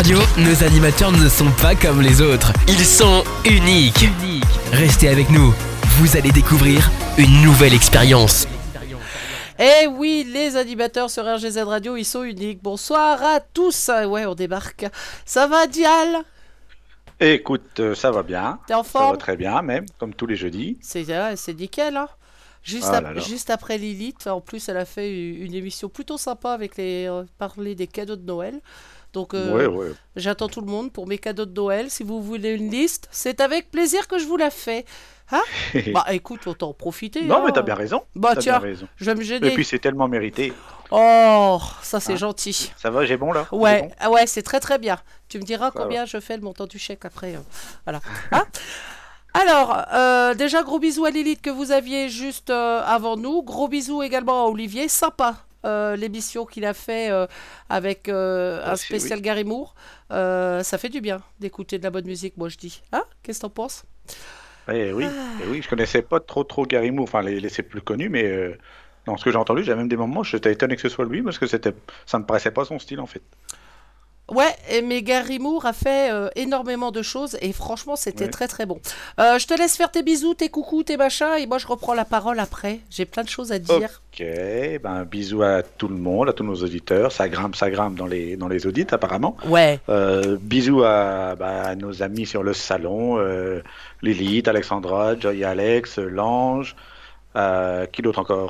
Radio, nos animateurs ne sont pas comme les autres. Ils sont uniques. Restez avec nous, vous allez découvrir une nouvelle expérience. Eh oui, les animateurs sur RGZ Radio, ils sont uniques. Bonsoir à tous. Ouais, on débarque. Ça va, Dial? Écoute, ça va bien. T'es en Ça forme? va très bien, même, comme tous les jeudis. C'est nickel, hein. Ah là là. Juste après Lilith, en plus, elle a fait une émission plutôt sympa avec parler des cadeaux de Noël. Donc, Ouais. j'attends tout le monde pour mes cadeaux de Noël. Si vous voulez une liste, c'est avec plaisir que je vous la fais. Hein? Bah, écoute, autant en profiter. Non, hein. mais t'as bien raison. Bah, T'as tiens, bien raison. je vais me Et gêner. puis c'est tellement mérité. Oh, ça, c'est Hein? gentil. Ça va, j'ai bon là? J'ai Ouais, bon ah ouais, c'est très très bien. Tu me diras Ça combien je fais le montant du chèque après. Voilà. Hein? Alors, déjà gros bisous à Lilith que vous aviez juste avant nous. Gros bisous également à Olivier. Sympa l'émission qu'il a fait avec un Aussi, spécial oui. Gary Moore. Ça fait du bien d'écouter de la bonne musique, moi je dis. Hein? Qu'est-ce que t'en penses? Oui, eh oui, je connaissais pas trop Gary Moore, enfin c'est plus connu, mais dans ce que j'ai entendu, j'ai même des moments, j'étais étonné que ce soit lui, parce que ça me paraissait pas son style en fait. Ouais, mais Gary Moore a fait énormément de choses et franchement, c'était Ouais. très très bon. Je te laisse faire tes bisous, tes coucous, tes machins et moi je reprends la parole après. J'ai plein de choses à dire. Ok, ben bisous à tout le monde, à tous nos auditeurs, ça grimpe dans les audits apparemment. Ouais, Bisous à nos amis sur le salon, Lilith, Alexandra, Joy Alex, Lange, qui d'autre encore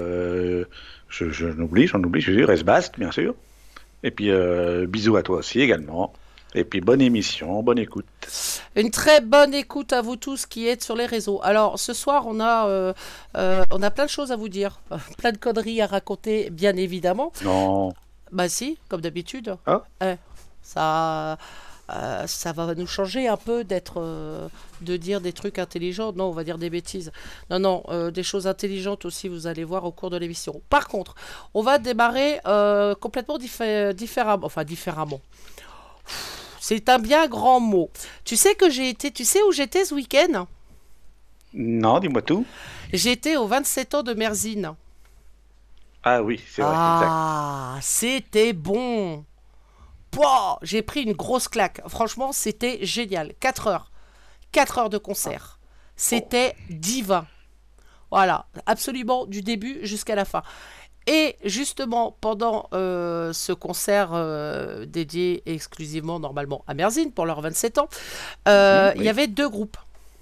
j'en oublie, je suis Resbast, bien sûr. Et puis bisous à toi aussi également. Et puis bonne émission, bonne écoute. une très bonne écoute à vous tous qui êtes sur les réseaux. Alors ce soir, on a plein de choses à vous dire, plein de conneries à raconter, bien évidemment. Non. Bah si, comme d'habitude. Ah. Ça, ça va nous changer un peu de dire des trucs intelligents. Non, on va dire des bêtises. Non, des choses intelligentes aussi, vous allez voir au cours de l'émission. Par contre, on va démarrer complètement différemment. Enfin, différemment. C'est un bien grand mot. Tu sais où j'étais ce week-end? Non, dis-moi tout. J'étais aux 27 ans de Merzine. Ah oui, c'est vrai, exact. Ah, c'était bon. Pouah, j'ai pris une grosse claque. Franchement, c'était génial. 4 heures. 4 heures de concert. C'était divin. Voilà, absolument du début jusqu'à la fin. Et justement, pendant ce concert dédié exclusivement normalement à Merzine pour leurs 27 ans, il y Oui. avait deux groupes.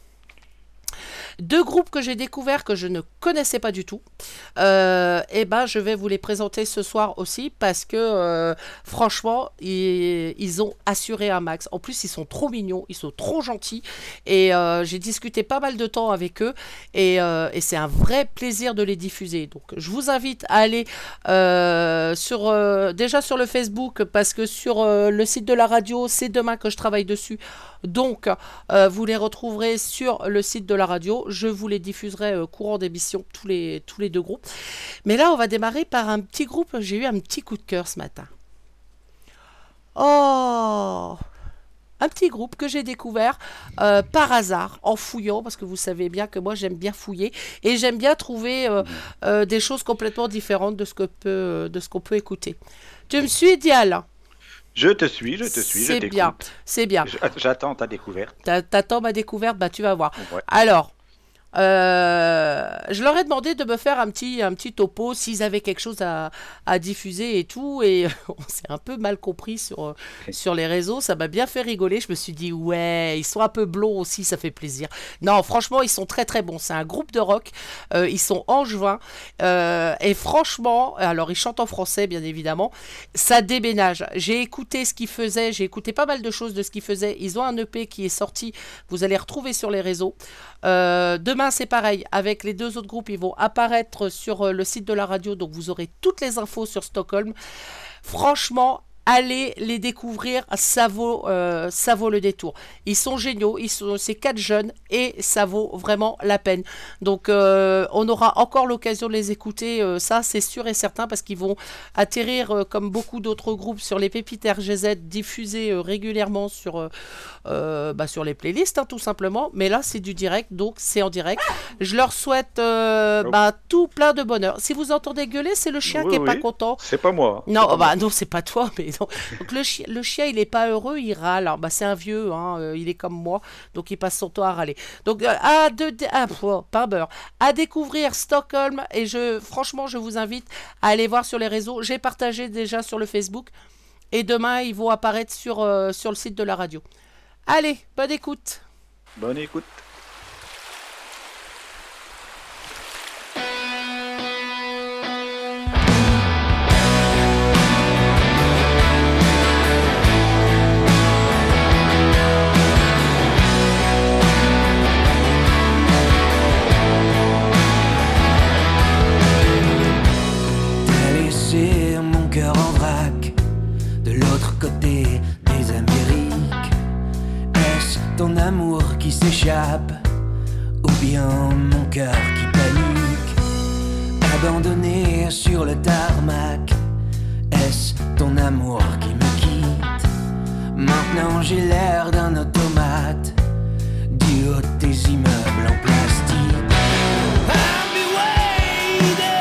Deux groupes que j'ai découverts que je ne connaissais pas du tout. Et ben, je vais vous les présenter ce soir aussi parce que franchement, ils ont assuré un max. En plus, ils sont trop mignons, ils sont trop gentils. Et j'ai discuté pas mal de temps avec eux. Et c'est un vrai plaisir de les diffuser. Donc, je vous invite à aller déjà sur le Facebook parce que sur le site de la radio, c'est demain que je travaille dessus. Donc, vous les retrouverez sur le site de la radio. Je vous les diffuserai courant d'émission, tous les deux groupes. Mais là, on va démarrer par un petit groupe. J'ai eu un petit coup de cœur ce matin. Oh! Un petit groupe que j'ai découvert par hasard, en fouillant, parce que vous savez bien que moi, j'aime bien fouiller. Et j'aime bien trouver des choses complètement différentes de ce qu'on peut écouter. Tu me suis, Dial? Je te suis, je C'est t'écoute. bien, c'est bien. J'attends ta découverte. T'attends ma découverte, bah tu vas voir. Ouais. Alors, je leur ai demandé de me faire un petit topo s'ils avaient quelque chose à diffuser et tout. Et on s'est un peu mal compris sur les réseaux. Ça m'a bien fait rigoler. Je me suis dit, ouais, ils sont un peu blonds aussi, ça fait plaisir. Non, franchement, ils sont très très bons. C'est un groupe de rock. Ils sont angevins. Et franchement, alors ils chantent en français, bien évidemment. Ça déménage. J'ai écouté ce qu'ils faisaient. J'ai écouté pas mal de choses de ce qu'ils faisaient. Ils ont un EP qui est sorti. Vous allez retrouver sur les réseaux. Demain, c'est pareil. Avec les deux autres groupes, ils vont apparaître sur le site de la radio. Donc, vous aurez toutes les infos sur Stockholm. Franchement, allez les découvrir. Ça vaut le détour. Ils sont géniaux. C'est 4 jeunes et ça vaut vraiment la peine. Donc, on aura encore l'occasion de les écouter. Ça, c'est sûr et certain parce qu'ils vont atterrir, comme beaucoup d'autres groupes, sur les pépites RGZ diffusées régulièrement sur les playlists, hein, tout simplement. Mais là, c'est du direct, donc c'est en direct. Je leur souhaite tout plein de bonheur. Si vous entendez gueuler, c'est le chien qui est pas content. C'est pas moi. Non, non, c'est pas toi, mais Donc le chien, il est pas heureux, il râle. Alors, bah, c'est un vieux, hein, il est comme moi, donc il passe son temps à râler. Donc pas beurre. À découvrir Stockholm et franchement, je vous invite à aller voir sur les réseaux. J'ai partagé déjà sur le Facebook et demain ils vont apparaître sur le site de la radio. Allez, bonne écoute. Bonne écoute. Côté des Amériques, est-ce ton amour qui s'échappe ou bien mon cœur qui panique? Abandonné sur le tarmac, est-ce ton amour qui me quitte? Maintenant j'ai l'air d'un automate du haut des immeubles en plastique. I'll be waiting.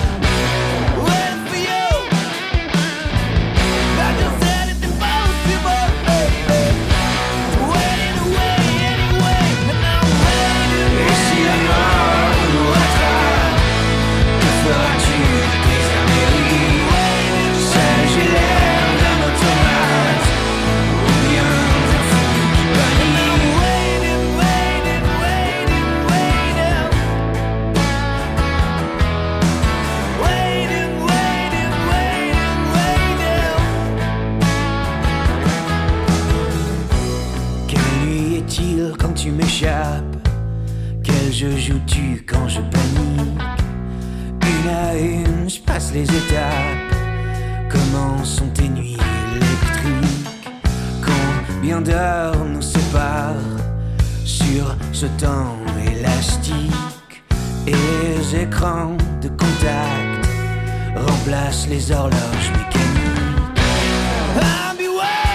Quel jeu joues-tu quand je panique? Une à une, je passe les étapes. Comment sont tes nuits électriques? Combien d'heures nous séparent sur ce temps élastique? Et les écrans de contact remplacent les horloges mécaniques. I'll be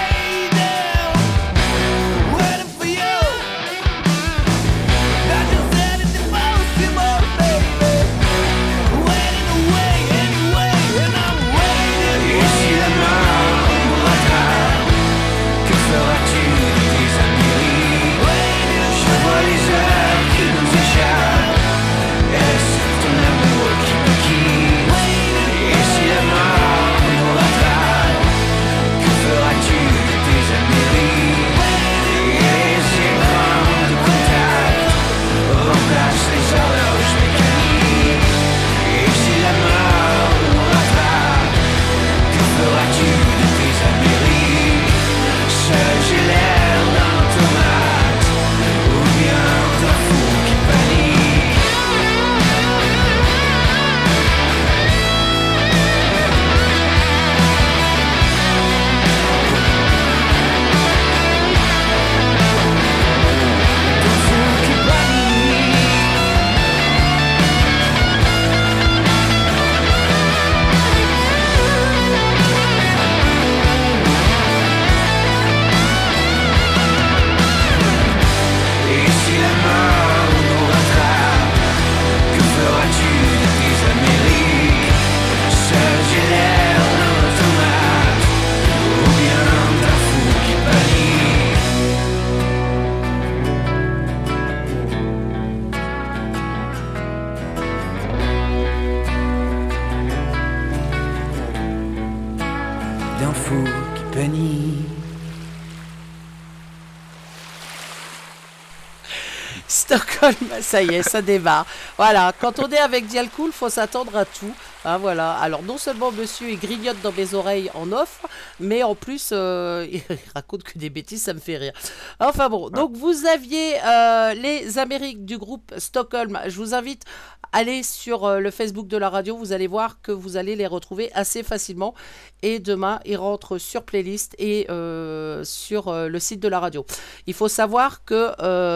Stockholm, ça y est, ça démarre. Voilà, quand on est avec Dialcool, faut s'attendre à tout. Hein, voilà. Alors non seulement monsieur il grignote dans mes oreilles en off, mais en plus il raconte que des bêtises, ça me fait rire. Enfin bon, donc vous aviez les Amériques du groupe Stockholm. Je vous invite à aller sur le Facebook de la radio, vous allez voir que vous allez les retrouver assez facilement. Et demain, ils rentrent sur playlist et sur le site de la radio. Il faut savoir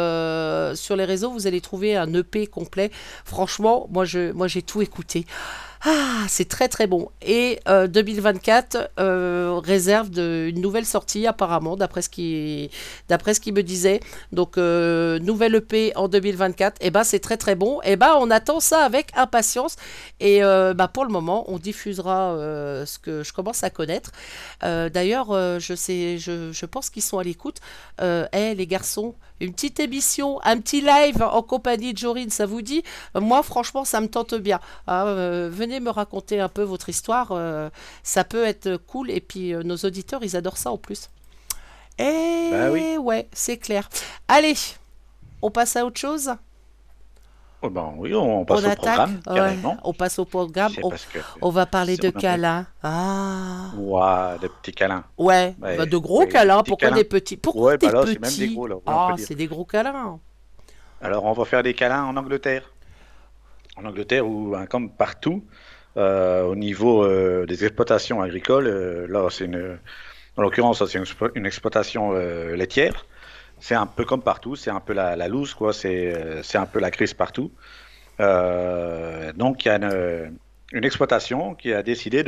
que sur les réseaux, vous allez trouver un EP complet. Franchement, moi j'ai tout écouté. Ah, c'est très très bon. Et 2024 réserve une nouvelle sortie apparemment, d'après ce qu'il me disait. Donc nouvelle EP en 2024. Et ben c'est très très bon. Et ben on attend ça avec impatience. Et bah, pour le moment, on diffusera ce que je commence à connaître. D'ailleurs, je pense qu'ils sont à l'écoute. Les garçons, une petite émission, un petit live en compagnie de Jorine, ça vous dit? Moi, franchement, ça me tente bien. Venez me raconter un peu votre histoire, ça peut être cool. Et puis, nos auditeurs, ils adorent ça en plus. Et Bah oui. ouais, c'est clair. Allez, on passe à autre chose. Oh, ben oui, on passe On au attaque. programme, Ouais, carrément. on passe au programme. C'est On, parce que on va parler c'est de on a fait. câlins. Ah, Ouah, des petits câlins. ouais, Ouais, bah, de gros ouais, des câlins. petits Pourquoi câlins. des petits? Pourquoi Ouais, des bah là, c'est même des petits? gros, là, oui, on Ah, peut dire. c'est des gros câlins. Alors, on va faire des câlins en Angleterre. En Angleterre, ou hein, comme partout, au niveau des exploitations agricoles, là, en l'occurrence, ça, c'est une exploitation laitière. C'est un peu comme partout, c'est un peu la loose, quoi. C'est un peu la crise partout. Donc, il y a une exploitation qui a décidé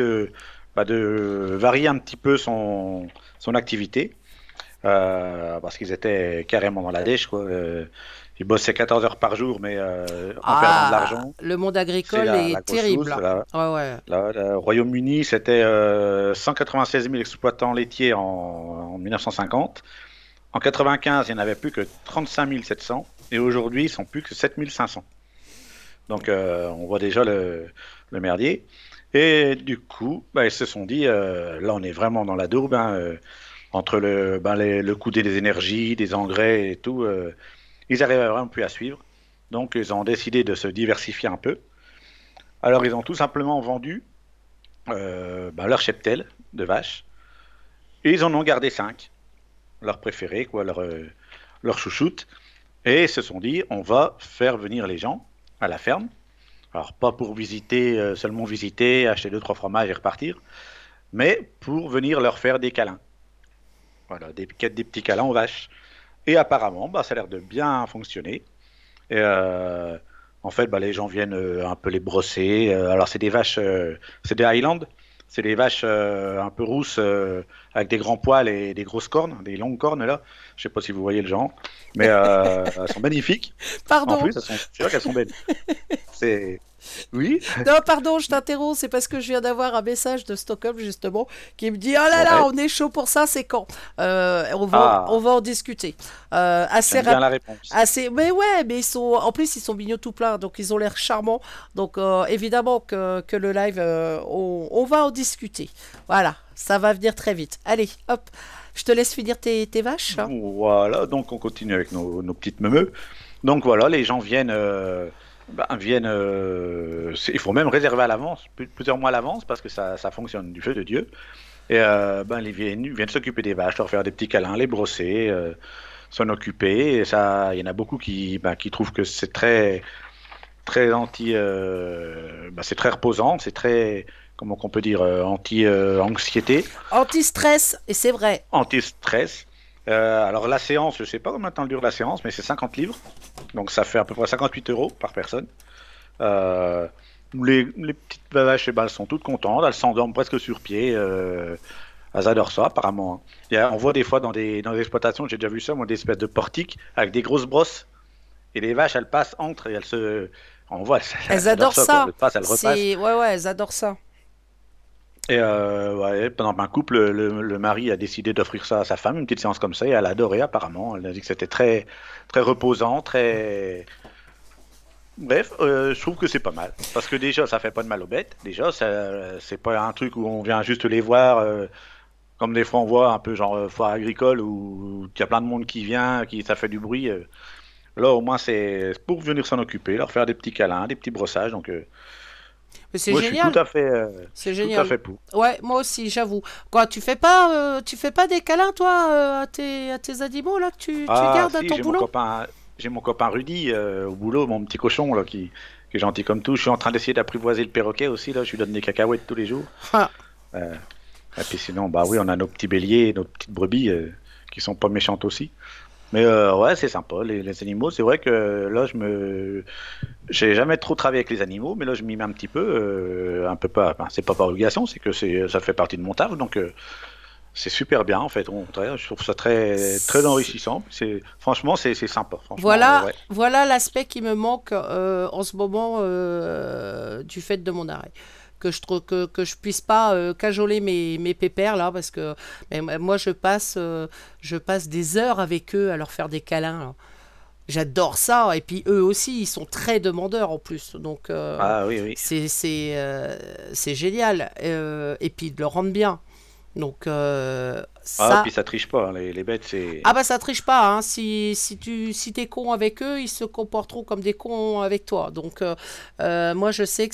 de varier un petit peu son activité, parce qu'ils étaient carrément dans la dèche, quoi. Ils bossaient 14 heures par jour, mais en perdant de Ah, l'argent. le monde C'est agricole la est grosse chose. terrible. Ouais, ouais. Le Royaume-Uni, c'était 196 000 exploitants laitiers en 1950. En 95, il n'y en avait plus que 35 700. Et aujourd'hui, ils sont plus que 7 500. Donc, on voit déjà le merdier. Et du coup, bah, ils se sont dit, là, on est vraiment dans la daube, hein, entre le coût des énergies, des engrais et tout. Ils n'arrivaient vraiment plus à suivre. Donc, ils ont décidé de se diversifier un peu. Alors, ils ont tout simplement vendu leur cheptel de vaches. Et ils en ont gardé 5, leurs préférés, quoi, leur chouchoute. Et ils se sont dit, on va faire venir les gens à la ferme. Alors, pas pour visiter, seulement visiter, acheter 2-3 fromages et repartir, mais pour venir leur faire des câlins. Voilà, des petits câlins aux vaches. Et apparemment, bah, ça a l'air de bien fonctionner. Et en fait, bah, les gens viennent un peu les brosser. Alors, c'est des vaches, c'est des Highland. C'est des vaches un peu rousses, avec des grands poils et des grosses cornes, des longues cornes là. Je sais pas si vous voyez le genre, mais elles sont magnifiques. En Pardon. plus, c'est sûr qu'elles sont belles. C'est oui. Non, pardon, je t'interromps, c'est parce que je viens d'avoir un message de Stockholm, justement, qui me dit, oh là là, Ouais. on est chaud pour ça, c'est quand? Ah. On va en discuter. Assez J'aime bien rapide. la réponse. Mais ouais, mais en plus, ils sont mignons tout plein, donc ils ont l'air charmants. Donc, évidemment que le live, on va en discuter. Voilà, ça va venir très vite. Allez, hop, je te laisse finir tes vaches, hein. Voilà, donc on continue avec nos petites meumeux. Donc voilà, les gens viennent, il faut même réserver à l'avance, plusieurs mois à l'avance, parce que ça fonctionne du feu de Dieu. Et ils viennent s'occuper des vaches, leur faire des petits câlins, les brosser, s'en occuper. Et ça, il y en a beaucoup qui trouvent que c'est très, très c'est très reposant, c'est très, comment qu'on peut dire, anti-anxiété, Anti-stress, et c'est vrai. anti-stress. Alors la séance, je sais pas combien de temps dure la séance, mais c'est 50 livres. Donc ça fait à peu près 58 € par personne. Euh, les petites vaches, eh ben, elles sont toutes contentes, elles s'endorment presque sur pied. Elles adorent ça apparemment, hein. On voit des fois dans des exploitations, j'ai déjà vu ça, moi, des espèces de portiques avec des grosses brosses. Et les vaches, elles passent entre et on voit, Elles adorent quoi. ça. Elles passent, elles repassent. Ouais, elles adorent ça. Et ouais, pendant un couple, le mari a décidé d'offrir ça à sa femme, une petite séance comme ça, et elle a adoré apparemment. Elle a dit que c'était très, très reposant, très. Bref, je trouve que c'est pas mal. Parce que déjà, ça fait pas de mal aux bêtes. Déjà, c'est pas un truc où on vient juste les voir, comme des fois on voit un peu genre foire agricole où il y a plein de monde qui vient, ça fait du bruit. Là, au moins, c'est pour venir s'en occuper, leur faire des petits câlins, des petits brossages. Donc, Mais c'est moi, je suis génial. tout à fait, C'est tout à génial. fait pour. Ouais, moi aussi, j'avoue. Quoi, tu fais pas des câlins, toi, à tes animaux, là, que tu gardes à Si, ton boulot? j'ai mon copain Rudy au boulot, mon petit cochon là qui est gentil comme tout. Je suis en train d'essayer d'apprivoiser le perroquet aussi là. Je lui donne des cacahuètes tous les jours. Ah. Et puis sinon, bah oui, on a nos petits béliers, nos petites brebis qui sont pas méchantes aussi. Mais ouais, c'est sympa les animaux. C'est vrai que là, J'ai jamais trop travaillé avec les animaux, mais là je m'y mets un petit peu, un peu pas. Enfin, c'est pas par obligation, c'est que ça fait partie de mon taf, donc c'est super bien en fait. Je trouve ça très enrichissant. Franchement, c'est sympa. Franchement, Voilà, ouais. voilà l'aspect qui me manque en ce moment du fait de mon arrêt. Que je trouve que je puisse pas cajoler mes pépères là parce que moi je passe des heures avec eux à leur faire des câlins là. J'adore ça et puis eux aussi ils sont très demandeurs en plus donc Ah oui, oui. c'est génial et puis de le rendre bien donc Ah, ça puis ça triche pas, hein, les bêtes, c'est. ah bah ça triche pas, hein. Si t'es con avec eux, ils se comporteront comme des cons avec toi. Donc moi je sais que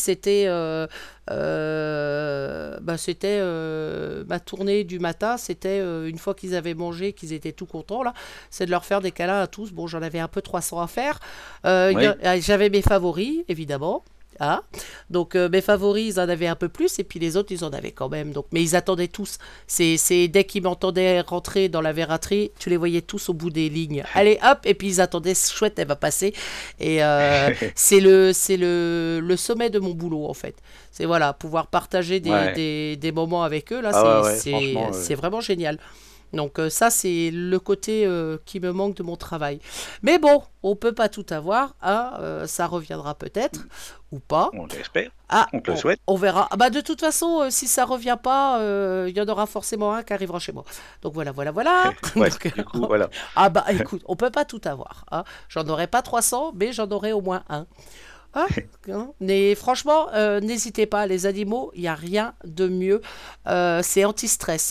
c'était ma tournée du matin, c'était une fois qu'ils avaient mangé, qu'ils étaient tout contents là, c'est de leur faire des câlins à tous. Bon j'en avais un peu 300 à faire. Oui. J'avais mes favoris évidemment. Ah. Donc mes favoris ils en avaient un peu plus et puis les autres ils en avaient quand même donc mais ils attendaient tous c'est dès qu'ils m'entendaient rentrer dans la verraterie tu les voyais tous au bout des lignes allez hop et puis ils attendaient chouette elle va passer et c'est le sommet de mon boulot en fait c'est voilà pouvoir partager Ouais. des moments avec eux là Ah ouais, franchement. c'est vraiment génial donc ça, c'est le côté qui me manque de mon travail. Mais bon, on peut pas tout avoir, hein, ça reviendra peut-être, ou pas. On l'espère, Ah, on te le souhaite. on verra. Ah bah, de toute façon, si ça revient pas, il y en aura forcément un qui arrivera chez moi. Donc voilà, voilà, voilà. Ouais, Donc, du coup, voilà. ah bah écoute, on peut pas tout avoir. Hein. J'en aurai pas 300, mais j'en aurai au moins un. Ah, hein. Mais franchement, n'hésitez pas, les animaux, il n'y a rien de mieux. C'est anti-stress.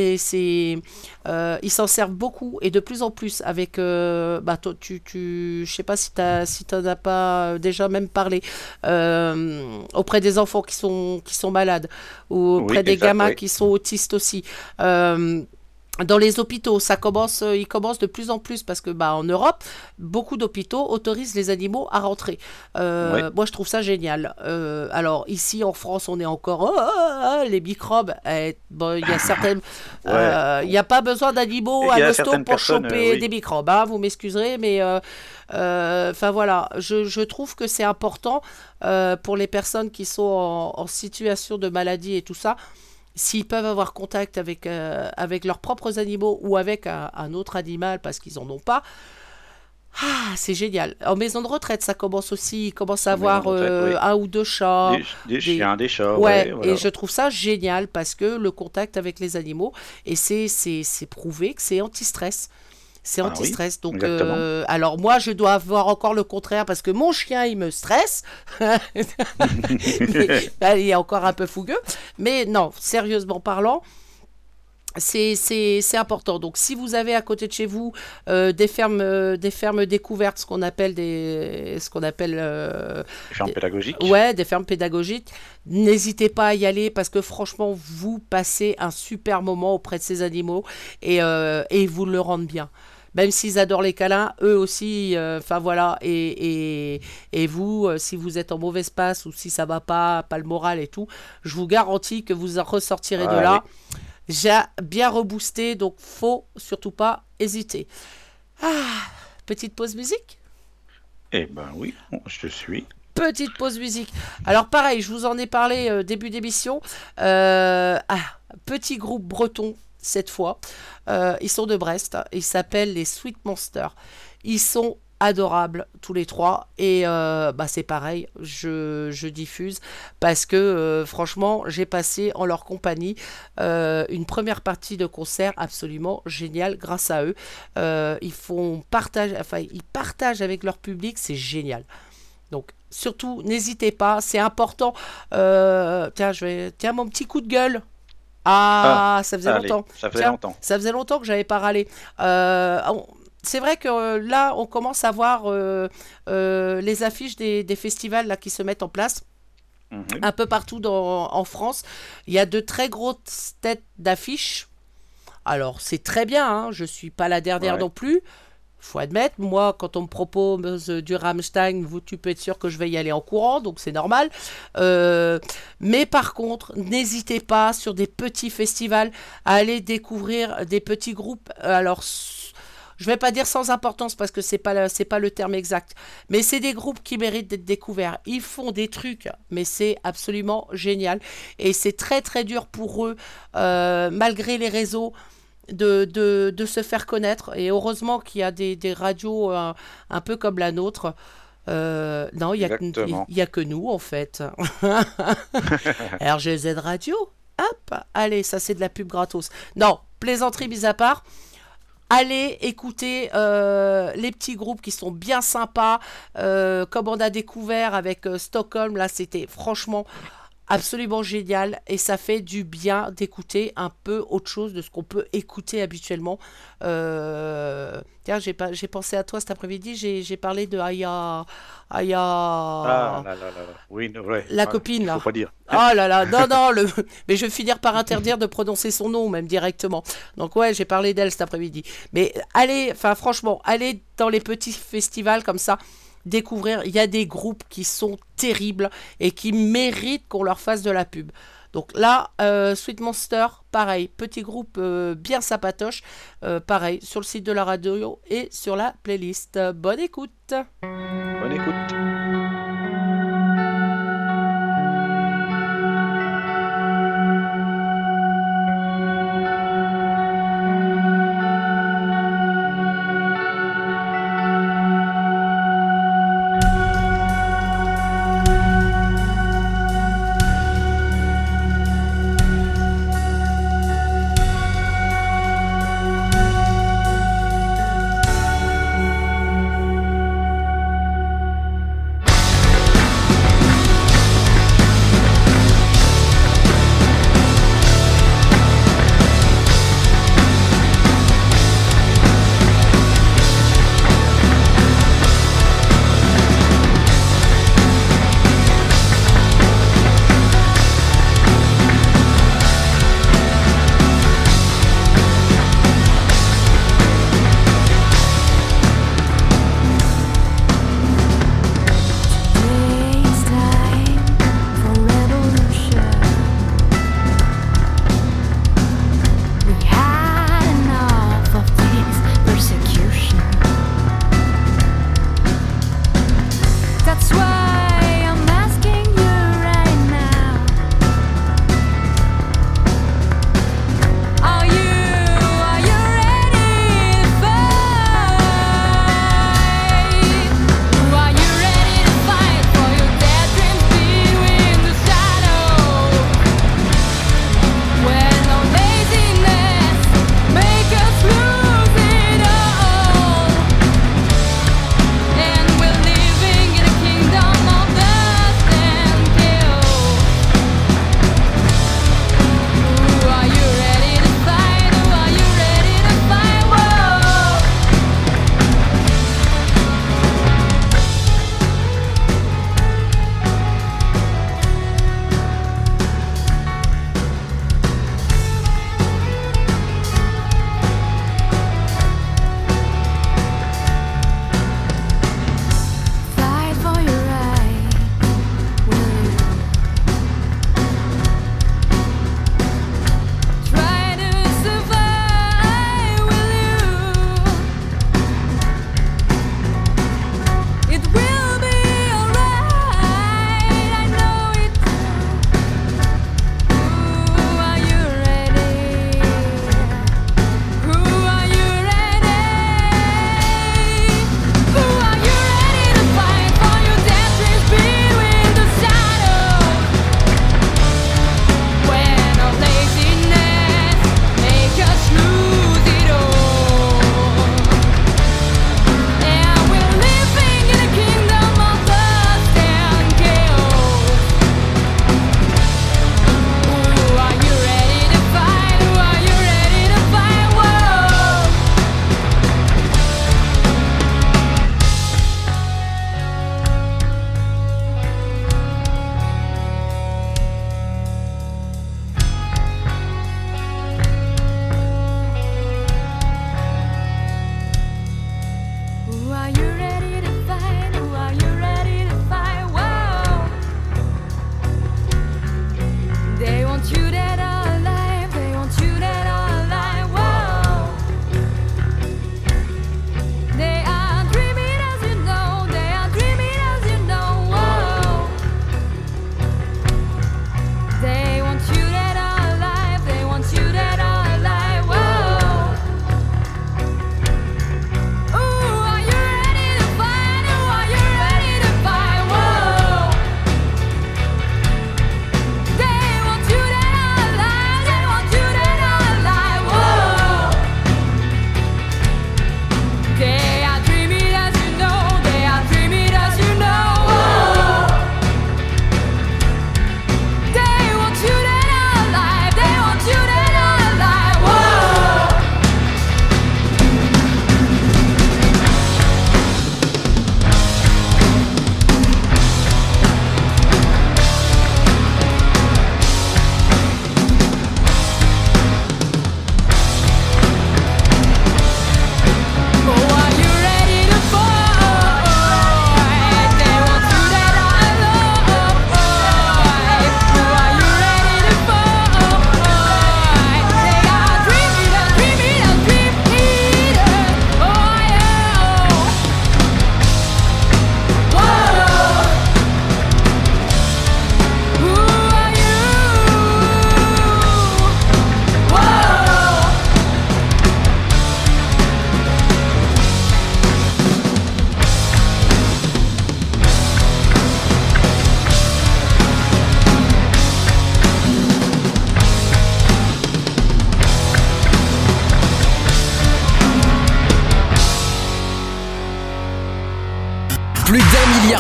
Ils s'en servent beaucoup et de plus en plus avec. Je sais pas si t'en as pas déjà même parlé auprès des enfants qui sont malades ou Oui, auprès des exact, gamins oui. qui sont autistes aussi. Dans les hôpitaux, ils commencent de plus en plus parce que en Europe, beaucoup d'hôpitaux autorisent les animaux à rentrer. Oui. Moi, je trouve ça génial. Alors ici en France, on est encore les microbes. Bon, il y a certaines, Ouais. il n'y a pas besoin d'animaux Il y à a l'hosto certaines pour personnes, choper oui. des microbes. Hein, vous m'excuserez, mais enfin voilà, je trouve que c'est important pour les personnes qui sont en situation de maladie et tout ça s'ils peuvent avoir contact avec leurs propres animaux ou avec un autre animal parce qu'ils en ont pas, c'est génial. En maison de retraite, ça commence aussi, ils commencent à En maison avoir de retraite, oui. un ou deux chats. Des chiens, des chats, Ouais, ouais, et voilà. je trouve ça génial parce que le contact avec les animaux, et c'est prouvé que c'est anti-stress. C'est Ah oui, anti-stress. Donc, exactement. alors moi, je dois avoir encore le contraire parce que mon chien, il me stresse. Il est encore un peu fougueux. Mais non, sérieusement parlant, c'est important. Donc, si vous avez à côté de chez vous des fermes découvertes, ce qu'on appelle Les fermes pédagogiques. ouais, des fermes pédagogiques, n'hésitez pas à y aller parce que franchement, vous passez un super moment auprès de ces animaux et ils vous le rendent bien. Même s'ils adorent les câlins, eux aussi, enfin voilà, et vous, si vous êtes en mauvaise passe ou si ça va pas le moral et tout, je vous garantis que vous en ressortirez de Ah là. oui. J'ai bien reboosté, donc faut surtout pas hésiter. Petite pause musique. Eh ben oui, je suis. Petite pause musique. Alors pareil, je vous en ai parlé début d'émission. Petit groupe breton cette fois. Ils sont de Brest. Ils s'appellent les Sweet Monsters. Ils sont adorables tous les trois et c'est pareil, je diffuse parce que franchement j'ai passé en leur compagnie une première partie de concert absolument géniale grâce à eux. Ils partagent avec leur public, c'est génial. Donc surtout n'hésitez pas, c'est important. Tiens mon petit coup de gueule. Ça faisait Allez, longtemps. ça fait Tiens, longtemps. ça faisait longtemps que j'avais pas râlé. C'est vrai que là, on commence à voir les affiches des festivals là, qui se mettent en place Mhm. un peu partout en France. Il y a de très grosses têtes d'affiches. Alors, c'est très bien, hein, je suis pas la dernière Ouais. non plus. Faut admettre, moi, quand on me propose du Rammstein, tu peux être sûr que je vais y aller en courant, donc c'est normal. Mais par contre, n'hésitez pas sur des petits festivals à aller découvrir des petits groupes. Alors, je vais pas dire sans importance parce que c'est pas le terme exact, mais c'est des groupes qui méritent d'être découverts. Ils font des trucs, mais c'est absolument génial. Et c'est très très dur pour eux, malgré les réseaux, de se faire connaître. Et heureusement qu'il y a des radios un peu comme la nôtre. Non, Exactement. il y a que nous en fait. RGZ Radio, hop, allez, ça c'est de la pub gratos. Non, plaisanterie mise à part. Allez écouter les petits groupes qui sont bien sympas, comme on a découvert avec Stockholm, là c'était franchement absolument génial et ça fait du bien d'écouter un peu autre chose de ce qu'on peut écouter habituellement. Tiens, j'ai pensé à toi cet après-midi, j'ai parlé de Aya, Ah là là là là. Oui, ouais. la Ouais, copine il faut là. pas dire. Oh là là, non, non, mais je vais finir par interdire de prononcer son nom, même directement. Donc ouais, j'ai parlé d'elle cet après-midi. Mais allez, enfin franchement, allez dans les petits festivals comme ça, découvrir. Il y a des groupes qui sont terribles et qui méritent qu'on leur fasse de la pub. Donc là, Sweet Monster, pareil, petit groupe bien sympatoche, pareil, sur le site de la radio et sur la playlist. Bonne écoute. Bonne écoute.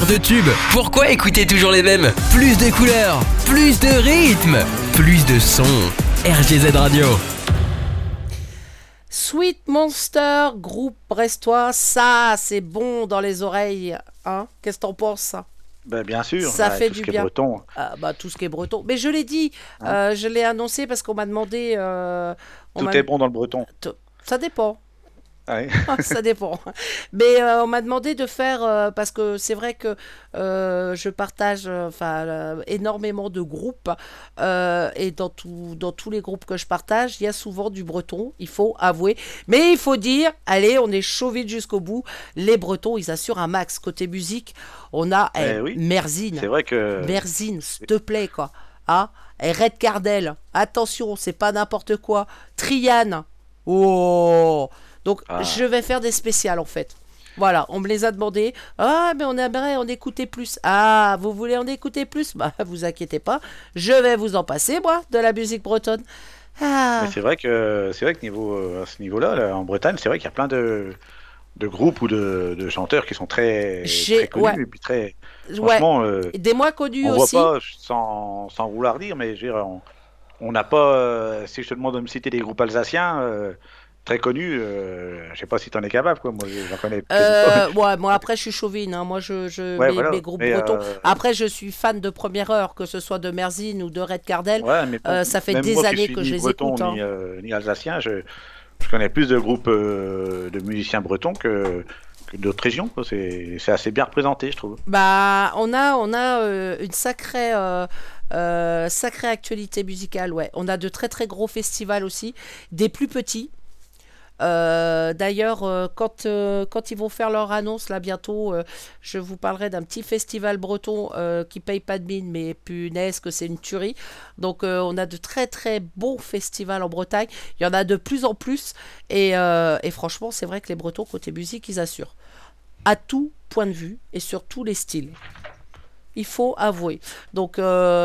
de tubes. Pourquoi écouter toujours les mêmes? Plus de couleurs, plus de rythme, plus de sons. RGZ Radio. Sweet Monster, groupe brestois, ça c'est bon dans les oreilles, hein? Qu'est-ce que t'en penses ça? Ben, bien sûr, Ça fait tout du ce qui est bien. breton. Tout ce qui est breton. Mais je l'ai dit, je l'ai annoncé parce qu'on m'a demandé. Tout est bon dans le breton. Ça dépend. Ouais. Ça dépend. Mais on m'a demandé de faire, parce que c'est vrai que je partage énormément de groupes, et dans tous les groupes que je partage, il y a souvent du breton, il faut avouer. Mais il faut dire, allez, on est chauvin jusqu'au bout, les Bretons, ils assurent un max. Côté musique, on a Oui. Merzine. C'est vrai que Merzine, s'il te plaît, quoi. Ah, et Red Cardel, attention, c'est pas n'importe quoi. Triane, oh. Donc, je vais faire des spéciales, en fait. Voilà, on me les a demandé. Ah, mais on aimerait en écouter plus. Ah, vous voulez en écouter plus? Bah, vous inquiétez pas. Je vais vous en passer, moi, de la musique bretonne. Ah. Mais c'est vrai que à ce niveau-là, là, en Bretagne, c'est vrai qu'il y a plein de groupes ou de chanteurs qui sont très connus et puis très. Franchement, des moins connus on aussi. voit pas, sans vouloir dire, mais je veux dire, on n'a pas. Si je te demande de me citer des groupes alsaciens. Très connu, je sais pas si tu en es capable, quoi. Moi, j'en connais quasi pas. Moi après, je suis chauvine. Hein. Moi, mes groupes bretons. Après, je suis fan de première heure, que ce soit de Merzine ou de Red Cardel. Ça fait des années que je les écoute. Ni alsacien, je connais plus de groupes de musiciens bretons que d'autres régions, quoi. C'est assez bien représenté, je trouve. Bah, on a une sacrée actualité musicale, ouais. On a de très très gros festivals aussi, des plus petits. D'ailleurs, quand ils vont faire leur annonce là bientôt, je vous parlerai d'un petit festival breton qui paye pas de mine, mais punaise que c'est une tuerie. Donc on a de très très bons festivals en Bretagne. Il y en a de plus en plus et franchement, c'est vrai que les Bretons côté musique, ils assurent à tout point de vue et sur tous les styles. Il faut avouer. Donc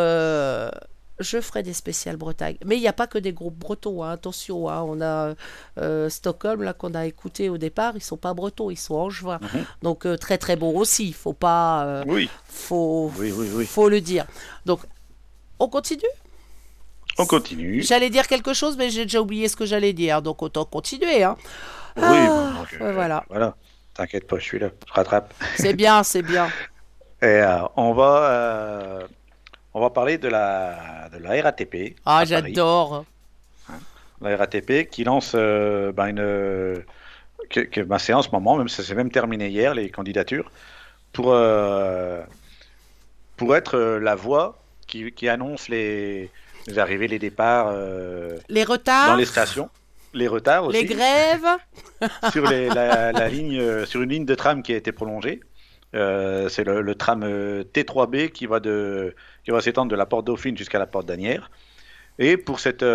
je ferai des spéciales Bretagne. Mais il n'y a pas que des groupes bretons, hein. Attention, hein. On a Stockholm, là, qu'on a écouté au départ, ils sont pas bretons, ils sont angevins. Donc très très bon aussi, il faut pas... Faut le dire. Donc, on continue ? On continue. J'allais dire quelque chose, mais j'ai déjà oublié ce que j'allais dire, donc autant continuer. Hein. Voilà. T'inquiète pas, je suis là, je rattrape. C'est bien, c'est bien. Et on va parler de la RATP. Ah, j'adore. La RATP qui lance c'est en ce moment, même ça s'est même terminé hier, les candidatures, pour être la voix qui annonce les arrivées, les départs, les retards dans les stations, les retards aussi, les grèves, sur la ligne, sur une ligne de tram qui a été prolongée. C'est le tram T3B qui va s'étendre de la porte Dauphine jusqu'à la porte d'Asnières. Et pour cette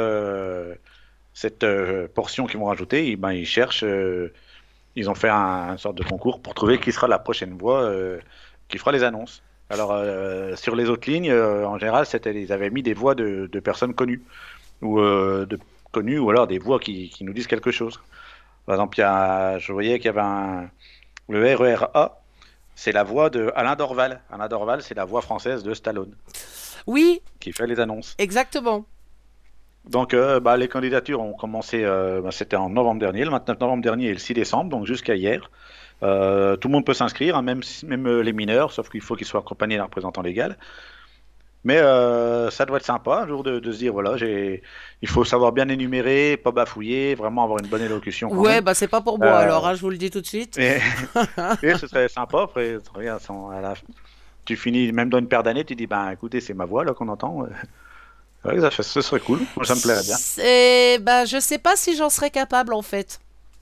portion qu'ils vont rajouter, ils cherchent, ils ont fait une sorte de concours pour trouver qui sera la prochaine voix qui fera les annonces. Alors sur les autres lignes, en général, ils avaient mis des voix de personnes connues ou ou alors des voix qui nous disent quelque chose. Par exemple, je voyais qu'il y avait le RER-A. C'est la voix de Alain Dorval. Alain Dorval, c'est la voix française de Stallone. Oui. Qui fait les annonces. Exactement. Donc, les candidatures ont commencé, c'était en novembre dernier, le 29 novembre dernier et le 6 décembre, donc jusqu'à hier. Tout le monde peut s'inscrire, hein, même les mineurs, sauf qu'il faut qu'ils soient accompagnés d'un représentant légal. Mais ça doit être sympa un jour de se dire, voilà, il faut savoir bien énumérer, pas bafouiller, vraiment avoir une bonne élocution. Ouais, c'est pas pour moi alors, hein, je vous le dis tout de suite. Et ce serait sympa, après, regarde, tu finis, même dans une paire d'années, tu dis, écoutez, c'est ma voix là qu'on entend. Ouais, ce serait cool, moi ça me plairait bien. Je sais pas si j'en serais capable en fait.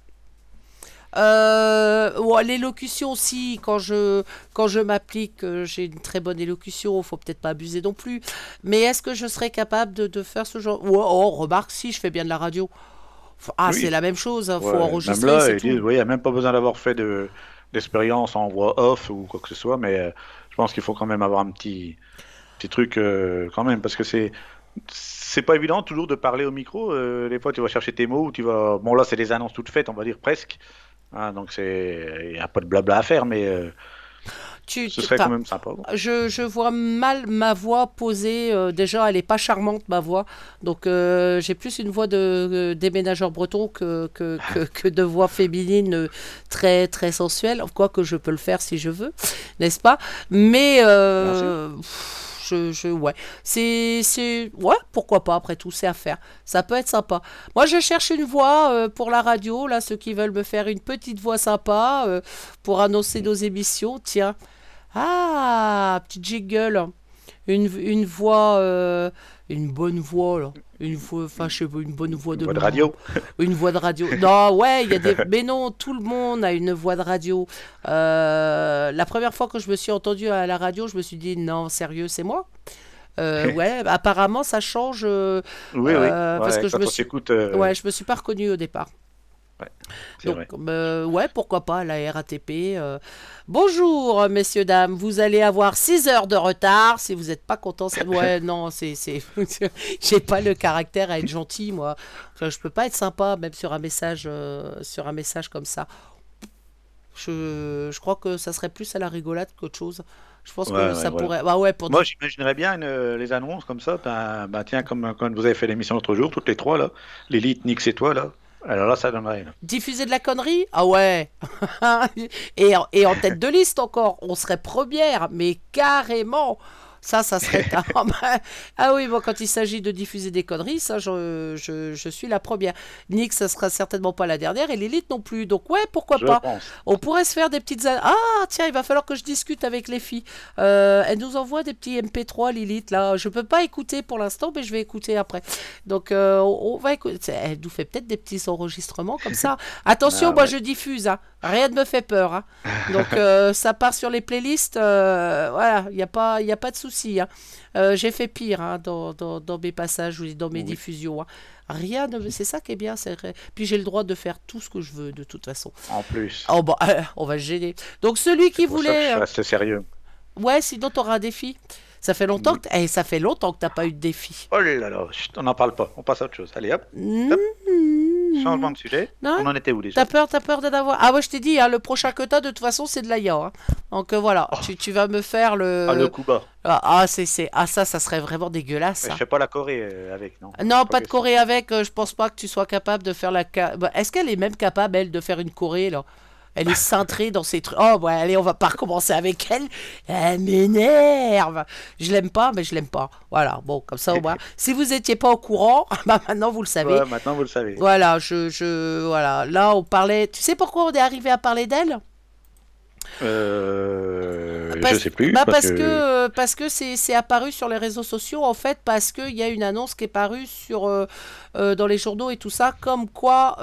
L'élocution aussi, quand je m'applique, j'ai une très bonne élocution, faut peut-être pas abuser non plus. Mais est-ce que je serais capable de faire ce genre? Remarque, si je fais bien de la radio. Oui. C'est la même chose, faut enregistrer. Même là, c'est tout. Il n'y a même pas besoin d'avoir fait d'expérience en voix off ou quoi que ce soit, mais je pense qu'il faut quand même avoir un petit truc quand même, parce que c'est pas évident toujours de parler au micro. Des fois, tu vas chercher tes mots, ou tu vas. Bon, là, c'est des annonces toutes faites, on va dire presque. Donc il n'y a pas de blabla à faire, mais Ce serait quand même sympa. Je vois mal ma voix posée. Déjà, elle est pas charmante, ma voix. Donc, j'ai plus une voix de déménageur breton que de voix féminine très, très sensuelle. Quoique je peux le faire si je veux, n'est-ce pas? Mais, ouais. Ouais, pourquoi pas, après tout, c'est à faire. Ça peut être sympa. Moi, je cherche une voix pour la radio, là, ceux qui veulent me faire une petite voix sympa pour annoncer nos émissions. Tiens. Ah, petit jiggle. Une voix, une bonne voix, là. Une voix, enfin, je sais pas, une bonne voix de radio. Une voix de radio. Non, ouais, il y a des. Mais non, tout le monde a une voix de radio. La première fois que je me suis entendue à la radio, je me suis dit, non, sérieux, c'est moi? Ouais, apparemment, ça change. Oui. Parce que quand on s'écoute. Ouais, je me suis pas reconnue au départ. Ouais, c'est Donc, vrai. ouais, pourquoi pas, la RATP. Bonjour, messieurs, dames. Vous allez avoir 6 heures de retard. Si vous n'êtes pas content, ça... Ouais, non, j'ai pas le caractère à être gentil, moi. Enfin, je peux pas être sympa, même sur un message comme ça. Je crois que ça serait plus à la rigolade qu'autre chose. Je pense que ça pourrait... Bah ouais, Moi, j'imaginerais bien les annonces comme ça. Tiens, comme quand vous avez fait l'émission l'autre jour, toutes les trois, là. Lilith, Nix et toi, là. Alors là, ça donnerait. Là. Diffuser de la connerie? Ah ouais. et en tête de liste encore. On serait première, mais carrément. Ça serait... Ah oui, bon, quand il s'agit de diffuser des conneries, ça, je suis la première. Nick, ça sera certainement pas la dernière, et Lilith non plus. Donc ouais, pourquoi pas. Pense. On pourrait se faire des petites... Ah, tiens, il va falloir que je discute avec les filles. Elle nous envoie des petits MP3, Lilith, là. Je peux pas écouter pour l'instant, mais je vais écouter après. Donc, on va écouter. Elle nous fait peut-être des petits enregistrements comme ça. Attention, moi, je diffuse, hein. Rien ne me fait peur. Hein. Donc, ça part sur les playlists. Voilà, il n'y a pas de souci. Hein. J'ai fait pire hein, dans mes passages ou dans mes diffusions. Hein. Rien ne... C'est ça qui est bien. Puis j'ai le droit de faire tout ce que je veux de toute façon. En plus. Oh, bon, on va se gêner. Donc celui qui voulait... Ça reste sérieux. Ouais, sinon tu auras un défi. Ça fait longtemps que ça fait longtemps que t'as pas eu de défi. Oh là là, on n'en parle pas. On passe à autre chose. Allez hop. Changement de sujet. Non. On en était où déjà? T'as peur d'en avoir... Ah ouais, je t'ai dit, hein, le prochain que t'as, de toute façon, c'est de l'AIA. Hein. Donc voilà, tu vas me faire le... Ah, le coup bas. ça serait vraiment dégueulasse. Je fais pas la Corée avec, non? Non, pas de Corée avec. Je pense pas que tu sois capable de faire la... Est-ce qu'elle est même capable, elle, de faire une Corée, là? Elle est cintrée dans ses trucs. Oh, ouais, allez, on va pas recommencer avec elle. Elle m'énerve. Je l'aime pas, mais je l'aime pas. Voilà, bon, comme ça, au moins. Si vous étiez pas au courant, bah maintenant, vous le savez. Ouais, maintenant, vous le savez. Voilà, voilà. Là, on parlait... Tu sais pourquoi on est arrivé à parler d'elle? Je sais plus. Parce que c'est apparu sur les réseaux sociaux, en fait, parce qu'il y a une annonce qui est parue dans les journaux et tout ça, comme quoi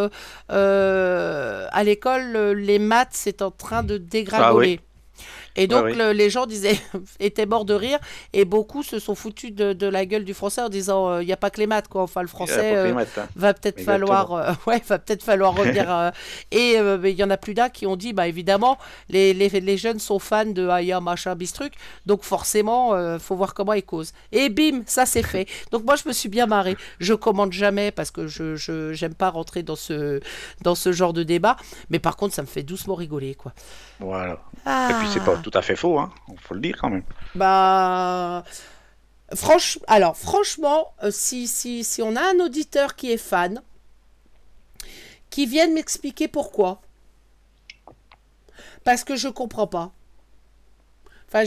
à l'école, les maths, c'est en train de dégringoler. Ah, oui. Et donc, les gens étaient morts de rire, et beaucoup se sont foutus de la gueule du français en disant il n'y a pas que les maths, quoi. Enfin, le français va peut-être falloir revenir. Mais il y en a plus d'un qui ont dit, bah évidemment, les jeunes sont fans de Aya, machin, bistruc, donc forcément, faut voir comment ils causent. Et bim, ça c'est fait. Donc moi, je me suis bien marrée. Je commande jamais parce que je j'aime pas rentrer dans ce genre de débat, mais par contre, ça me fait doucement rigoler, quoi. Voilà. Et puis c'est pas tout à fait faux, hein. Faut le dire quand même. Bah, franchement, si on a un auditeur qui est fan, qui vienne m'expliquer pourquoi, parce que je comprends pas. Enfin,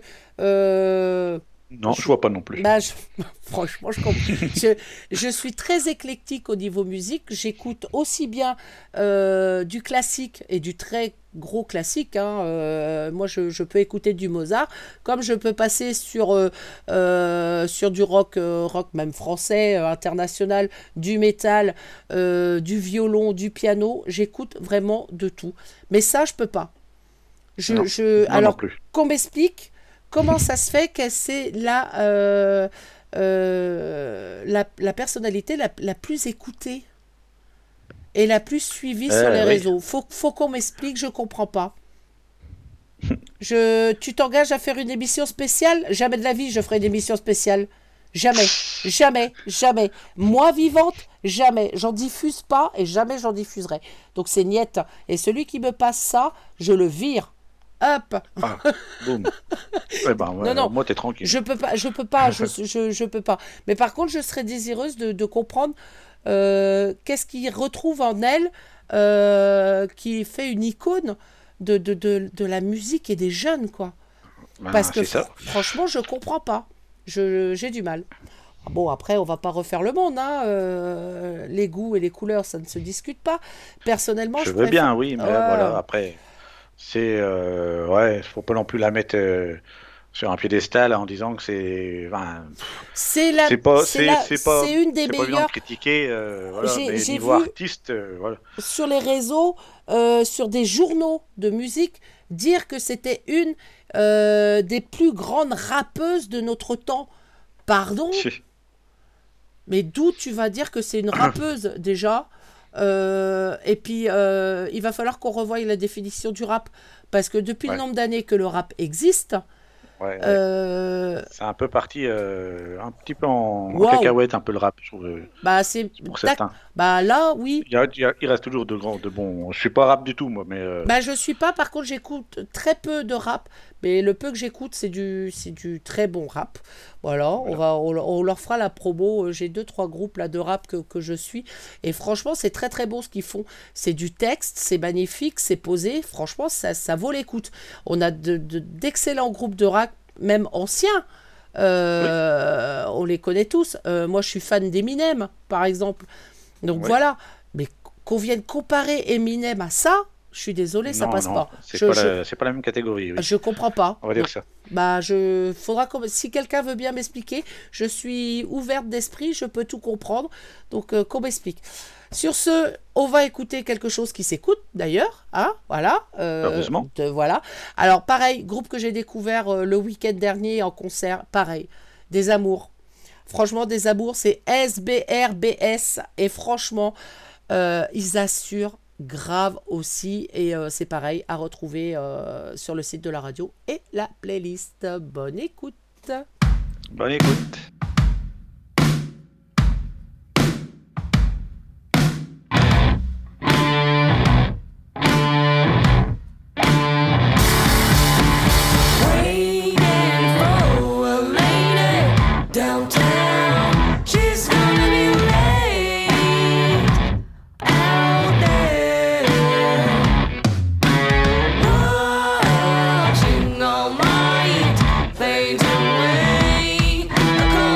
non, je vois pas non plus. Bah, franchement, je comprends. Je suis très éclectique au niveau musique. J'écoute aussi bien du classique et du très gros classique. Hein. Moi, je peux écouter du Mozart, comme je peux passer sur du rock même français, international, du métal, du violon, du piano. J'écoute vraiment de tout. Mais ça, je peux pas. Alors, non plus. Qu'on m'explique. Comment ça se fait que c'est la personnalité la plus écoutée et la plus suivie sur les réseaux? Faut qu'on m'explique, je comprends pas. Tu t'engages à faire une émission spéciale? Jamais de la vie je ferai une émission spéciale. Jamais. Moi vivante, jamais. J'en diffuse pas et jamais j'en diffuserai. Donc c'est niette. Et celui qui me passe ça, je le vire. hop. Ah, boum. Eh ben, Non. moi, t'es tranquille. Je peux pas, je peux pas. Mais par contre, je serais désireuse de comprendre qu'est-ce qu'il retrouve en elle qui fait une icône de la musique et des jeunes, quoi. Ben, Parce que c'est ça. franchement, je comprends pas. J'ai du mal. Bon, après, on va pas refaire le monde, hein. Les goûts et les couleurs, ça ne se discute pas. Personnellement, Je je veux préfère... bien, oui, mais voilà, après, c'est. Ouais, faut pas non plus la mettre sur un piédestal en disant que c'est. Enfin, C'est une des c'est pas évident de meilleures. critiquer, voilà, mais J'ai niveau vu artiste, voilà. sur les réseaux, sur des journaux de musique, dire que c'était une des plus grandes rappeuses de notre temps. Pardon? Mais d'où tu vas dire que c'est une rappeuse déjà? Et puis, il va falloir qu'on revoie la définition du rap. Parce que depuis le Ouais, nombre d'années que le rap existe, ouais. euh, C'est un peu parti un petit peu en waouh, cacahuète, un peu le rap, je trouve, bah c'est pour tac, certains. bah là oui, Il reste toujours de bons. Je suis pas rap du tout, moi, mais bah je suis pas, par contre j'écoute très peu de rap, mais le peu que j'écoute c'est du très bon rap. Voilà, voilà. on leur fera la promo. J'ai 2-3 groupes là de rap que je suis, et franchement c'est très très bon ce qu'ils font. C'est du texte, c'est magnifique, c'est posé. Franchement ça vaut l'écoute. On a d'excellents groupes de rap, même anciens. Oui, On les connaît tous. Moi je suis fan d'Eminem par exemple. Donc oui. voilà, mais qu'on vienne comparer Eminem à ça, je suis désolée, ça Non, passe non, pas. Je c'est pas la même catégorie, oui. je comprends pas. On va Non. dire ça. Bah, si quelqu'un veut bien m'expliquer, je suis ouverte d'esprit, je peux tout comprendre. Donc, qu'on m'explique. Sur ce, on va écouter quelque chose qui s'écoute d'ailleurs, hein, voilà, Heureusement. voilà. Alors, pareil, groupe que j'ai découvert le week-end dernier en concert, pareil, Des Amours. Franchement, Des Amours, c'est SBRBS. Et franchement, ils assurent grave aussi. Et c'est pareil, à retrouver sur le site de la radio et la playlist. Bonne écoute. Bonne écoute. Waiting for a lady downtown. She's gonna be late out there. Watching all night fade away.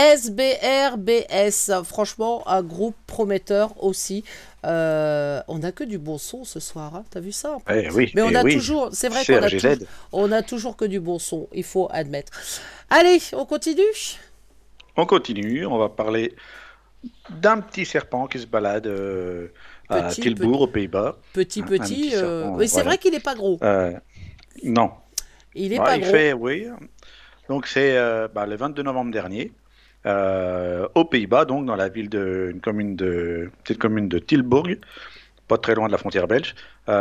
SBRBS, franchement, un groupe prometteur aussi. On a que du bon son ce soir, hein. T'as vu ça un peu? Oui, Mais on eh a oui. toujours, c'est vrai qu'on a, CRGZ. on a toujours que du bon son, il faut admettre. Allez, on continue? On continue, on va parler d'un petit serpent qui se balade à Petit, Tilbourg, aux Pays-Bas. Petit, Un petit. petit serpent, Oui, c'est voilà. vrai qu'il n'est pas gros. Non. Il n'est Ouais, pas il gros. fait, oui. Donc c'est le 22 novembre dernier, aux Pays-Bas, donc dans la ville petite commune de Tilburg, pas très loin de la frontière belge,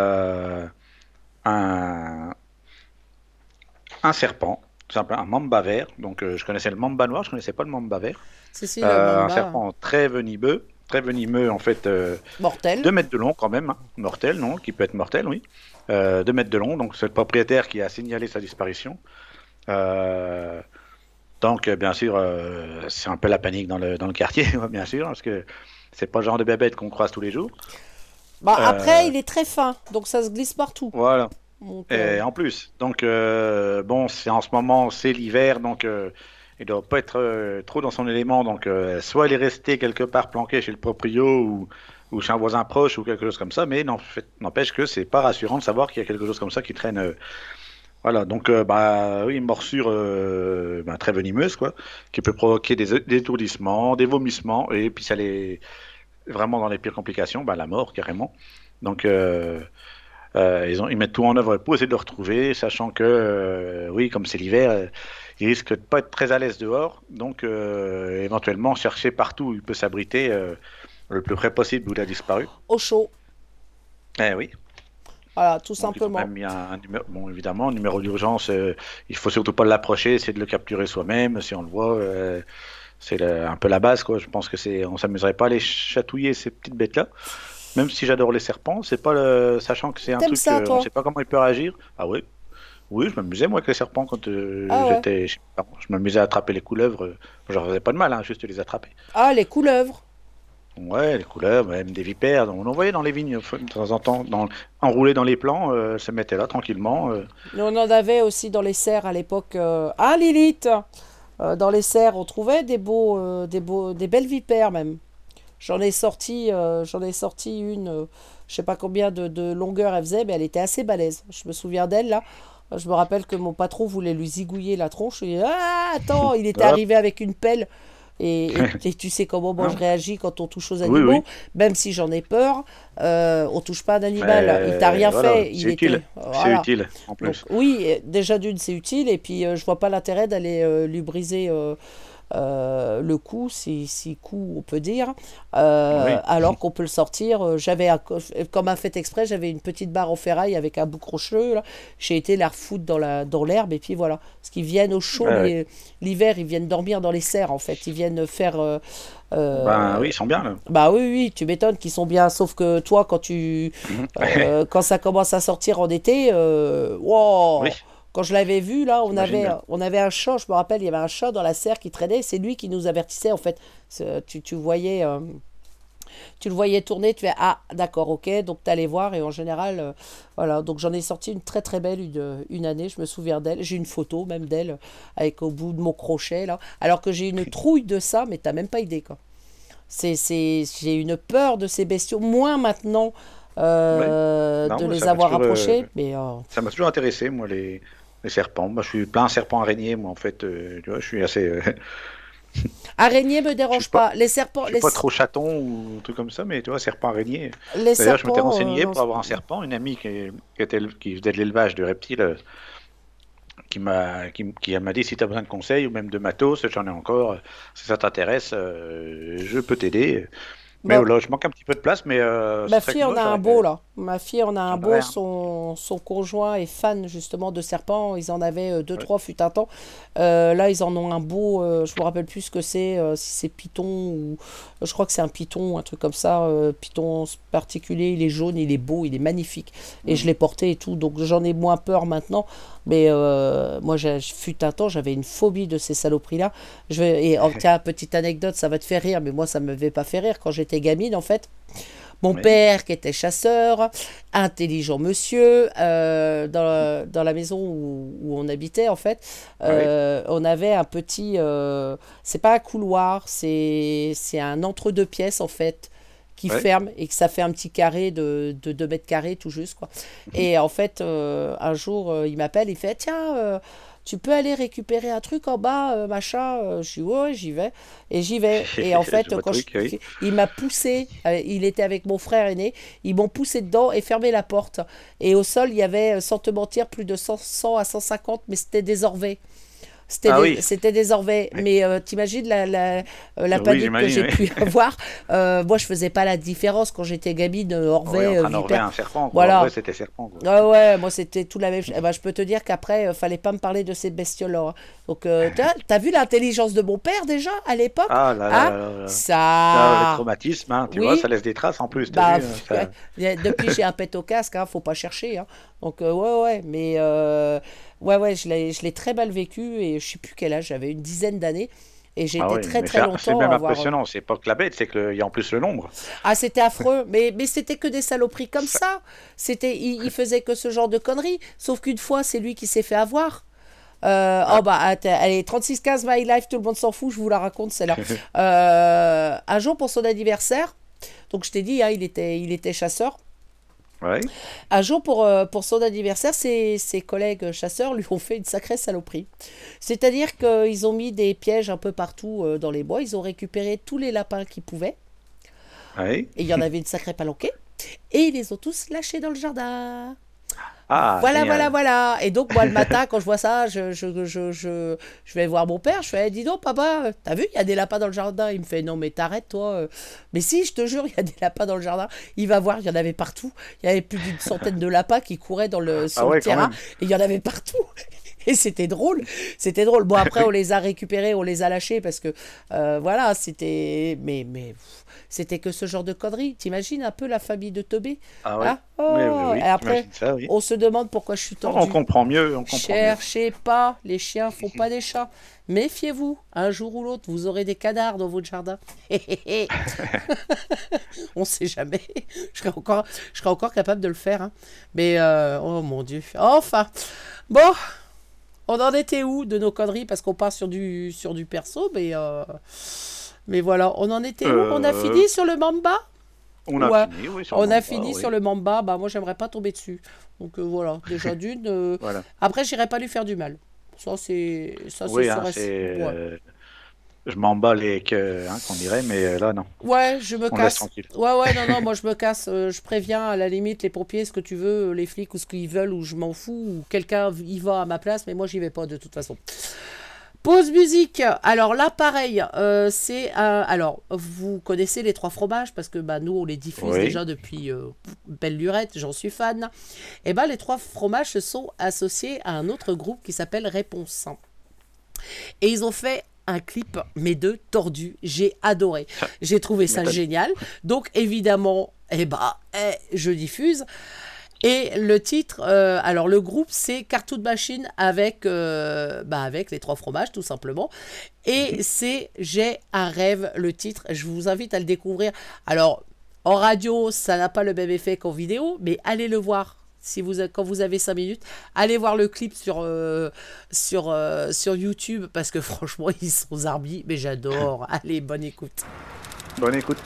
un, un serpent, tout simplement, un mamba vert. Donc je connaissais le mamba noir, je connaissais pas le mamba vert. C'est le Un mamba. serpent très venimeux en fait, Mortel. 2 mètres de long quand même, hein. Mortel, non, qui peut être mortel, oui. 2 mètres de long, donc c'est le propriétaire qui a signalé sa disparition. Donc, bien sûr, c'est un peu la panique dans le quartier, bien sûr, parce que c'est pas le genre de bébête qu'on croise tous les jours. Après, il est très fin, donc ça se glisse partout. Voilà. Donc, Et en plus, donc, bon, c'est en ce moment, c'est l'hiver, donc il doit pas être trop dans son élément. Donc, soit il est resté quelque part planqué chez le proprio ou chez un voisin proche ou quelque chose comme ça, mais n'empêche que c'est pas rassurant de savoir qu'il y a quelque chose comme ça qui traîne. Voilà, donc oui, une morsure très venimeuse, quoi, qui peut provoquer des étourdissements, des vomissements, et puis ça les vraiment dans les pires complications, la mort carrément. Donc ils mettent tout en œuvre pour essayer de le retrouver, sachant que oui, comme c'est l'hiver, il risque de pas être très à l'aise dehors, donc éventuellement chercher partout où il peut s'abriter le plus près possible où il a disparu. au chaud, Eh oui. voilà, tout Donc, ils ont simplement. même mis un numéro, bon, évidemment, un numéro d'urgence, il faut surtout pas l'approcher, essayer de le capturer soi-même, si on le voit, c'est un peu la base, quoi. Je pense que on s'amuserait pas à les chatouiller, ces petites bêtes-là. Même si j'adore les serpents, c'est pas sachant que c'est un T'aimes truc, ça, toi? on sait pas comment il peut réagir. Ah oui, oui, je m'amusais moi avec les serpents quand Ah ouais. j'étais chez mes parents. Je m'amusais à attraper les couleuvres, je leur faisais pas de mal, hein, juste les attraper. Ah, les couleuvres. Ouais, les couleuvres, même des vipères, on en voyait dans les vignes de temps en temps, enroulés dans les plants, se mettaient là tranquillement. Nous, on en avait aussi dans les serres à l'époque. Ah, Lilith! Dans les serres, on trouvait des belles vipères même. J'en ai sorti une, je sais pas combien de longueur elle faisait, mais elle était assez balèze. Je me souviens d'elle là. Je me rappelle que mon patron voulait lui zigouiller la tronche. Il dit, ah, attends, il était Hop. arrivé avec une pelle. Et tu sais comment moi je réagis quand on touche aux Oui, animaux, oui. même si j'en ai peur, on touche pas un animal. Il t'a rien voilà, fait. c'est utile. C'est Voilà. utile en Donc, plus. oui, déjà d'une, c'est utile, et puis je vois pas l'intérêt d'aller lui briser le cou, si cou on peut dire, Oui. alors qu'on peut le sortir. Comme un fait exprès, j'avais une petite barre en ferraille avec un bout crocheux, là. J'ai été la refoutre dans l'herbe, et puis voilà. Parce qu'ils viennent au chaud, Ouais. l'hiver, ils viennent dormir dans les serres, en fait. Ils viennent faire... Oui, ils sont bien là. Bah oui, oui, tu m'étonnes qu'ils sont bien. Sauf que toi, quand ça commence à sortir en été, wow, Oui. quand je l'avais vu, là, J'imagine bien. on avait un chat, je me rappelle, il y avait un chat dans la serre qui traînait. C'est lui qui nous avertissait, en fait. Tu voyais... tu le voyais tourner, tu fais ah d'accord, ok, donc tu allais voir, et en général voilà, donc j'en ai sorti une très très belle une année, je me souviens d'elle, j'ai une photo même d'elle avec au bout de mon crochet là, alors que j'ai une trouille de ça, mais t'as même pas idée quoi. J'ai une peur de ces bestiaux, moins maintenant Non, de mais les ça m'a avoir toujours, approchés, mais ça m'a toujours intéressé, moi, les serpents. Moi, je suis plein serpent araignée, moi, en fait. Tu vois, je suis assez. araignées me Je dérange suis pas, pas, les serpents, je suis pas trop chaton ou un truc comme ça, mais tu vois, serpent araignée. les D'ailleurs, je m'étais serpents, renseigné non, pour avoir un serpent. Une amie qui faisait de l'élevage de reptiles, qui m'a dit si tu as besoin de conseils ou même de matos, j'en ai encore. Si ça t'intéresse, je peux t'aider. Mais bon. là, je manque un petit peu de place, mais Ma ce serait fille que en moi, a un j'aurais- beau là. Ma fille en a un j'en beau. aurais un. Son conjoint est fan justement de serpents. Ils en avaient deux, Ouais. trois fut un temps. Là, ils en ont un beau. Je me rappelle plus ce que c'est. Si c'est python ou. Je crois que c'est un python ou un truc comme ça. Python particulier. Il est jaune, il est beau, il est magnifique. Et je l'ai porté et tout. Donc j'en ai moins peur maintenant. Mais moi, fut un temps, j'avais une phobie de ces saloperies-là. Tiens, petite anecdote, ça va te faire rire. Mais moi, ça me m'avait pas fait rire quand j'étais gamine en fait. Mon Oui. père qui était chasseur, intelligent monsieur, dans la maison où on habitait en fait, on avait un petit, c'est pas un couloir, c'est un entre-deux pièces en fait qui Ouais. ferme et que ça fait un petit carré de 2 mètres carrés tout juste quoi. Et en fait, un jour, il m'appelle, il fait tiens, tu peux aller récupérer un truc en bas, machin. Je dis ouais, j'y vais. Et j'y vais. Et en fait, Je vois le truc, oui. il m'a poussé, il était avec mon frère aîné, ils m'ont poussé dedans et fermé la porte. Et au sol, il y avait, sans te mentir, plus de 100 à 150, mais c'était des orvets. Ah oui. C'était des orvets. Oui. Mais t'imagines la Oui, panique que j'imagine, j'ai oui. pu avoir. Moi, je faisais pas la différence quand j'étais gamine, Oui, orvet, entre un orvet et vipère. un serpent, quoi. Voilà. Orvet, c'était serpent, quoi. Ah ouais, moi c'était tout la même chose. Eh ben, je peux te dire qu'après, fallait pas me parler de ces bestioles-là, hein. Donc, t'as vu l'intelligence de mon père déjà à l'époque? Ah là Hein? là là là. Là, les Ça. traumatismes, hein, tu Oui. vois, ça laisse des traces en plus, t'as Bah, vu, hein, pff, ça- ouais. Depuis j'ai un pet au casque, hein, faut pas chercher, hein. Donc ouais, ouais, mais ouais, je l'ai très mal vécu et je sais plus quel âge, j'avais une dizaine d'années et j'ai Ah été oui, très mais très c'est longtemps même à avoir. impressionnant. C'est pas que la bête, c'est qu'il y a en plus le nombre. Ah, c'était affreux, mais c'était que des saloperies comme Ça- ça. Il faisait que ce genre de conneries. Sauf qu'une fois, c'est lui qui s'est fait avoir. Oh bah, allez, 36-15 My Life, tout le monde s'en fout, je vous la raconte, celle-là. Un jour pour son anniversaire, donc je t'ai dit, hein, il était chasseur. Ouais. Un jour pour son anniversaire, ses collègues chasseurs lui ont fait une sacrée saloperie. C'est-à-dire qu'ils ont mis des pièges un peu partout dans les bois, ils ont récupéré tous les lapins qu'ils pouvaient, Ouais. et il y en avait une sacrée palanquée, et ils les ont tous lâchés dans le jardin. Ah, Voilà, génial. voilà, voilà. Et donc, moi, le matin, quand je vois ça, je vais voir mon père. Je fais, dis donc, papa, t'as vu, il y a des lapins dans le jardin. Il me fait, non, mais t'arrêtes, toi. Mais si, je te jure, il y a des lapins dans le jardin. Il va voir, il y en avait partout. Il y avait plus d'une centaine de lapins qui couraient sur Ah le ouais, quand terrain. même. Et il y en avait partout. Et c'était drôle. C'était drôle. Bon, après, on les a récupérés, on les a lâchés parce que, voilà, c'était. Mais c'était que ce genre de conneries. T'imagines un peu la famille de Tobé? Ah ouais. Hein? Oui, Oh, oui, et oui, après, j'imagine ça, oui. on se demande pourquoi je suis On tordu. comprend mieux, on comprend mieux. Cherchez pas, les chiens font pas des chats. Méfiez-vous, un jour ou l'autre, vous aurez des canards dans votre jardin. On sait jamais. Je serais encore capable de le faire, hein. Mais, oh mon Dieu. Enfin, bon, on en était où de nos conneries? Parce qu'on part sur du perso, mais voilà, on en était où? On a fini sur le Mamba? On a Ouais. fini, oui, sur On le a Mamba, fini oui. sur le Mamba, bah moi j'aimerais pas tomber dessus. Donc voilà, déjà d'une. Voilà. Après, j'irai pas lui faire du mal. Ça c'est Oui, hein, sûr et- c'est. Ouais. Je m'en bats les queues, hein, qu'on dirait, mais là, non. Ouais, je me On laisse casse. tranquille. Ouais, non, moi je me casse. Je préviens à la limite les pompiers, ce que tu veux, les flics ou ce qu'ils veulent, ou je m'en fous, ou quelqu'un y va à ma place, mais moi j'y vais pas de toute façon. Pause musique. Alors là, pareil, alors, vous connaissez les trois fromages parce que bah, nous, on les diffuse Oui. déjà depuis belle lurette, j'en suis fan. Et ben les trois fromages se sont associés à un autre groupe qui s'appelle Réponse. Et ils ont fait un clip, mes deux tordus. J'ai adoré. J'ai trouvé ça M'étonne. génial. Donc, évidemment, je diffuse. Et le titre, alors le groupe, c'est Cartoon Machine avec les trois fromages, tout simplement. Et c'est J'ai un rêve, le titre. Je vous invite à le découvrir. Alors, en radio, ça n'a pas le même effet qu'en vidéo, mais allez le voir. Quand vous avez 5 minutes, allez voir le clip sur YouTube parce que franchement, ils sont zarbi, mais j'adore. Allez, bonne écoute. Bonne écoute.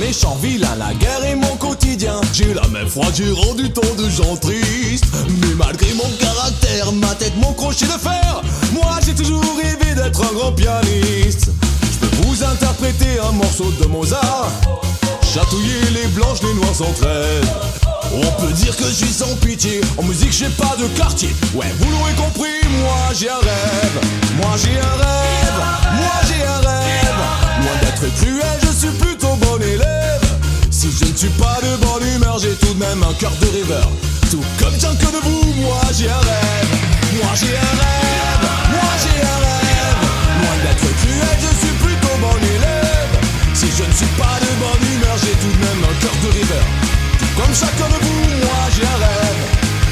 méchant vilain, la guerre est mon quotidien. J'ai la main froide, j'ai rendu tant de gens tristes. Mais malgré mon caractère, ma tête, mon crochet de fer, moi j'ai toujours rêvé d'être un grand pianiste. Je peux vous interpréter un morceau de Mozart, chatouiller les blanches, les noirs s'entraînent. On peut dire que je suis sans pitié, en musique j'ai pas de quartier. Ouais, vous l'aurez compris, moi j'ai un rêve. Moi j'ai un rêve, moi j'ai un rêve. Loin d'être cruel, je suis plutôt bon élève. Si je ne suis pas de bonne humeur, j'ai tout de même un cœur de rêveur. Tout comme chacun de vous, moi j'ai un rêve. Moi j'ai un rêve, moi j'ai un rêve. Loin d'être cruel, je suis plutôt bon élève. Si je ne suis pas de bonne humeur, j'ai tout de même un cœur de rêveur. Comme chacun de vous, moi j'ai un rêve.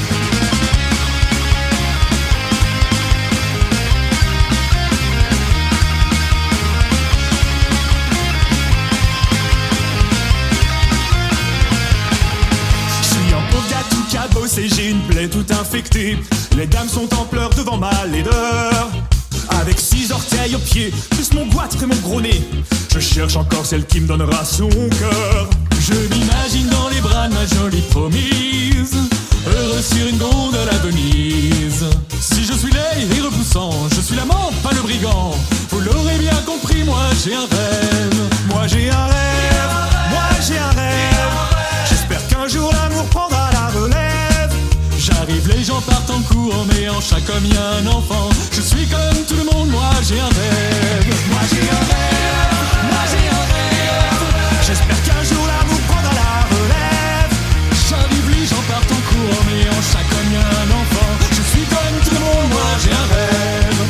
Je suis un pauvre gars tout cabossé, j'ai une plaie toute infectée. Les dames sont en pleurs devant ma laideur. Avec 6 orteils aux pieds, plus mon goitre et mon gros nez, je cherche encore celle qui me donnera son cœur. Je m'imagine dans les bras de ma jolie promise, heureux sur une gondole à Venise. Si je suis laid et repoussant, je suis l'amant, pas le brigand. Vous l'aurez bien compris, moi j'ai un rêve. Moi j'ai un rêve, moi j'ai un rêve. J'espère qu'un jour l'amour prendra la relève. J'arrive, les gens partent en courant, mais en chaque homme y a un enfant. Je suis comme tout le monde, moi j'ai un rêve. Moi j'ai un rêve, moi j'ai un rêve. J'espère qu'un jour l'amour prendra la relève. J'arrive, les gens partent en courant, mais en chaque homme y a un enfant. Je suis comme tout le monde, moi j'ai un rêve.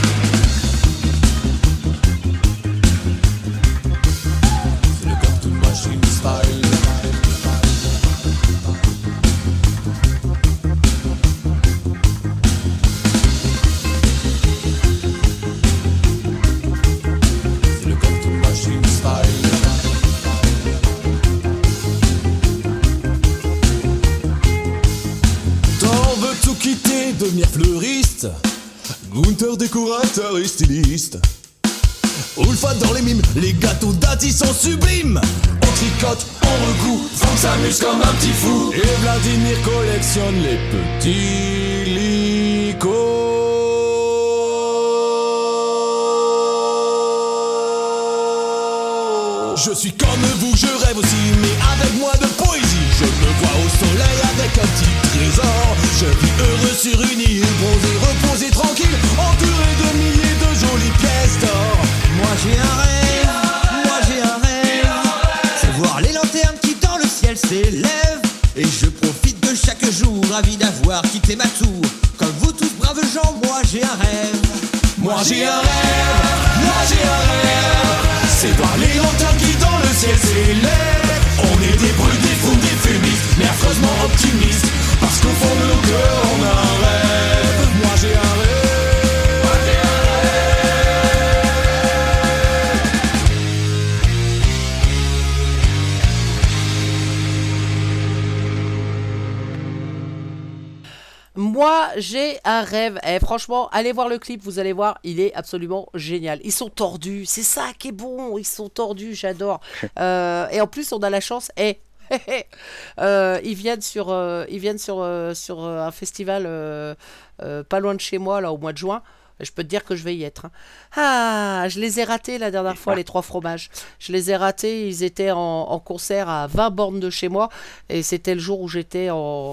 C'est le Cartoon Machine style. C'est le Cartoon Machine style. T'en veux tout quitter, devenir fleuriste, Gunther décorateur et styliste. Ulfa dans les mimes, les gâteaux d'Ati sont sublimes. On tricote, on recoue, Franck s'amuse comme un petit fou. Et Vladimir collectionne les petits licots. Je suis comme vous, je rêve aussi, mais avec moins de poésie. Je me vois au soleil avec un petit trésor. Je vis heureux sur une île, bronzé, reposé, tranquille, entouré de milliers de jolies pièces d'or. Moi j'ai un rêve, moi j'ai un rêve, c'est voir les lanternes qui dans le ciel s'élèvent. Et je profite de chaque jour, ravi d'avoir quitté ma tour. Comme vous tous braves gens, moi j'ai un rêve. Moi j'ai un rêve, moi j'ai un rêve, c'est voir les lanternes qui dans le ciel s'élèvent. On est des brutes, des fous, des fumistes, mais affreusement optimistes, parce qu'au fond de nos cœurs on a un rêve. Moi j'ai un rêve. Moi, j'ai un rêve. Et franchement, allez voir le clip, vous allez voir, il est absolument génial. Ils sont tordus, c'est ça qui est bon. Ils sont tordus, j'adore. Et en plus, on a la chance. Ils viennent sur un festival pas loin de chez moi, là, au mois de juin. Je peux te dire que je vais y être. Ah, je les ai ratés la dernière fois, les 3 fromages. Je les ai ratés. Ils étaient en concert à 20 bornes de chez moi. Et c'était le jour où j'étais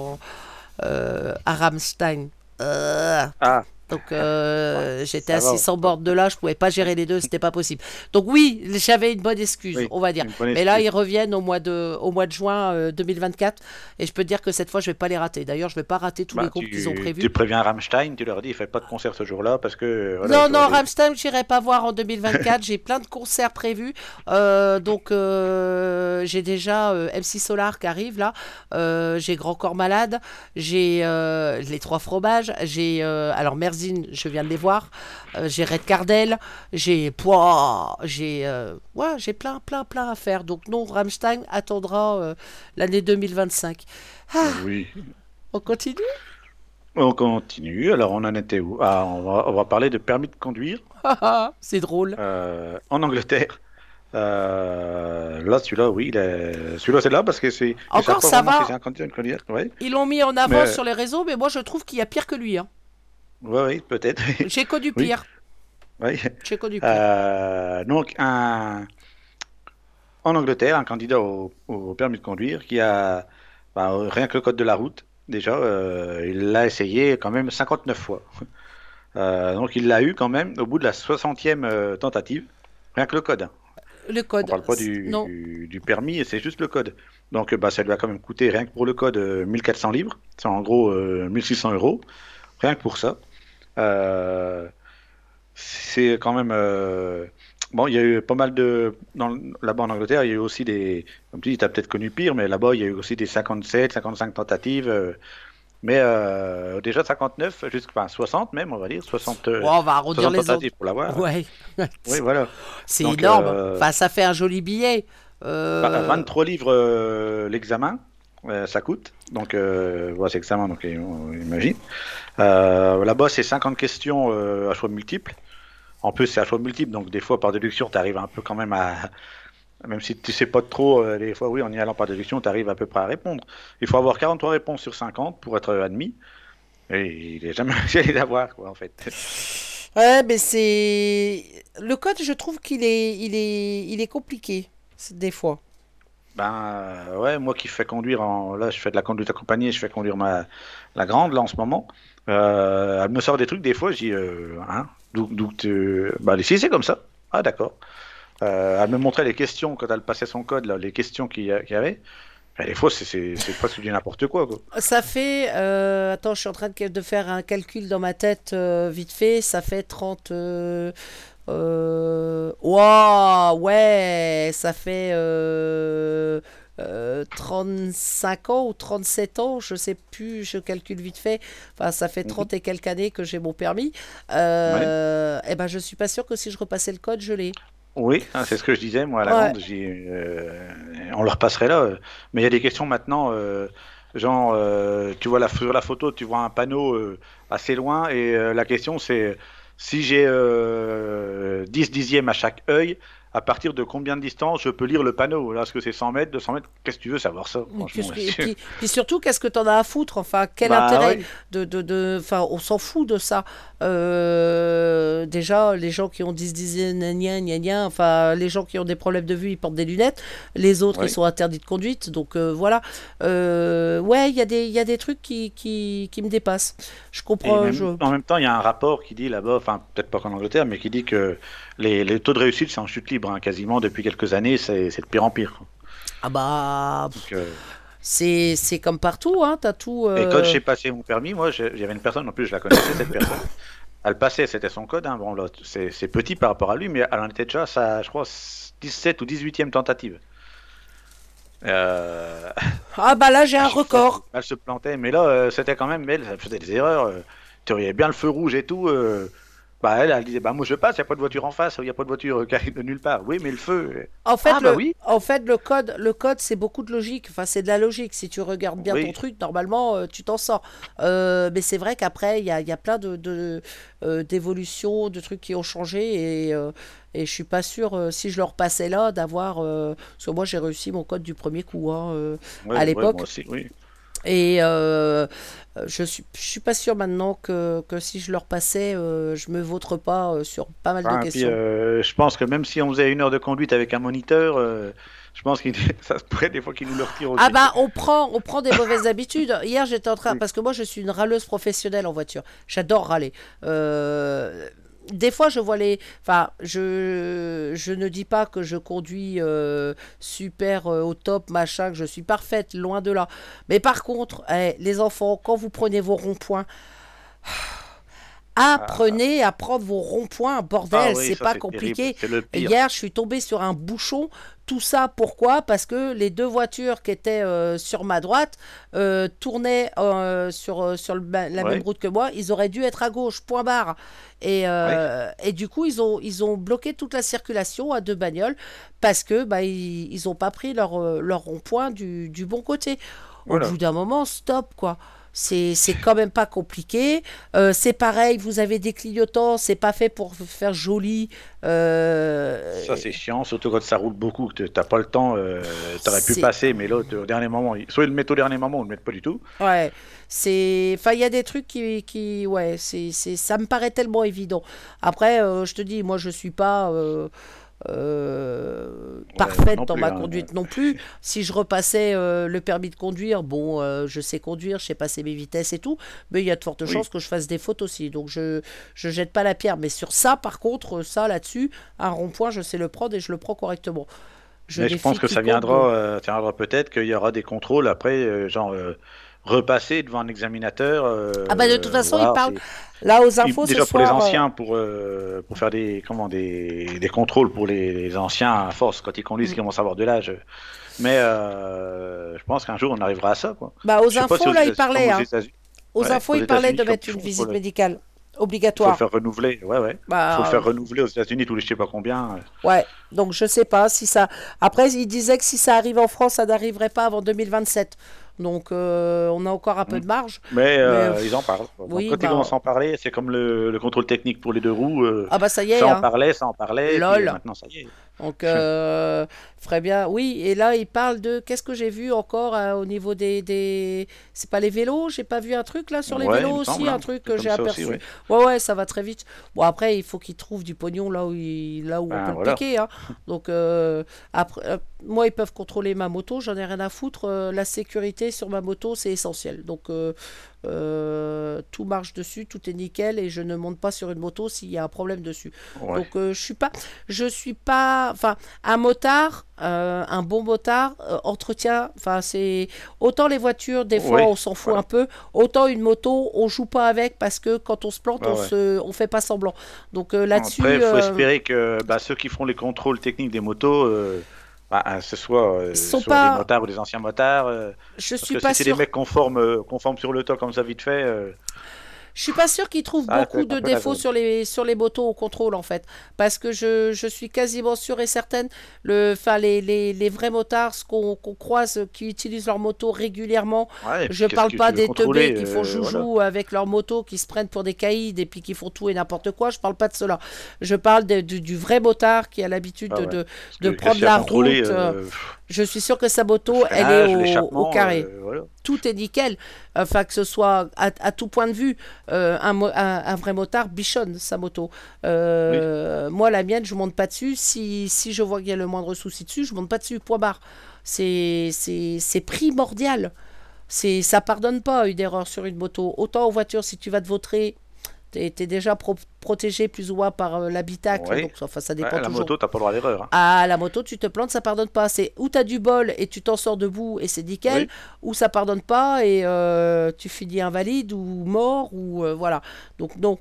à Rammstein. Ah, Donc j'étais Ça à va. 600 bornes de là, je pouvais pas gérer les deux, c'était pas possible. Donc oui, j'avais une bonne excuse, Oui, on va dire. une bonne Mais là, excuse. ils reviennent au mois de juin 2024 et je peux te dire que cette fois, je vais pas les rater. D'ailleurs, je vais pas rater tous les groupes qu'ils ont prévus. Tu préviens Rammstein, tu leur dis, il fait pas de concert ce jour-là parce que. voilà, Non, il non, faut- Rammstein, j'irai pas voir en 2024. J'ai plein de concerts prévus. Donc, j'ai déjà MC Solar qui arrive là. J'ai Grand Corps Malade. J'ai les 3 fromages. J'ai alors Merzine, je viens de les voir. J'ai Red Cardel. J'ai Pouah. J'ai plein à faire. Donc non, Rammstein attendra l'année 2025. Ah, Oui. on continue. On continue. Alors, on en était où? Ah, on va parler de permis de conduire. C'est drôle. En Angleterre, Là, celui-là, oui, celui-là, c'est là parce que c'est. Encore, ils savent pas ça vraiment va. si c'est un candidat ou une candidate. Ouais, Ils l'ont mis en avant mais sur les réseaux, mais moi je trouve qu'il y a pire que lui. Hein. ouais, peut-être. J'ai connu Oui, pire. ouais. J'ai connu pire. Donc, en Angleterre, un candidat au permis de conduire qui a rien que le code de la route, déjà, il l'a essayé quand même 59 fois. Donc, il l'a eu quand même au bout de la 60e tentative, rien que le code. Hein. Le On code. parle pas Non. du permis, c'est juste le code. Donc, ça lui a quand même coûté, rien que pour le code, 1400 livres. C'est en gros 1600 euros, rien que pour ça. Euh, c'est quand même. Bon, il y a eu pas mal de. Là-bas en Angleterre, il y a eu aussi des. Comme tu dis, tu as peut-être connu pire, mais là-bas, il y a eu aussi des 57, 55 tentatives. Mais déjà 59, jusqu'à 60 même, on va dire. 60, Oh, on va arrondir 60 les autres. tentatives pour l'avoir. Ouais. Oui, voilà. C'est Donc, énorme. Enfin, ça fait un joli billet. 23 livres l'examen, ça coûte. Donc, c'est examen, donc on imagine. Là-bas, c'est 50 questions à choix multiples. En plus, c'est à choix multiples, donc des fois, par déduction, tu arrives un peu quand même à. Même si tu sais pas trop, des fois, oui, en y allant par déduction, tu arrives à peu près à répondre. Il faut avoir 43 réponses sur 50 pour être admis. Et il n'est jamais réussi à les avoir, quoi, en fait. Ouais, mais c'est. Le code, je trouve qu'il est compliqué, des fois. Ouais, moi qui fais conduire là, je fais de la conduite accompagnée, je fais conduire la grande là en ce moment. Elle me sort des trucs des fois, je dis hein, si c'est comme ça. Ah d'accord. Elle me montrait les questions quand elle passait son code là, les questions qu'il y avait. Et des fois c'est presque du n'importe quoi. Ça fait. Attends, je suis en train de faire un calcul dans ma tête vite fait. Ça fait 30. Ouah, ouais, ça fait 35 ans ou 37 ans, je sais plus, je calcule vite fait. Enfin, ça fait 30 et quelques années que j'ai mon permis. Ouais. Et ben, je suis pas sûr que si je repassais le code, je l'ai. Oui, hein, c'est ce que je disais moi à la Ouais. grande. On le repasserait là. Mais il y a des questions maintenant. Genre, tu vois sur la photo, tu vois un panneau assez loin et la question c'est si j'ai 10 dixièmes à chaque œil, à partir de combien de distance je peux lire le panneau? Là, est-ce que c'est 100 mètres, 200 mètres? Qu'est-ce que tu veux savoir ça? Franchement, Puis surtout, qu'est-ce que t'en as à foutre? Enfin, quel bah intérêt ouais, enfin, on s'en fout de ça. Déjà, les gens qui ont 10 dizaines, gna gna gna, enfin, les gens qui ont des problèmes de vue, ils portent des lunettes. Les autres, ils ouais. sont interdits de conduite. Donc, voilà. Ouais, il y a des trucs qui me dépassent. Je Et comprends. en même temps, il y a un rapport qui dit là-bas, enfin peut-être pas qu'en Angleterre, mais qui dit que les taux de réussite c'est en chute libre, hein, quasiment depuis quelques années, c'est de pire en pire. Ah bah, Donc, c'est comme partout, hein. T'as tout. et quand j'ai passé mon permis, moi, j'avais une personne, en plus je la connaissais cette personne. Elle passait, c'était son code. Hein, bon, là, c'est petit par rapport à lui, mais elle en était déjà, je crois, 17 ou 18e tentative. Euh, Ah bah là, j'ai un à chaque fois, record. elle se plantait, mais là, c'était quand même, elle faisait des erreurs. Tu voyais bien le feu rouge et tout. Elle disait, moi je passe, il n'y a pas de voiture en face, il n'y a pas de voiture qui arrive de nulle part. Oui, mais le feu. En fait, Ah, bah oui, le code, c'est beaucoup de logique. Enfin, c'est de la logique. Si tu regardes bien ton oui. truc, normalement, tu t'en sors. Mais c'est vrai qu'après, il y a plein d'évolutions, de trucs qui ont changé. Et je suis pas sûr, si je le repassais là, d'avoir. Parce que moi, j'ai réussi mon code du premier coup, hein, à Ouais, moi l'époque. aussi, oui. Et je suis pas sûr maintenant que si je le repassais, je me vautre pas sur pas mal de Enfin, puis, questions. je pense que même si on faisait 1 heure de conduite avec un moniteur, je pense que ça se pourrait des fois qu'il nous le retire Ah aussi. bah on prend des mauvaises habitudes. Hier j'étais en train, parce que moi je suis une râleuse professionnelle en voiture. J'adore râler. Des fois je vois enfin je ne dis pas que je conduis super au top machin, que je suis parfaite, loin de là. Mais par contre, les enfants, quand vous prenez vos ronds-points, Ah, apprenez à prendre vos ronds-points, bordel, oui, c'est ça pas c'est terrible, compliqué. c'est le pire. Hier, je suis tombée sur un bouchon. Tout ça, pourquoi? Parce que les deux voitures qui étaient sur ma droite tournaient sur la même Ouais, route que moi. Ils auraient dû être à gauche, point barre. ouais, Et du coup, ils ont bloqué toute la circulation à deux bagnoles parce que bah, ils ont pas pris leur rond-point du bon côté. Au voilà. bout d'un moment, stop, quoi. C'est quand même pas compliqué. C'est pareil, vous avez des clignotants, c'est pas fait pour faire joli. Ça, c'est chiant, surtout quand ça roule beaucoup, que t'as pas le temps. T'aurais pu C'est- passer, mais l'autre, au dernier moment, soit ils le mettent au dernier moment ou ils le mettent pas du tout. Ouais, enfin, il y a des trucs ouais, ça me paraît tellement évident. Après, je te dis, moi, je suis pas parfaite non dans plus, ma hein. conduite non plus. Si je repassais le permis de conduire, bon, je sais conduire, je sais passer mes vitesses et tout, mais il y a de fortes Oui. chances que je fasse des fautes aussi. Donc, je jette pas la pierre. Mais sur ça, par contre, ça, là-dessus, un rond-point, je sais le prendre et je le prends correctement. Mais je pense défie que ça quiconque ça viendra peut-être qu'il y aura des contrôles après, repasser devant un examinateur. Ah bah de toute façon, il voir parle si- là aux infos ce Déjà pour les soir. anciens, pour faire des contrôles pour les anciens à force, quand ils conduisent, Mm. ils commencent à avoir de l'âge. Mais je pense qu'un jour on arrivera à ça, quoi. Bah aux Je sais pas si infos aux là, il États- parlait, comme aux hein. États-Unis. Aux Ouais, infos, aux il parlait États-Unis, de comme mettre ils une font, visite faut médicale faut le obligatoire. faire renouveler. Ouais, ouais. Faut le Bah faire renouveler aux États-Unis tous les je sais pas combien. ouais, donc je sais pas si ça. Après, il disait que si ça arrive en France, ça n'arriverait pas avant 2027. Donc on a encore un peu de marge. Mais Mais, ils en parlent. Donc, oui, quand ils bah, commencent à en parler, c'est comme le contrôle technique pour les deux roues. ah bah ça y est, Ça en hein. parlait, ça en parlait, et puis Lol. maintenant ça y est. Donc, ferait bien. Oui, et là, il parle de. Qu'est-ce que j'ai vu encore au niveau des. C'est pas les vélos? J'ai pas vu un truc là sur les Ouais, vélos il me aussi? semble, Un hein. truc C'est que comme j'ai ça aussi, aperçu. ouais. Ouais, ouais, ça va très vite. Bon, après, il faut qu'il trouve du pognon là où on Ben, peut voilà. le piquer, hein. Donc, après, moi, ils peuvent contrôler ma moto, j'en ai rien à foutre. La sécurité sur ma moto, c'est essentiel. Donc, tout marche dessus, tout est nickel et je ne monte pas sur une moto s'il y a un problème dessus. Ouais. Donc je suis pas, enfin un motard, un bon motard entretient, enfin c'est autant les voitures des fois Ouais, on s'en fout voilà. un peu, autant une moto on joue pas avec parce que quand on se plante Ouais, on fait pas semblant. Donc là-dessus Après, il faut espérer que ceux qui font les contrôles techniques des motos, ce sont soit pas, des motards ou des anciens motards. je Parce suis que pas si c'est des sûr. mecs conformes sur le tas comme ça vite fait, Je suis pas sûre qu'ils trouvent ça peut beaucoup être un de peu la défauts zone. sur les motos au contrôle en fait. Parce que je suis quasiment sûre et certaine, enfin, les vrais motards ce qu'on croise qui utilisent leur moto régulièrement, Ouais, et puis je qu'est-ce parle que pas tu veux des contrôler, teubés qui font joujou voilà. avec leur moto, qui se prennent pour des caïds et puis qui font tout et n'importe quoi, je parle pas de cela. Je parle du vrai motard qui a l'habitude Ah ouais. de Parce de que prendre qu'est-ce qu'il y a à la contrôler, route. Je suis sûre que sa le moto, elle est freinage, au l'échappement, carré. voilà. Tout est nickel. Enfin, que ce soit à tout point de vue, un vrai motard bichonne sa moto. Moi, la mienne, je monte pas dessus. Si je vois qu'il y a le moindre souci dessus, je monte pas dessus. Point barre. C'est primordial. Ça pardonne pas une erreur sur une moto. Autant en voiture, si tu vas te vautrer, t'es déjà protégé plus ou moins par l'habitacle. Ouais. Donc, enfin, ça Ouais, dépend la toujours. moto, t'as pas le droit à l'erreur. Hein. Ah, la moto, tu te plantes, ça pardonne pas. C'est ou t'as du bol et tu t'en sors debout et c'est nickel, Oui. ou ça pardonne pas et tu finis invalide ou mort ou voilà. Donc non,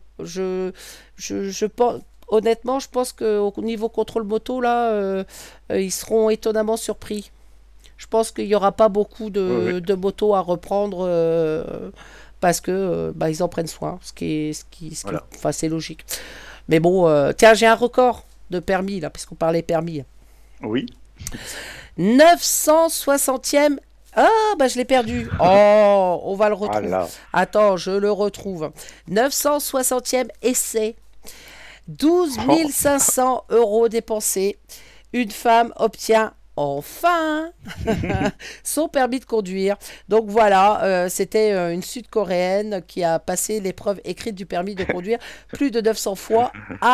je pense. Honnêtement, je pense qu'au niveau contrôle moto, là, ils seront étonnamment surpris. Je pense qu'il n'y aura pas beaucoup Oui, oui. de motos à reprendre parce que ils en prennent soin, Voilà. enfin, c'est logique. Mais bon, tiens, j'ai un record de permis, là, puisqu'on parlait permis. Oui. 960e. Ah, bah je l'ai perdu. Oh, on va le Ah retrouver. là. Attends, je le retrouve. 960e essai. 12 500 euros dépensés. Une femme obtient enfin son permis de conduire. Donc voilà, c'était une Sud-Coréenne qui a passé l'épreuve écrite du permis de conduire plus de 900 fois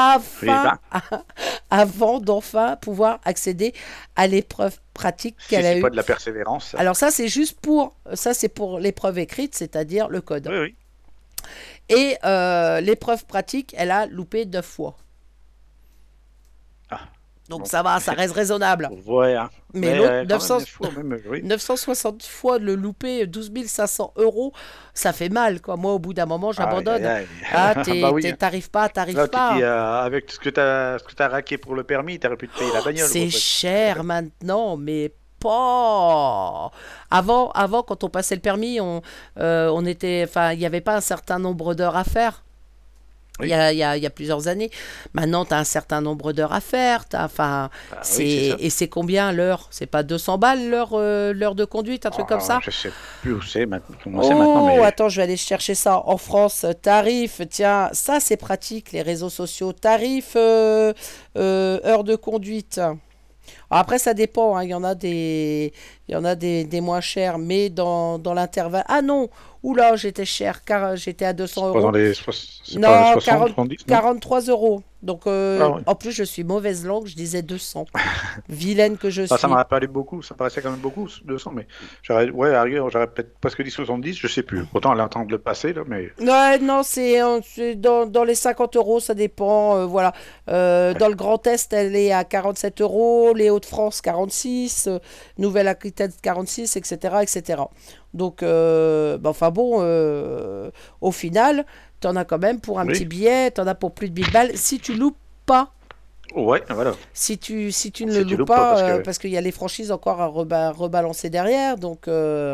avant d'enfin pouvoir accéder à l'épreuve pratique Si qu'elle a c'est eue. pas de la persévérance. Ça. Alors ça, c'est pour l'épreuve écrite, c'est-à-dire le code. Oui, oui. Et l'épreuve pratique, elle a loupé 9 fois. Ah, Donc bon. ça va, ça reste raisonnable. Ouais, hein. Mais l'autre, quand 900 même, des fois, même, oui. 960 fois le louper, 12 500 euros, ça fait mal, quoi. Moi, au bout d'un moment, j'abandonne. Aïe, aïe, aïe. Ah, Bah oui. t'arrives pas. Là, tu dis, avec ce que t'as raqué pour le permis, t'aurais pu te payer la bagnole. C'est quoi, presque. cher maintenant, mais pas. Avant, quand on passait le permis, on était, enfin, il n'y avait pas un certain nombre d'heures à faire. Il y a plusieurs années. Maintenant, tu as un certain nombre d'heures à faire. Ah oui, c'est ça. Et c'est combien l'heure? C'est pas 200 balles l'heure de conduite, un truc comme ça? Je sais plus où c'est maintenant. Comment c'est maintenant, mais Attends, je vais aller chercher ça. En France, tarif, tiens, ça c'est pratique, les réseaux sociaux. Tarif, heure de conduite. Après, ça dépend, hein. Il y en a des moins chers, mais dans l'intervalle. Ah non, oula, j'étais cher, car j'étais à 200 pas dans euros. les, c'est Non, pas les 60, 40 70, non 43 euros. Donc, Ah ouais. en plus, je suis mauvaise langue, je disais 200. Vilaine que je suis. Ah, ça m'aurait pas allé beaucoup, ça paraissait quand même beaucoup, 200, mais ouais, à la rigueur, j'aurais peut-être presque dit 70, je sais plus. Autant elle est en train de le passer, là, mais Ouais, non, c'est dans les 50 euros, ça dépend. Voilà. Dans le Grand Est, elle est à 47 euros, les Hauts-de-France 46, Nouvelle-Aquitaine 46, etc., etc. Donc, enfin bon, au final, t'en as quand même pour un Oui. petit billet, t'en as pour plus de 1000 balles. Si tu loupes pas, ouais, voilà. si tu ne Si le tu loupes loupes pas, pas, parce que- parce qu'il y a les franchises encore à rebalancer derrière, donc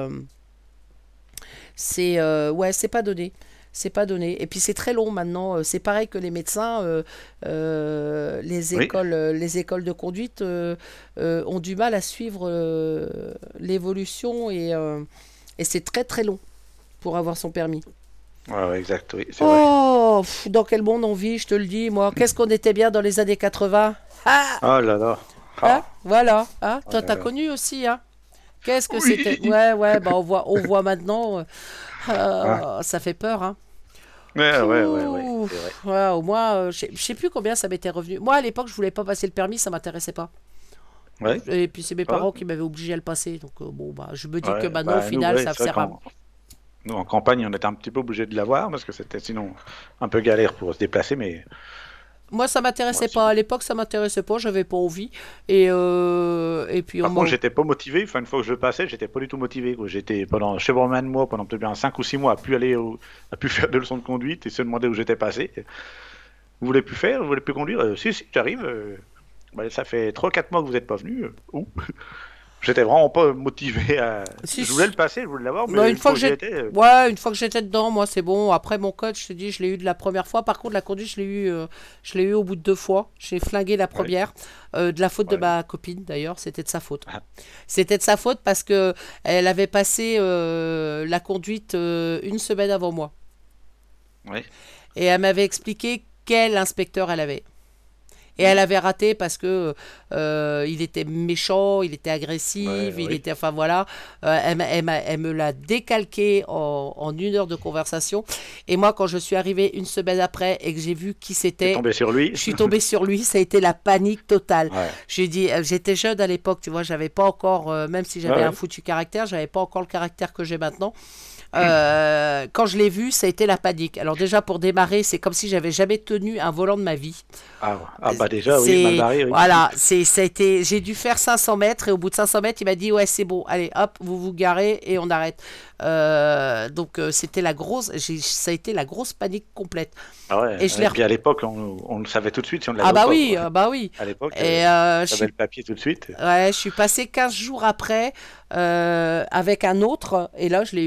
ouais, c'est pas donné. C'est pas donné. Et puis c'est très long maintenant. C'est pareil que les médecins, les Oui. écoles de conduite ont du mal à suivre l'évolution et c'est très très long pour avoir son permis. Ouais, exact, oui, c'est vrai. Oh, dans quel monde on vit, je te le dis, moi. Qu'est-ce qu'on était bien dans les années 80? Ah, Oh là là. hein, voilà. Hein, Oh toi, là t'as là. connu aussi, hein? Qu'est-ce que Oui. c'était? Ouais, bah on voit maintenant. Ça fait peur, hein. Ouais, Ouh, c'est vrai. ouais, au moins, je sais plus combien ça m'était revenu. Moi, à l'époque, je voulais pas passer le permis, ça m'intéressait pas. Ouais. Et puis, c'est mes Ah. parents qui m'avaient obligé à le passer. Donc, bon, bah, je me dis Ouais, que maintenant, bah, au nous, final, ouais, ça c'est vrai sert à. nous, en campagne, on était un petit peu obligés de l'avoir parce que c'était sinon un peu galère pour se déplacer, mais Moi, ça m'intéressait moi, pas. À l'époque, ça m'intéressait pas, j'avais pas envie. Et puis, on par m'a. contre, j'étais pas motivé. Enfin, une fois que je le passais, j'étais pas du tout motivé, quoi. J'étais pendant, je sais pas combien de mois, pendant peut-être bien 5 ou 6 mois, à plus faire de leçons de conduite et se demander où j'étais passé. Vous voulez plus faire? Vous voulez plus conduire? Si, j'arrive. Bah, ça fait 3-4 mois que vous n'êtes pas venu. Où? J'étais vraiment pas motivé à. Si, Je voulais le passer, je voulais l'avoir, mais Bah, une fois que j'y j'ai- étais. Ouais, une fois que j'étais dedans, moi, c'est bon. Après, mon code, je te dis, je l'ai eu de la première fois. Par contre, la conduite, je l'ai eu au bout de 2 fois. J'ai flingué la première. De la faute de Ouais. ma copine, d'ailleurs. C'était de sa faute. Ah. C'était de sa faute parce que elle avait passé la conduite une semaine avant moi. Ouais. Et elle m'avait expliqué quel inspecteur elle avait. Et elle avait raté parce que il était méchant, il était agressif, Ouais, il oui. était, enfin voilà, elle me l'a décalqué en 1 heure de conversation. Et moi, quand je suis arrivée une semaine après et que j'ai vu qui T'es c'était, tombé sur lui. je suis tombée sur lui, ça a été la panique totale. Ouais. J'ai dit, j'étais jeune à l'époque, tu vois, j'avais pas encore, même si j'avais Ouais. un foutu caractère, j'avais pas encore le caractère que j'ai maintenant. Quand je l'ai vu, ça a été la panique. Alors déjà pour démarrer, c'est comme si j'avais jamais tenu un volant de ma vie. Bah déjà, oui, C'est- mal barré, oui. Voilà, ça a été, j'ai dû faire 500 mètres et au bout de 500 mètres, il m'a dit ouais c'est bon, allez hop, vous vous garez et on arrête. Donc c'était ça a été la grosse panique complète. Ah ouais. Et je l'ai Puis à l'époque, on le savait tout de suite si on l'avait Ah bah ou pas, oui, quoi. bah oui. À l'époque, Et on je suis avait le papier tout de suite. Ouais, je suis passé 15 jours après avec un autre et là je l'ai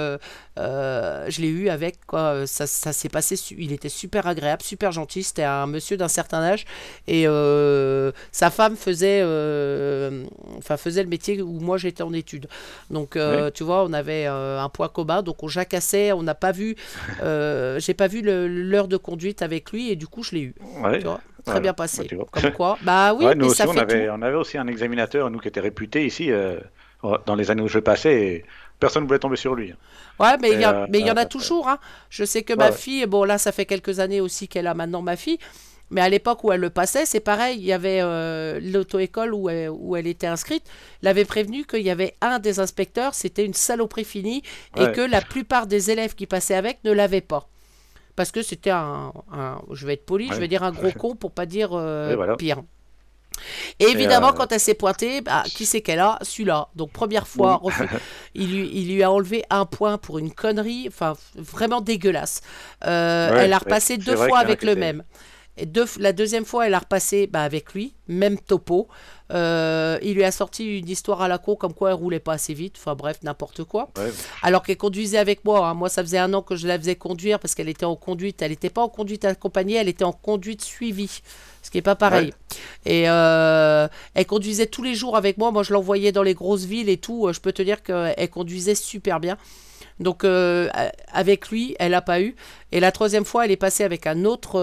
eu avec quoi. Ça s'est passé, il était super agréable, super gentil, c'était un monsieur d'un certain âge et sa femme faisait le métier où moi j'étais en études. Donc Oui. tu vois, on avait un point commun, donc on jacassait, on n'a pas vu, j'ai pas vu l'heure de conduite avec lui et du coup je l'ai eu. Ouais. Tu vois, très Ouais. bien passé. Bah, tu vois. Comme quoi, bah oui, Ouais, mais nous aussi, ça fait tout. on avait aussi un examinateur, nous, qui était réputé ici, dans les années où je passais, et personne ne voulait tomber sur lui. Ouais, mais il y, mais il y en a euh, toujours. Hein. Je sais que ouais, ma ouais. fille, bon là, ça fait quelques années aussi qu'elle a maintenant ma fille, mais à l'époque où elle le passait, c'est pareil. Il y avait l'auto-école où elle était inscrite, l'avait prévenu qu'il y avait un des inspecteurs, c'était une saloperie finie, et Ouais. que la plupart des élèves qui passaient avec ne l'avaient pas. Parce que c'était je vais être poli, je Ouais. vais dire un gros con pour pas dire Oui, voilà. pire. Et évidemment, euh, quand elle s'est pointée, bah, qui c'est qu'elle a? Celui-là. Donc, première fois, il lui a enlevé 1 point pour une connerie, enfin, vraiment dégueulasse. Ouais, Elle a ouais. repassé C'est 2 vrai fois qu'il y en a avec qui le étaient- même. Et la deuxième fois, elle a repassé avec lui, même topo. Il lui a sorti une histoire à la con comme quoi elle roulait pas assez vite. Enfin bref, n'importe quoi. Ouais. Alors qu'elle conduisait avec moi. Hein. Moi, ça faisait 1 an que je la faisais conduire parce qu'elle était en conduite. Elle n'était pas en conduite accompagnée, elle était en conduite suivie. Ce qui n'est pas pareil. Ouais. Et elle conduisait tous les jours avec moi. Moi, je l'envoyais dans les grosses villes et tout. Je peux te dire qu'elle conduisait super bien. Donc, avec lui, elle n'a pas eu. Et la troisième fois, elle est passée avec un autre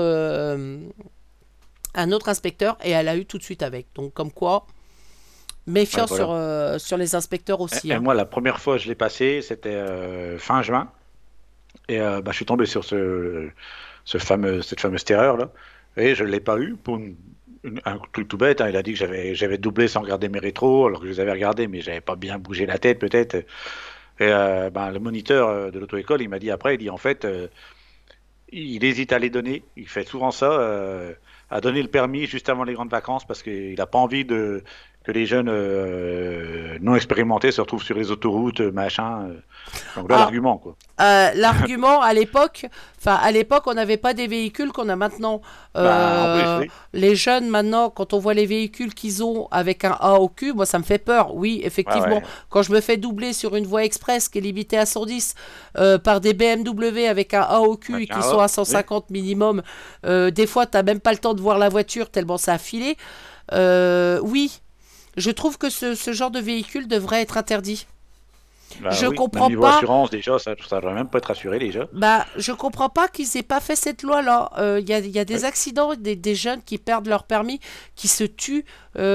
inspecteur et elle a eu tout de suite avec. Donc, comme quoi, méfiance sur les inspecteurs aussi. Et moi, la première fois, je l'ai passé, c'était fin juin. Et je suis tombé sur cette fameuse terreur là. Et je ne l'ai pas eu pour un truc tout bête. Hein. Il a dit que j'avais doublé sans regarder mes rétros, alors que je les avais regardés, mais j'avais pas bien bougé la tête peut-être. Et le moniteur de l'auto-école, il m'a dit après, il dit en fait, il hésite à les donner. Il fait souvent ça, à donner le permis juste avant les grandes vacances, parce qu'il n'a pas envie que les jeunes non expérimentés se retrouvent sur les autoroutes, machin. Donc là, l'argument, quoi. L'argument, à l'époque, on n'avait pas des véhicules qu'on a maintenant. En plus, oui. Les jeunes, maintenant, quand on voit les véhicules qu'ils ont avec un A au cul, moi, ça me fait peur. Oui, effectivement. Ouais. Quand je me fais doubler sur une voie express qui est limitée à 110 par des BMW avec un A au cul et qui sont à 150 minimum, des fois, tu n'as même pas le temps de voir la voiture tellement ça a filé. Oui. Je trouve que ce genre de véhicule devrait être interdit. Je comprends niveau pas. Assurance, déjà, ça devrait même pas être assuré déjà. Je comprends pas qu'ils aient pas fait cette loi-là. Il y a des accidents, des jeunes qui perdent leur permis, qui se tuent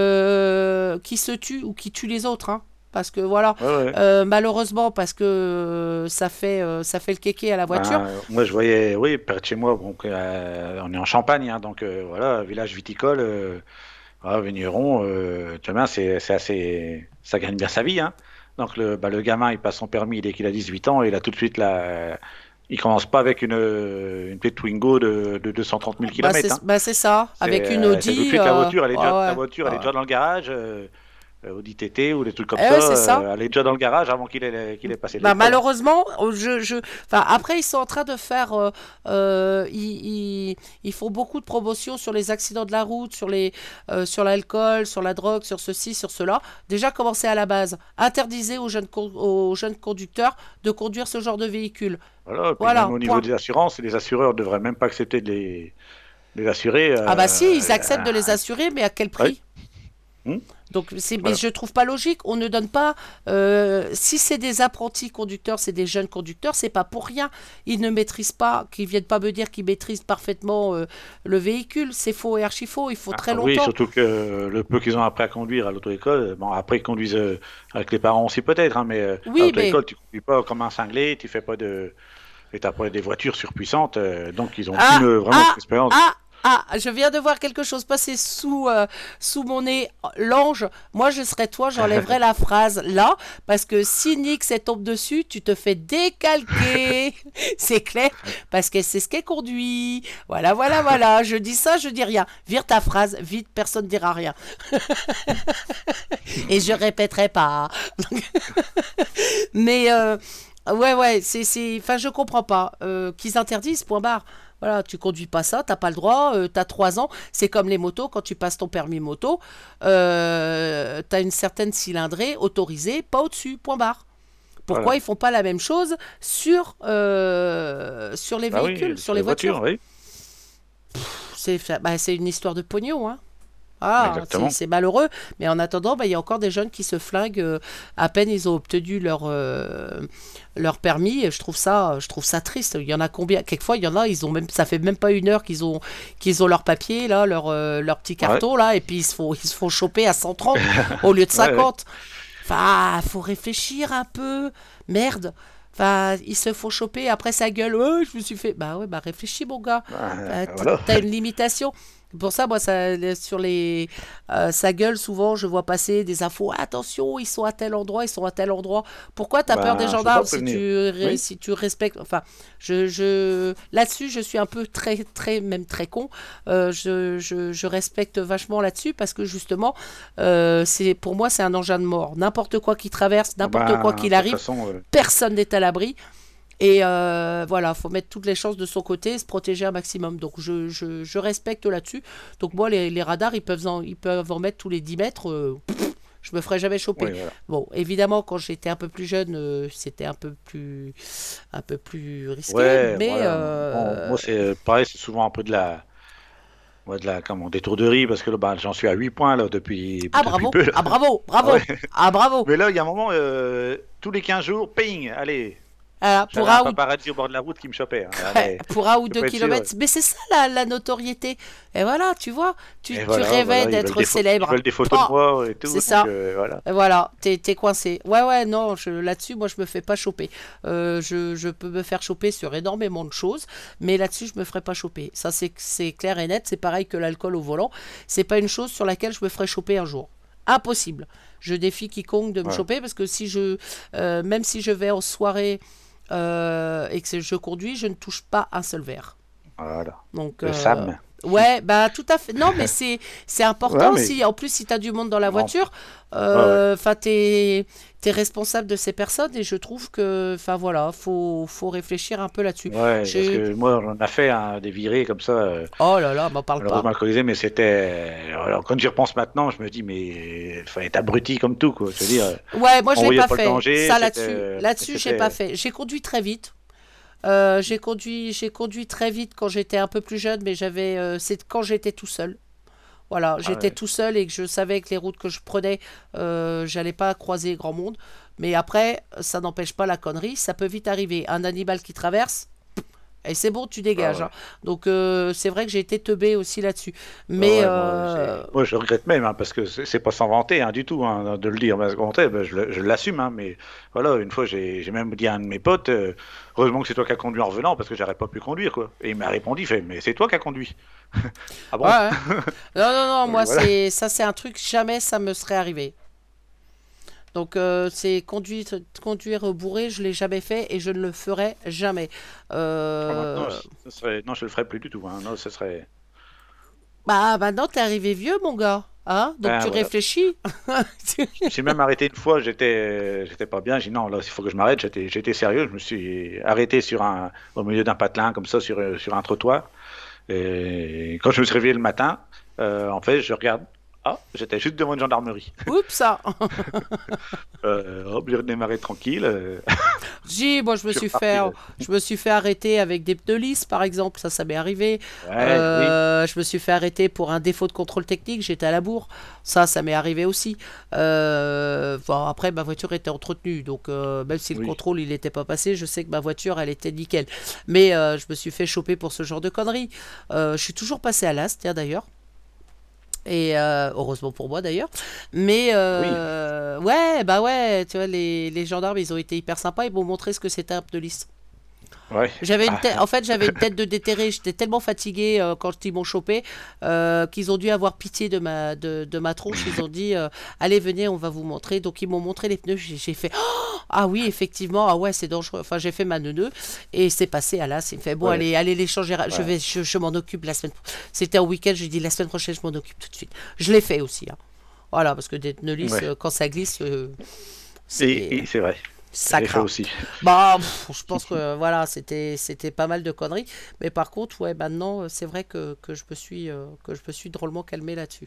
ou qui tuent les autres. Hein. Parce que voilà, malheureusement, parce que ça fait le kéké à la voiture. Moi, je voyais, près de chez moi, donc, on est en Champagne, hein, donc voilà, village viticole. Vigneron, tu vois, c'est assez, ça gagne bien sa vie, hein. Donc le gamin, il passe son permis dès qu'il a 18 ans et il a tout de suite il commence pas avec une petite Twingo de 230 000 km. C'est ça, avec une Audi. C'est tout de suite la voiture, elle est déjà dans le garage. Audi TT ou des trucs comme ça, elle est déjà dans le garage avant qu'il ait passé le malheureusement, après ils sont en train de faire ils font beaucoup de promotions sur les accidents de la route, sur l'alcool, sur la drogue, sur ceci, sur cela. Déjà commencer à la base, interdisez aux jeunes conducteurs de conduire ce genre de véhicule. Voilà, même au niveau des assurances, les assureurs ne devraient même pas accepter de les assurer. Si, ils acceptent de les assurer, mais à quel prix? Donc, mais je trouve pas logique. On ne donne pas. Si c'est des apprentis conducteurs, c'est des jeunes conducteurs, c'est pas pour rien. Ils ne maîtrisent pas, qu'ils viennent pas me dire qu'ils maîtrisent parfaitement le véhicule. C'est faux et archi faux. Il faut très longtemps. Oui, surtout que le peu qu'ils ont appris à conduire à l'auto-école, après ils conduisent avec les parents aussi peut-être, hein, mais à l'auto-école, tu conduis pas comme un cinglé, tu fais pas et t'as pas des voitures surpuissantes, donc ils ont plus vraiment d'expérience. Je viens de voir quelque chose passer sous mon nez. L'ange, moi je serais toi, j'enlèverais la phrase là, parce que si Nix tombe dessus, tu te fais décalquer. C'est clair, parce que c'est ce qu'elle conduit. Voilà. Je dis ça, je dis rien. Vire ta phrase, vite, personne ne dira rien. Et je répéterai pas. Mais je comprends pas qu'ils interdisent, point barre. Voilà, tu conduis pas ça, t'as pas le droit, t'as 3 ans. C'est comme les motos, quand tu passes ton permis moto, t'as une certaine cylindrée autorisée, pas au-dessus, point barre. Pourquoi ils font pas la même chose sur les véhicules, sur les voitures? C'est une histoire de pognon, hein. C'est malheureux, mais en attendant, il y a encore des jeunes qui se flinguent à peine ils ont obtenu leur permis. Et je trouve ça triste. Il y en a combien? Quelquefois, il y en a, ça fait même pas 1 heure qu'ils ont leur papier là, leur petit carton là, et puis ils se font choper à 130 au lieu de 50. Faut réfléchir un peu. Merde. Ils se font choper après sa gueule. Je me suis fait. Réfléchis mon gars. T'as une limitation. Pour ça, moi, sur sa gueule, souvent, je vois passer des infos. Attention, ils sont à tel endroit, ils sont à tel endroit. Pourquoi t'as peur des gendarmes si tu respectes? Enfin, là-dessus, je suis un peu même très con. Je respecte vachement là-dessus parce que justement, pour moi, c'est un engin de mort. N'importe quoi qui traverse, n'importe quoi qu'il arrive, personne n'est à l'abri. Et voilà, faut mettre toutes les chances de son côté, se protéger un maximum. Donc je respecte là-dessus. Donc moi, les radars, ils peuvent en mettre tous les 10 mètres. Je me ferai jamais choper. Oui, voilà. Bon, évidemment, quand j'étais un peu plus jeune, c'était un peu plus risqué. Ouais, mais voilà. Bon, moi, c'est pareil, c'est souvent un peu des tourderies, parce que là, bah, j'en suis à 8 points là, depuis bravo, peu. Là. bravo, Ouais. bravo. Mais là, il y a un moment, tous les 15 jours, ping, allez, Pour j'avais un un ou paparazzi au bord de la route qui me chopait. Hein. Ouais, Allez, pour 1 ou faut 2 pas être sûr, kilomètres. Mais c'est ça la notoriété. Et voilà, tu vois, tu Et voilà, rêvais voilà, ils d'être veulent célèbre. Ils veulent des photos de Oh, moi et tout. c'est donc, ça. voilà. Et voilà, t'es coincé. Ouais, non, là-dessus, moi, je me fais pas choper. Je peux me faire choper sur énormément de choses, mais là-dessus, je me ferai pas choper. Ça, c'est clair et net. C'est pareil que l'alcool au volant. C'est pas une chose sur laquelle je me ferai choper un jour. Impossible. Je défie quiconque de me Ouais. choper parce que même si je vais en soirée et que je conduis, je ne touche pas un seul verre. Voilà. Donc, Le Sam. Ouais, bah tout à fait. Non, mais c'est important Ouais, mais- aussi. En plus, si tu as du monde dans la Non. voiture, Ouais. t'es responsable de ces personnes et je trouve que, enfin voilà, faut réfléchir un peu là-dessus. Ouais, parce J'ai- que moi, on a fait des virées comme ça, Oh là là, m'en parle pas. malheureusement alcoolisé, mais c'était. Alors, quand j'y repense maintenant, je me dis, mais il fallait être abruti comme tout, quoi. Je veux dire, Ouais, moi je on l'ai voyait pas pas le fait. danger, Ça c'était- là-dessus, j'ai c'était- pas fait. J'ai conduit très vite. J'ai conduit très vite quand j'étais un peu plus jeune, mais c'est quand j'étais tout seul. Voilà, j'étais ouais. tout seul et que je savais que les routes que je prenais, j'allais pas croiser grand monde. Mais après, ça n'empêche pas la connerie, ça peut vite arriver. Un animal qui traverse, et c'est bon, tu dégages. Ah ouais. Hein. Donc c'est vrai que j'ai été teubé aussi là-dessus. Ouais, Mais ouais, moi, je regrette même, hein, parce que c'est pas sans vanter hein, du tout hein, de le dire. Parce qu'en fait, ben, je l'assume, hein, mais voilà, une fois, j'ai même dit à un de mes potes, heureusement que c'est toi qui as conduit en revenant, parce que j'aurais pas pu conduire, quoi. Et il m'a répondu, il fait, mais c'est toi qui as conduit. Ah bon? ouais, ouais. Non, moi Voilà. c'est un truc, jamais ça me serait arrivé. Donc c'est conduire bourré, je l'ai jamais fait et je ne le ferai jamais. Maintenant, Euh, non, je le ferais plus du tout. Hein. Non, ce serait. Bah maintenant t'es arrivé vieux mon gars, hein? Donc Ah, tu voilà. réfléchis. J'ai même arrêté une fois, j'étais pas bien. J'ai dit non, là, il faut que je m'arrête. J'étais sérieux. Je me suis arrêté au milieu d'un patelin, comme ça, sur un trottoir. Et quand je me suis réveillé le matin, en fait, je regarde. Ah, j'étais juste devant une gendarmerie. Oups ça. Hop, j'ai redémarré tranquille. Si, moi je me Je suis suis fait, reparti, je me suis fait arrêter avec des pneus lisses par exemple, ça m'est arrivé. Ouais, Je me suis fait arrêter pour un défaut de contrôle technique, j'étais à la bourre, ça m'est arrivé aussi. Bon, après ma voiture était entretenue, donc même si le Oui. contrôle il n'était pas passé, je sais que ma voiture elle était nickel. Mais je me suis fait choper pour ce genre de conneries. Je suis toujours passé à l'as, tiens d'ailleurs. Et heureusement pour moi d'ailleurs. Mais ouais, tu vois, les gendarmes ils ont été hyper sympas, ils m'ont montré ce que c'était un pneu lisse. Ouais. En fait, j'avais une tête de déterré. J'étais tellement fatigué quand ils m'ont chopé qu'ils ont dû avoir pitié de ma tronche. Ils ont dit allez, venez, on va vous montrer. Donc, ils m'ont montré les pneus. J'ai fait oh, ah oui, effectivement, ah ouais, c'est dangereux. Enfin, j'ai fait ma neuneu et c'est passé à l'as. Il me fait bon, Ouais. allez les changer. Ouais. Je m'en occupe la semaine. C'était un week-end. J'ai dit la semaine prochaine, je m'en occupe tout de suite. Je l'ai fait aussi. Hein. Voilà, parce que des pneus lisses, Ouais. quand ça glisse, Et c'est vrai. ça J'ai fait craint. aussi. Bah, je pense que voilà, c'était pas mal de conneries. Mais par contre, ouais, maintenant, c'est vrai que je me suis drôlement calmé là-dessus.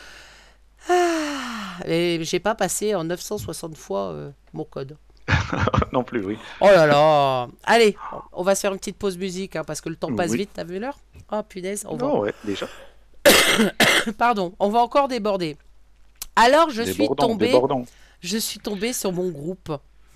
Ah, et j'ai pas passé en 960 fois mon code. Non plus, oui. Oh là là. Allez, on va se faire une petite pause musique hein, parce que le temps passe Oui. vite. T'as vu l'heure? Oh punaise, on va. Non, ouais, déjà. Pardon, on va encore déborder. Alors, je suis Débordons. tombée sur mon groupe.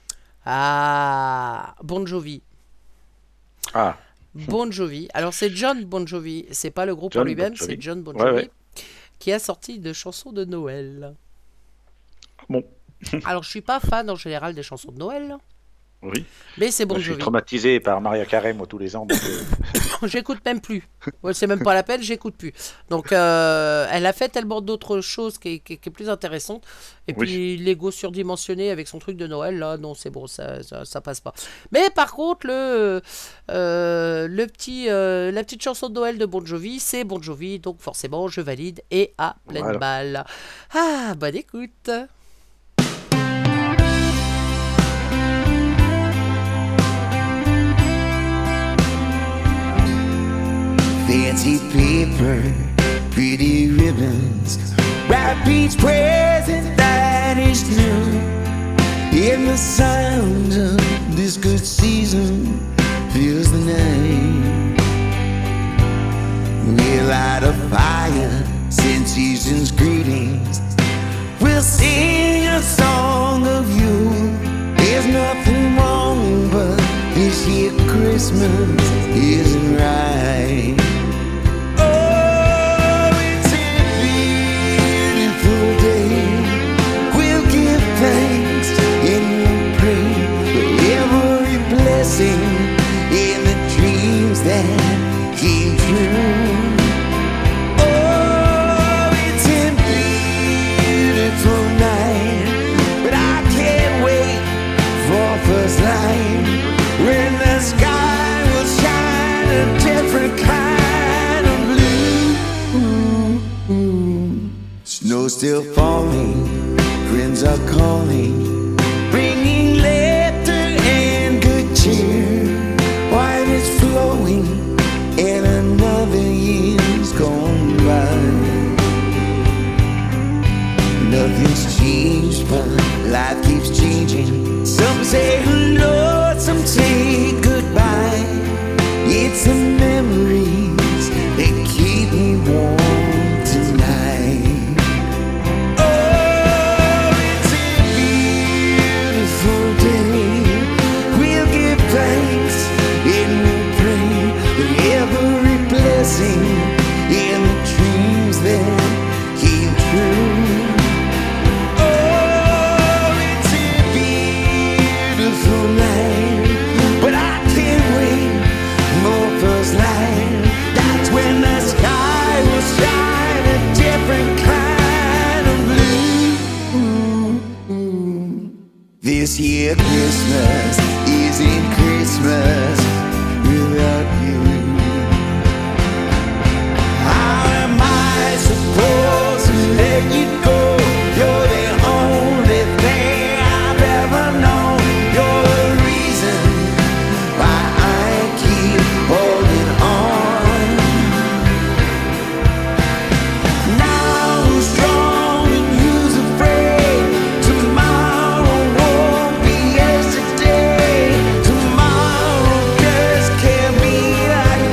Ah, Bon Jovi. Ah, Bon Jovi. Alors c'est John Bon Jovi, c'est pas le groupe en John lui-même, Bon Jovi. c'est John Bon Ouais, Jovi ouais. qui a sorti de chansons de Noël. bon, Alors je suis pas fan en général des chansons de Noël, oui. mais c'est Bon Moi, je suis Jovi. traumatisé par Maria Carey, moi, tous les ans. Donc, J'écoute même plus. Ouais, c'est même pas la peine, j'écoute plus. Donc elle a fait tellement d'autres choses qui est plus intéressante. Et Oui. puis l'ego surdimensionné avec son truc de Noël, là, non, c'est bon, ça passe pas. Mais par contre, la petite chanson de Noël de Bon Jovi, c'est Bon Jovi, donc forcément, je valide et à pleine Voilà. balle. Ah, bonne écoute. Fancy paper, pretty ribbons, wrap each present that is new. In the sound of this good season fills the night. We'll light a fire, send season's greetings. We'll sing a song of you. There's nothing wrong, but this year Christmas isn't right. Oh, it's a beautiful day. We'll give thanks and we'll pray for every blessing in the dreams that came true. Oh, it's a beautiful night, but I can't wait for first light when the sky will shine a different kind of blue. Snow still falling, friends are calling, bringing laughter and good cheer. Wine is flowing and another year's gone by. Nothing's changed, but life keeps changing. Some say hello, some say goodbye. It's the memories that keep me warm tonight. Oh, it's a beautiful day. We'll give thanks and we'll pray for every blessing in the dreams that came true. Oh, it's a beautiful night, but I can't wait for first light. That's when the sky will shine a different kind of blue. This year Christmas isn't Christmas without you. How am I supposed to let you go? You're the only thing I've ever known. You're the reason why I keep holding on. Now who's strong and who's afraid? Tomorrow won't be yesterday. Tomorrow just can't be like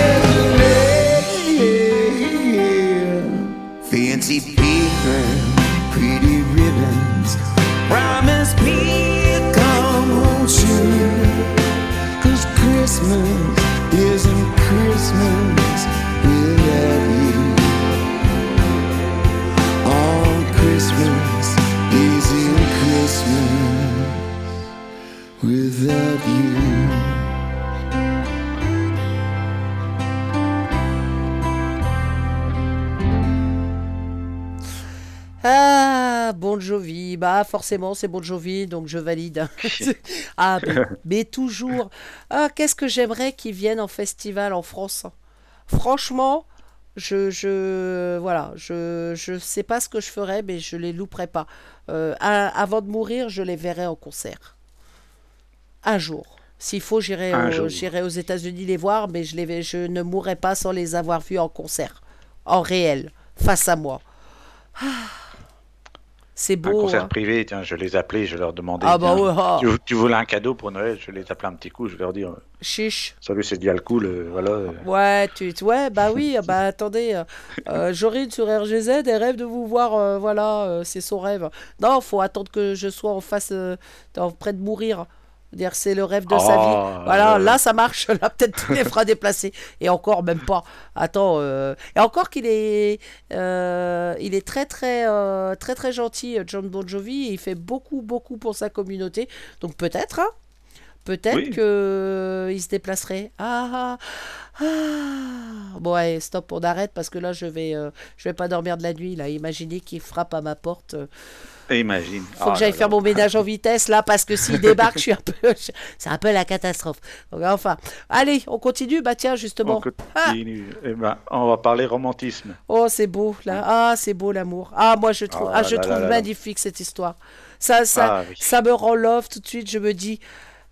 yesterday. Fancy paper, pretty ribbons, promise me a come home soon. 'Cause Christmas isn't Christmas without you. Oh, Christmas isn't Christmas without you. Ah, Bon Jovi, bah forcément c'est Bon Jovi, donc je valide. Ah, mais toujours. Ah, qu'est-ce que j'aimerais qu'ils viennent en festival en France. Franchement, voilà, je sais pas ce que je ferais, mais je les louperais pas. Avant de mourir, je les verrai en concert. Un jour. S'il faut, Un jour. j'irai aux États-Unis les voir, mais je ne mourrai pas sans les avoir vus en concert, en réel, face à moi. C'est Un beau, concert hein. privé, tiens, je les appelais, je leur demandais, Ah bah tiens, ouais, ah. tu voulais un cadeau pour Noël, je les appelais un petit coup, je leur dis, Chiche. salut, c'est Dial Cool, voilà. Ouais, ouais, bah oui, bah attendez, Jorine sur RGZ, elle rêve de vous voir, voilà, c'est son rêve. Non, faut attendre que je sois en face, près de mourir. Dire c'est le rêve de sa vie. Voilà, là ça marche, là peut-être tous les freins déplacés. Et encore même pas. Attends, et encore qu'il est, il est très très gentil, John Bon Jovi. Et il fait beaucoup pour sa communauté. Donc peut-être, hein, peut-être Oui. que il se déplacerait. Bon, allez, stop, on arrête parce que là je vais pas dormir de la nuit. Là, imaginez qu'il frappe à ma porte. Et imagine. Faut que j'aille faire mon ménage en vitesse là parce que s'il débarque, je suis un peu, c'est un peu la catastrophe. Donc, enfin, allez, on continue. Bah tiens, justement. On continue. Eh ben, on va parler romantisme. Oh, c'est beau là. Ah, c'est beau l'amour. Ah, moi je trouve, Ah je là trouve là là là. magnifique cette histoire. Ça Ah oui. me rend love tout de suite. Je me dis,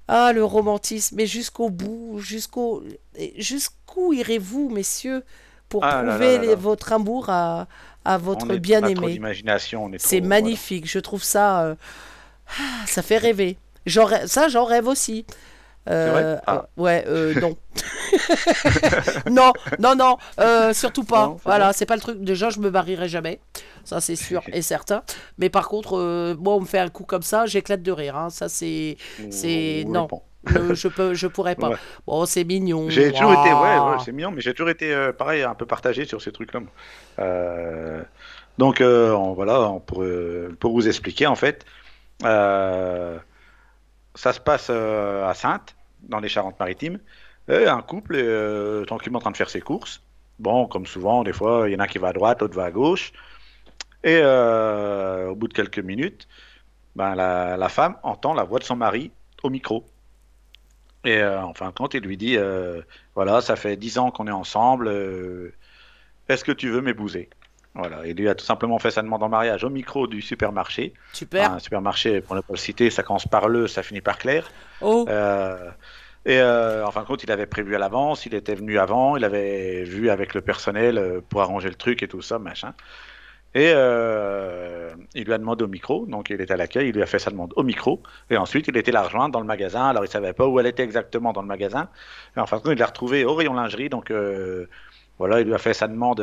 Ah, le romantisme, mais jusqu'au bout, jusqu'où irez-vous, messieurs, pour Ah là là prouver là là. votre amour à votre On a trop bien-aimé? d'imagination, on est C'est trop. Voilà. magnifique, je trouve ça, ça fait rêver. Ça, j'en rêve aussi. C'est vrai? Ah. Ouais, non. Non, non, non, surtout pas. Non, c'est Voilà, c'est pas le truc. Déjà, je me marierai jamais. Ça, c'est sûr et certain. Mais par contre, moi, on me fait un coup comme ça, j'éclate de rire. Hein. Ça, c'est Ouais, non. bon. Je pourrais pas. Ouais. Bon, c'est mignon. J'ai toujours été, ouais, Ah. c'est mignon, mais j'ai toujours été, pareil, un peu partagé sur ces trucs-là. Moi. Donc, voilà, pour vous expliquer, en fait, euh, ça se passe à Saintes, dans les Charentes-Maritimes. Et un couple est tranquillement en train de faire ses courses. Bon, comme souvent, des fois, il y en a qui va à droite, l'autre va à gauche. Et au bout de quelques minutes, ben, la femme entend la voix de son mari au micro. Et en fin de compte, il lui dit, voilà, ça fait 10 ans qu'on est ensemble, est-ce que tu veux m'épouser? Voilà, il lui a tout simplement fait sa demande en mariage au micro du supermarché. Super. Un supermarché, pour ne pas le citer, ça commence par le, ça finit par Claire. Oh, Euh, en fin de compte, il avait prévu à l'avance, il était venu avant, il avait vu avec le personnel pour arranger le truc et tout ça, machin. Et il lui a demandé au micro, donc il était à l'accueil, il lui a fait sa demande au micro, et ensuite il était la rejoindre dans le magasin, alors il savait pas où elle était exactement dans le magasin, et en fin de compte il l'a retrouvée au rayon lingerie, donc voilà, il lui a fait sa demande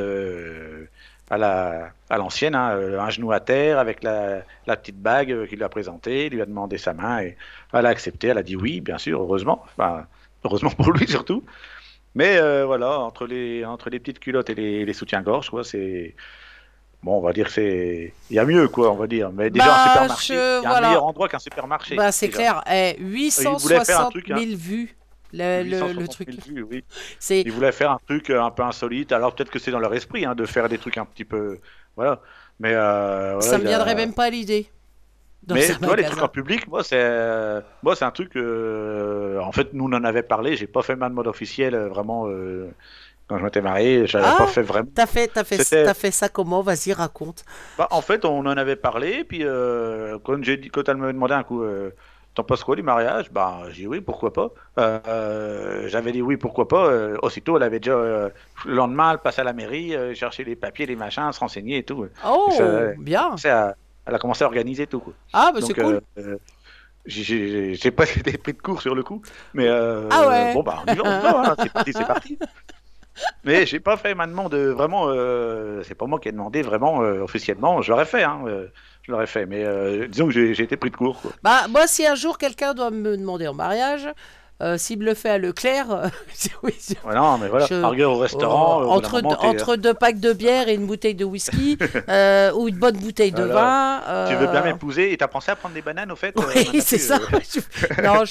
à l'ancienne, hein, un genou à terre avec la petite bague qu'il lui a présentée, il lui a demandé sa main, et elle a accepté, elle a dit oui, bien sûr, heureusement, enfin, heureusement pour lui surtout, mais voilà, entre les petites culottes et les soutiens-gorge, quoi, c'est... Bon, on va dire c'est... Il y a mieux, quoi, on va dire. Mais déjà, un bah, supermarché, il y a un voilà. meilleur endroit qu'un supermarché. Bah, c'est déjà. clair. Eh, Il voulait faire un 860 truc, 000 hein. vues, le 860 truc. 000 vues, oui. C'est Ils voulaient faire un truc un peu insolite. Alors, peut-être que c'est dans leur esprit, hein, de faire des trucs un petit peu... Voilà. Mais voilà, ça me viendrait même pas à l'idée. Dans Mais un tu vois, les magasin. trucs en public, moi, c'est un truc... En fait, nous, on en avait parlé. J'ai pas fait ma demande officielle, vraiment... Quand je m'étais marié, j'avais Ah, pas fait vraiment... C'était... T'as fait ça comment? Vas-y, raconte. Bah, en fait, on en avait parlé, puis quand elle me demandé un coup, t'en penses quoi du mariage? Bah, j'ai dit oui, pourquoi pas. J'avais dit oui, pourquoi pas. Aussitôt, elle avait déjà, le lendemain, elle passait à la mairie, chercher les papiers, les machins, se renseigner et tout. Oh, Ça- bien. Elle a commencé à organiser tout, quoi. Ah, bah c'est Donc, cool. j'ai pas été pris de court sur le coup, mais Ah ouais. bon, bah, on y va, hein, c'est parti, c'est parti. Mais j'ai pas fait ma demande vraiment. C'est pas moi qui ai demandé vraiment officiellement. Je l'aurais fait, hein, je l'aurais fait. Mais disons que j'ai été pris de court, quoi. Bah, moi, si un jour quelqu'un doit me demander en mariage, s'il me le fait à Leclerc, oui, Ouais, non, mais voilà. je- Arguer au restaurant. Au bout d'un moment, entre deux packs de bière et une bouteille de whisky, ou une bonne bouteille de Voilà. vin. tu veux bien m'épouser et t'as pensé à prendre des bananes au fait Oui, maintenant c'est plus, ça. Non,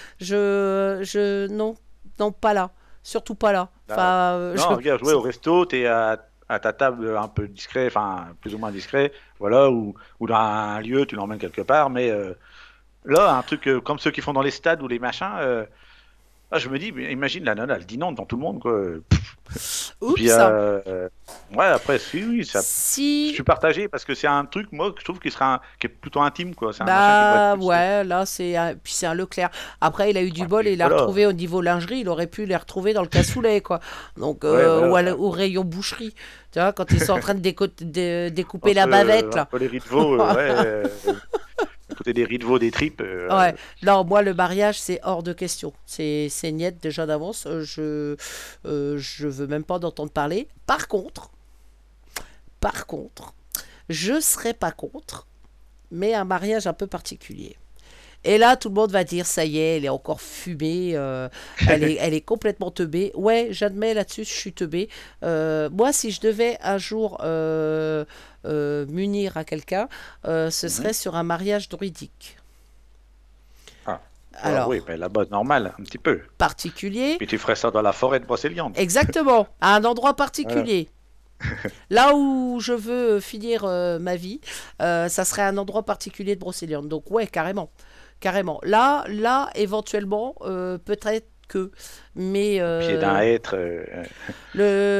non, non, pas là. Surtout pas là. Enfin, Non, regarde, jouer au resto, t'es à ta table un peu discret, enfin plus ou moins discret, voilà, ou dans un lieu, tu l'emmènes quelque part, mais là, un truc comme ceux qui font dans les stades ou les machins, je me dis, mais imagine la nana, elle dit non devant tout le monde, quoi. oups, Puis, ouais, après, si, oui, je si. suis partagé parce que c'est un truc, moi, que je trouve qui est plutôt intime, quoi. C'est un Bah machin qui doit être plus- ouais, là puis c'est un Leclerc. Après, il a eu du Ouais, bol et puis il a voilà. retrouvé au niveau lingerie, il aurait pu les retrouver dans le cassoulet, quoi. Donc, Ouais, voilà. au rayon boucherie. Tu vois, quand ils sont en train de découper la Entre, bavette, là. entre les riz de veau, ouais, à côté des riz de veau, des tripes. Ouais, non, moi le mariage c'est hors de question. C'est niette déjà d'avance. Je veux même pas d'entendre parler. Par contre, je serais pas contre, mais un mariage un peu particulier. Et là, tout le monde va dire, ça y est, elle est encore fumée, elle est complètement teubée. Ouais, j'admets là-dessus, je suis teubée. Moi, si je devais un jour m'unir à quelqu'un, ce serait sur un mariage druidique. Ah. Alors, Oui, ben là-bas, normal, un petit peu. particulier, Puis tu ferais ça dans la forêt de Brocéliande. exactement, à un endroit particulier. Là où je veux finir ma vie, ça serait un endroit particulier de Brocéliande. Donc ouais, carrément. Carrément. Là, éventuellement, peut-être que. Mais Pied d'un hêtre,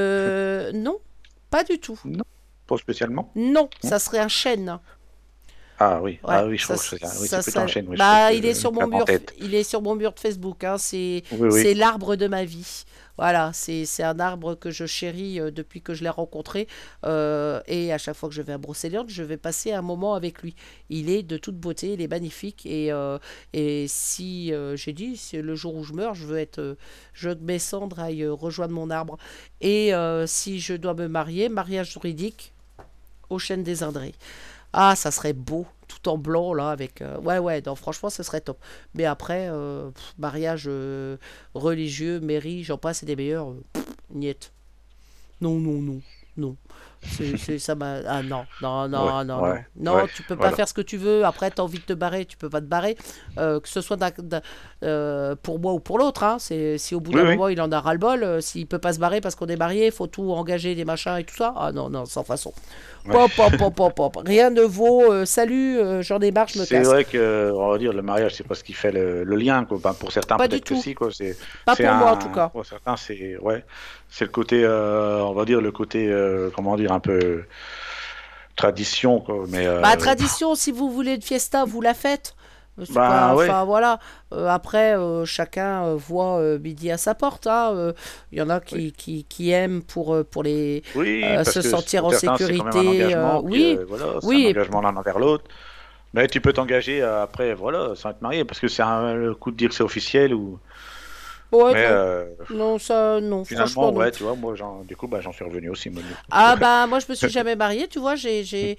non, pas du tout. pas spécialement. Non, ça serait un chêne. Ah oui, Ouais, ah oui, je ça, trouve que oui, ça, c'est ça- plutôt en chaîne. Oui, je bah, trouve il que est sur je mon l'ai en mur, tête. il est sur mon mur de Facebook, hein. C'est Oui, oui. c'est l'arbre de ma vie. Voilà, c'est un arbre que je chéris depuis que je l'ai rencontré. Et à chaque fois que je vais à Brocéliande, je vais passer un moment avec lui. Il est de toute beauté, il est magnifique. Et si j'ai dit, c'est le jour où je meurs, je veux que mes cendres aillent rejoindre mon arbre. Et si je dois me marier, mariage juridique aux Chênes des Indrés. Ah, ça serait beau, tout en blanc là, avec. Ouais, ouais, non, franchement, ce serait top. Mais après, mariage religieux, mairie, j'en passe, c'est des meilleurs. Niet. Non, non, non, non. Ça m'a. Ah non, non, non, Ouais, non, non. ouais, Non, ouais, tu peux pas voilà. faire ce que tu veux. Après, t'as envie de te barrer, tu peux pas te barrer. Que ce soit pour moi ou pour l'autre. Hein. Si au bout Oui, d'un oui. moment il en a ras-le-bol, s'il peut pas se barrer parce qu'on est marié, il faut tout engager, des machins et tout ça. Ah non, non, sans façon. Ouais. Pop, pop, pop, pop, pop. Rien ne vaut. Salut, j'en ai marre, je me C'est casse. vrai que, on va dire, le mariage, c'est pas ce qui fait le lien, quoi. Ben, pour certains, Pas du peut-être que tout. si, quoi. Pas C'est pour moi en tout cas. Pour certains, c'est le côté, on va dire, le côté, comment dire, un peu tradition, quoi. Mais, Bah, tradition, si vous voulez une fiesta, vous la faites. C'est Bah, pas, ouais. enfin voilà. Après, chacun voit midi à sa porte. Hein. Il y en a qui aiment pour les oui, parce se que sentir pour en certains, c'est quand même un sécurité. engagement, puis, Oui, voilà, c'est oui. un engagement l'un envers l'autre. Mais tu peux t'engager après, voilà, sans être marié, parce que c'est le coup de dire que c'est officiel ou. Ouais, Mais non, ça, non, finalement, franchement, non. ouais, tu vois, moi, du coup, bah, j'en suis revenu aussi, moi. Ah bah moi je me suis jamais mariée, tu vois, j'ai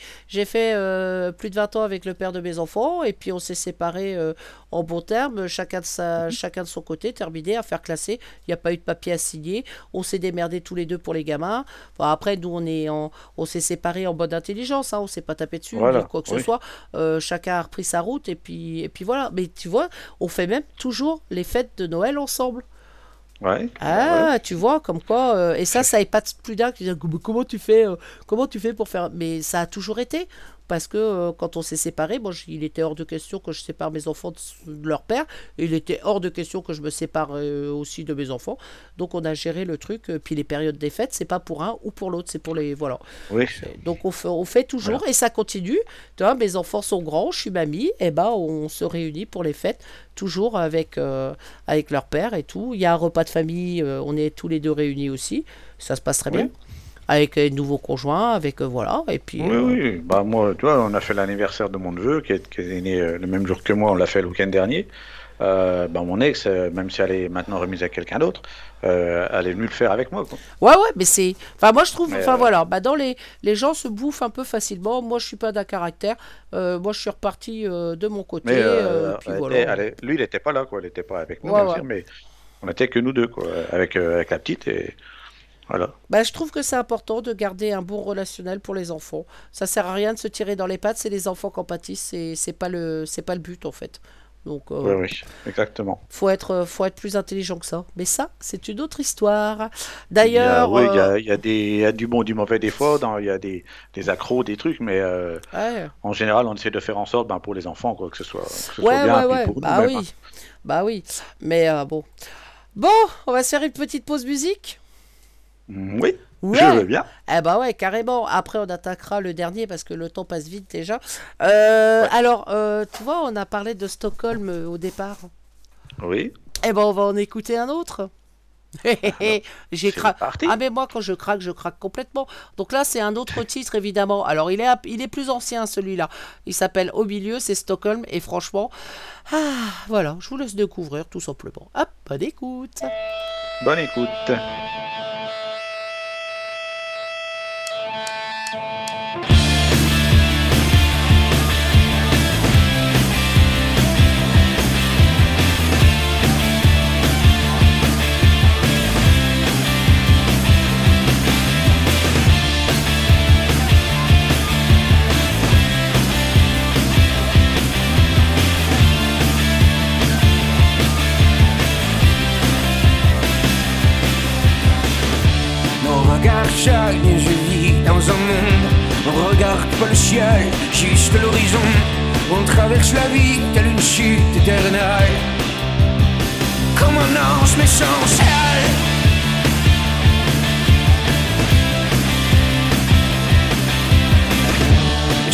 fait plus de 20 ans avec le père de mes enfants et puis on s'est séparés en bons termes, chacun de son côté, terminé, affaire classée, il n'y a pas eu de papier à signer, on s'est démerdés tous les deux pour les gamins. Bon, après nous on s'est séparés en bonne intelligence, hein, on s'est pas tapé dessus, Voilà, ni quoi que ce oui. soit. Chacun a repris sa route et puis voilà, mais tu vois, on fait même toujours les fêtes de Noël ensemble. Ouais. Ah, tu vois, comme quoi, et ça épate plus d'un qui dit comment tu fais pour faire. Mais ça a toujours été, parce que quand on s'est séparés, bon, il était hors de question que je sépare mes enfants de leur père, et il était hors de question que je me sépare aussi de mes enfants. Donc on a géré le truc, puis les périodes des fêtes, c'est pas pour un ou pour l'autre, c'est pour les. Voilà. Oui. Donc on fait toujours, et ça continue. Tu vois, mes enfants sont grands, je suis mamie, et ben on se réunit pour les fêtes, toujours avec leur père et tout. Il y a un repas de famille, on est tous les deux réunis aussi, ça se passe très bien. Oui. Avec les nouveaux conjoints, avec voilà, et puis. Oui, oui. Bah, moi, tu vois, on a fait l'anniversaire de mon neveu qui est né le même jour que moi, on l'a fait le week-end dernier. Bah, mon ex, même si elle est maintenant remise à quelqu'un d'autre, elle est venue le faire avec moi, quoi. Ouais, ouais, mais c'est. Enfin, moi je trouve. Mais, Enfin, voilà. Bah, dans les gens se bouffent un peu facilement. Moi, je suis pas d'un caractère. Moi, je suis reparti de mon côté. Mais Puis voilà. lui, il n'était pas là, quoi. Il n'était pas avec nous, Ouais, bien ouais. sûr, mais on n'était que nous deux, quoi, avec la petite et voilà. Bah, je trouve que c'est important de garder un bon relationnel pour les enfants. Ça sert à rien de se tirer dans les pattes, c'est les enfants qui en pâtissent, c'est pas le but en fait. Donc Oui, oui, exactement. faut être plus intelligent que ça. Mais ça, c'est une autre histoire. Il y a, D'ailleurs, oui, il y a du bon, du mauvais des fois, il y a des accros, des trucs, mais ouais. en général, on essaie de faire en sorte, ben, pour les enfants, quoi, que ce soit Ouais, bien, ouais, puis ouais. pour Bah nous-mêmes, hein. oui. Bah oui. Mais bon. Bon, on va se faire une petite pause musique. Oui, Ouais. je veux bien. Eh bah ouais, carrément. Après, on attaquera le dernier parce que le temps passe vite déjà. Alors, tu vois, on a parlé de Stockholm au départ. Oui, Eh ben, on va en écouter un autre. J'ai c'est craqué. parti. Ah, mais moi, quand je craque complètement. Donc là, c'est un autre titre, évidemment. Alors, il est plus ancien, celui-là. Il s'appelle Au milieu, c'est Stockholm. Et franchement, voilà, je vous laisse découvrir, tout simplement. Hop, bonne écoute. Bonne écoute. Nos regards chagnent, je vis dans un monde. On regarde pas le ciel, juste l'horizon. On traverse la vie telle une chute éternelle. Comme un ange mais sans ciel.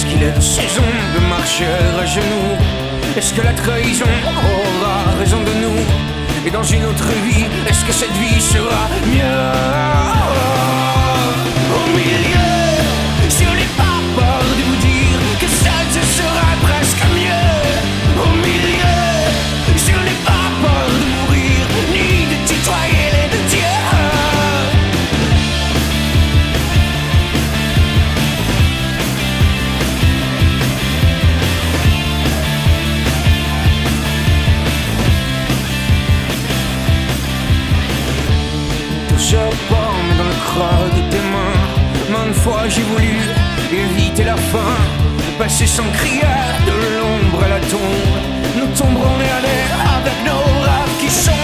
Est-ce qu'il est saison de marcheurs à genoux? Est-ce que la trahison aura raison de nous? Et dans une autre vie, est-ce que cette vie sera mieux? Au milieu, je n'ai pas peur de vous dire que seul ce sera presque mieux. Au milieu, je n'ai pas peur de mourir, ni de tutoyer les dieux. Je forme dans le creux de tes mains. Maintes fois j'ai voulu éviter la fin, passer sans crier de l'ombre à la tombe. Nous tomberons nez à nez avec nos rêves qui sont.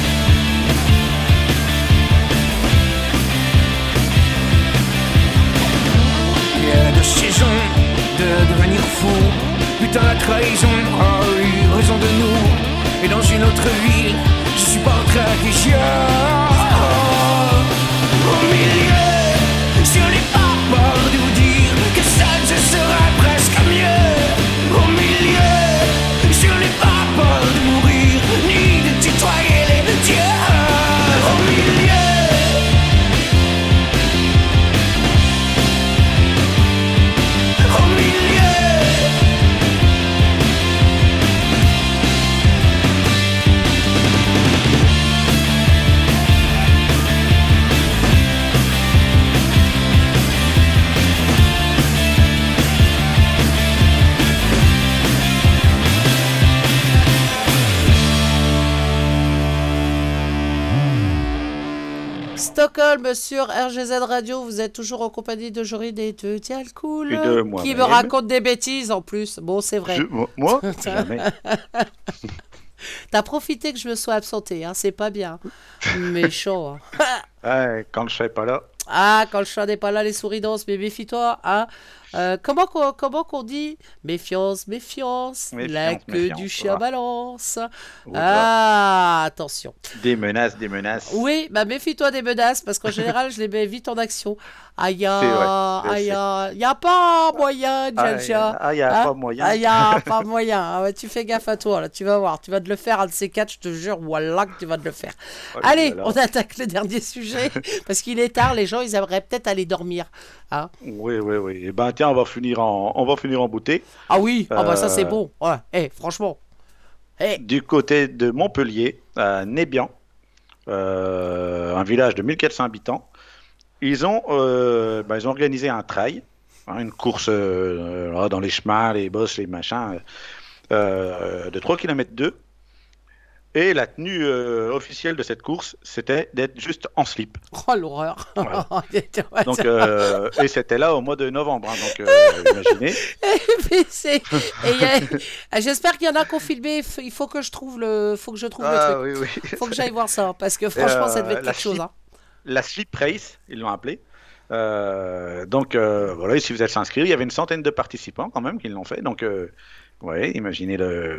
Il y a deux saisons de devenir fou. Putain, la trahison a eu raison de nous. Et dans une autre vie, je suis pas en trahison. Au milieu, je n'ai pas peur de vous dire que seul ce sera presque mieux. Au milieu, je n'ai pas peur de mourir, ni de tutoyer les dieux. Au milieu, au milieu. Stockholm sur RGZ Radio, vous êtes toujours en compagnie de Jorine et de Dialcool, Et de qui moi-même. me raconte des bêtises en plus. Bon, c'est vrai. Moi jamais. T'as profité que je me sois absentée, hein, c'est pas bien. Méchant. Hein. Ouais, quand je serai pas là. Ah, quand le chat n'est pas là, les souris dansent, mais méfie-toi. Hein. Comment qu'on dit? Méfiance, méfiance, la Méfiance, queue méfiance, du chien voilà. balance. Voilà. Ah, attention. Des menaces, des menaces. Oui, bah méfie-toi des menaces, parce qu'en général, je les mets vite en action. Aïe, C'est vrai, aïe, c'est- y a pas moyen, Jalja. Ah, y a Hein? pas moyen. Ah, y a pas moyen. Ah ouais, tu fais gaffe à toi, là, tu vas voir. Tu vas te le faire, un de ces quatre, je te jure, voilà que tu vas te le faire. Oh là Allez, là. on attaque le dernier sujet, parce qu'il est tard, les gens, ils aimeraient peut-être aller dormir. Hein? Oui, oui, oui. Et ben tiens, on va finir en beauté. Ah oui, ah bah ça c'est Euh, bon. Ouais, franchement. Eh, Du côté de Montpellier, à Nébian, un village de 1400 habitants, ils ont organisé un trail, hein, une course là, dans les chemins, les bosses, les machins, de 3 km 2. Et la tenue officielle de cette course, c'était d'être juste en slip. oh l'horreur. Voilà. Ouais, Donc, ça- et c'était là au mois de novembre. Hein, donc, imaginez. Mais c'est- et j'espère qu'il y en a qui ont filmé. Il faut que je trouve le truc. Oui, oui. Faut que j'aille voir ça, parce que franchement, ça devait être la quelque chose. Hein. La Slip Race, ils l'ont appelé. Donc voilà, si vous êtes inscrit, il y avait une centaine de participants quand même qui l'ont fait. Donc ouais, imaginez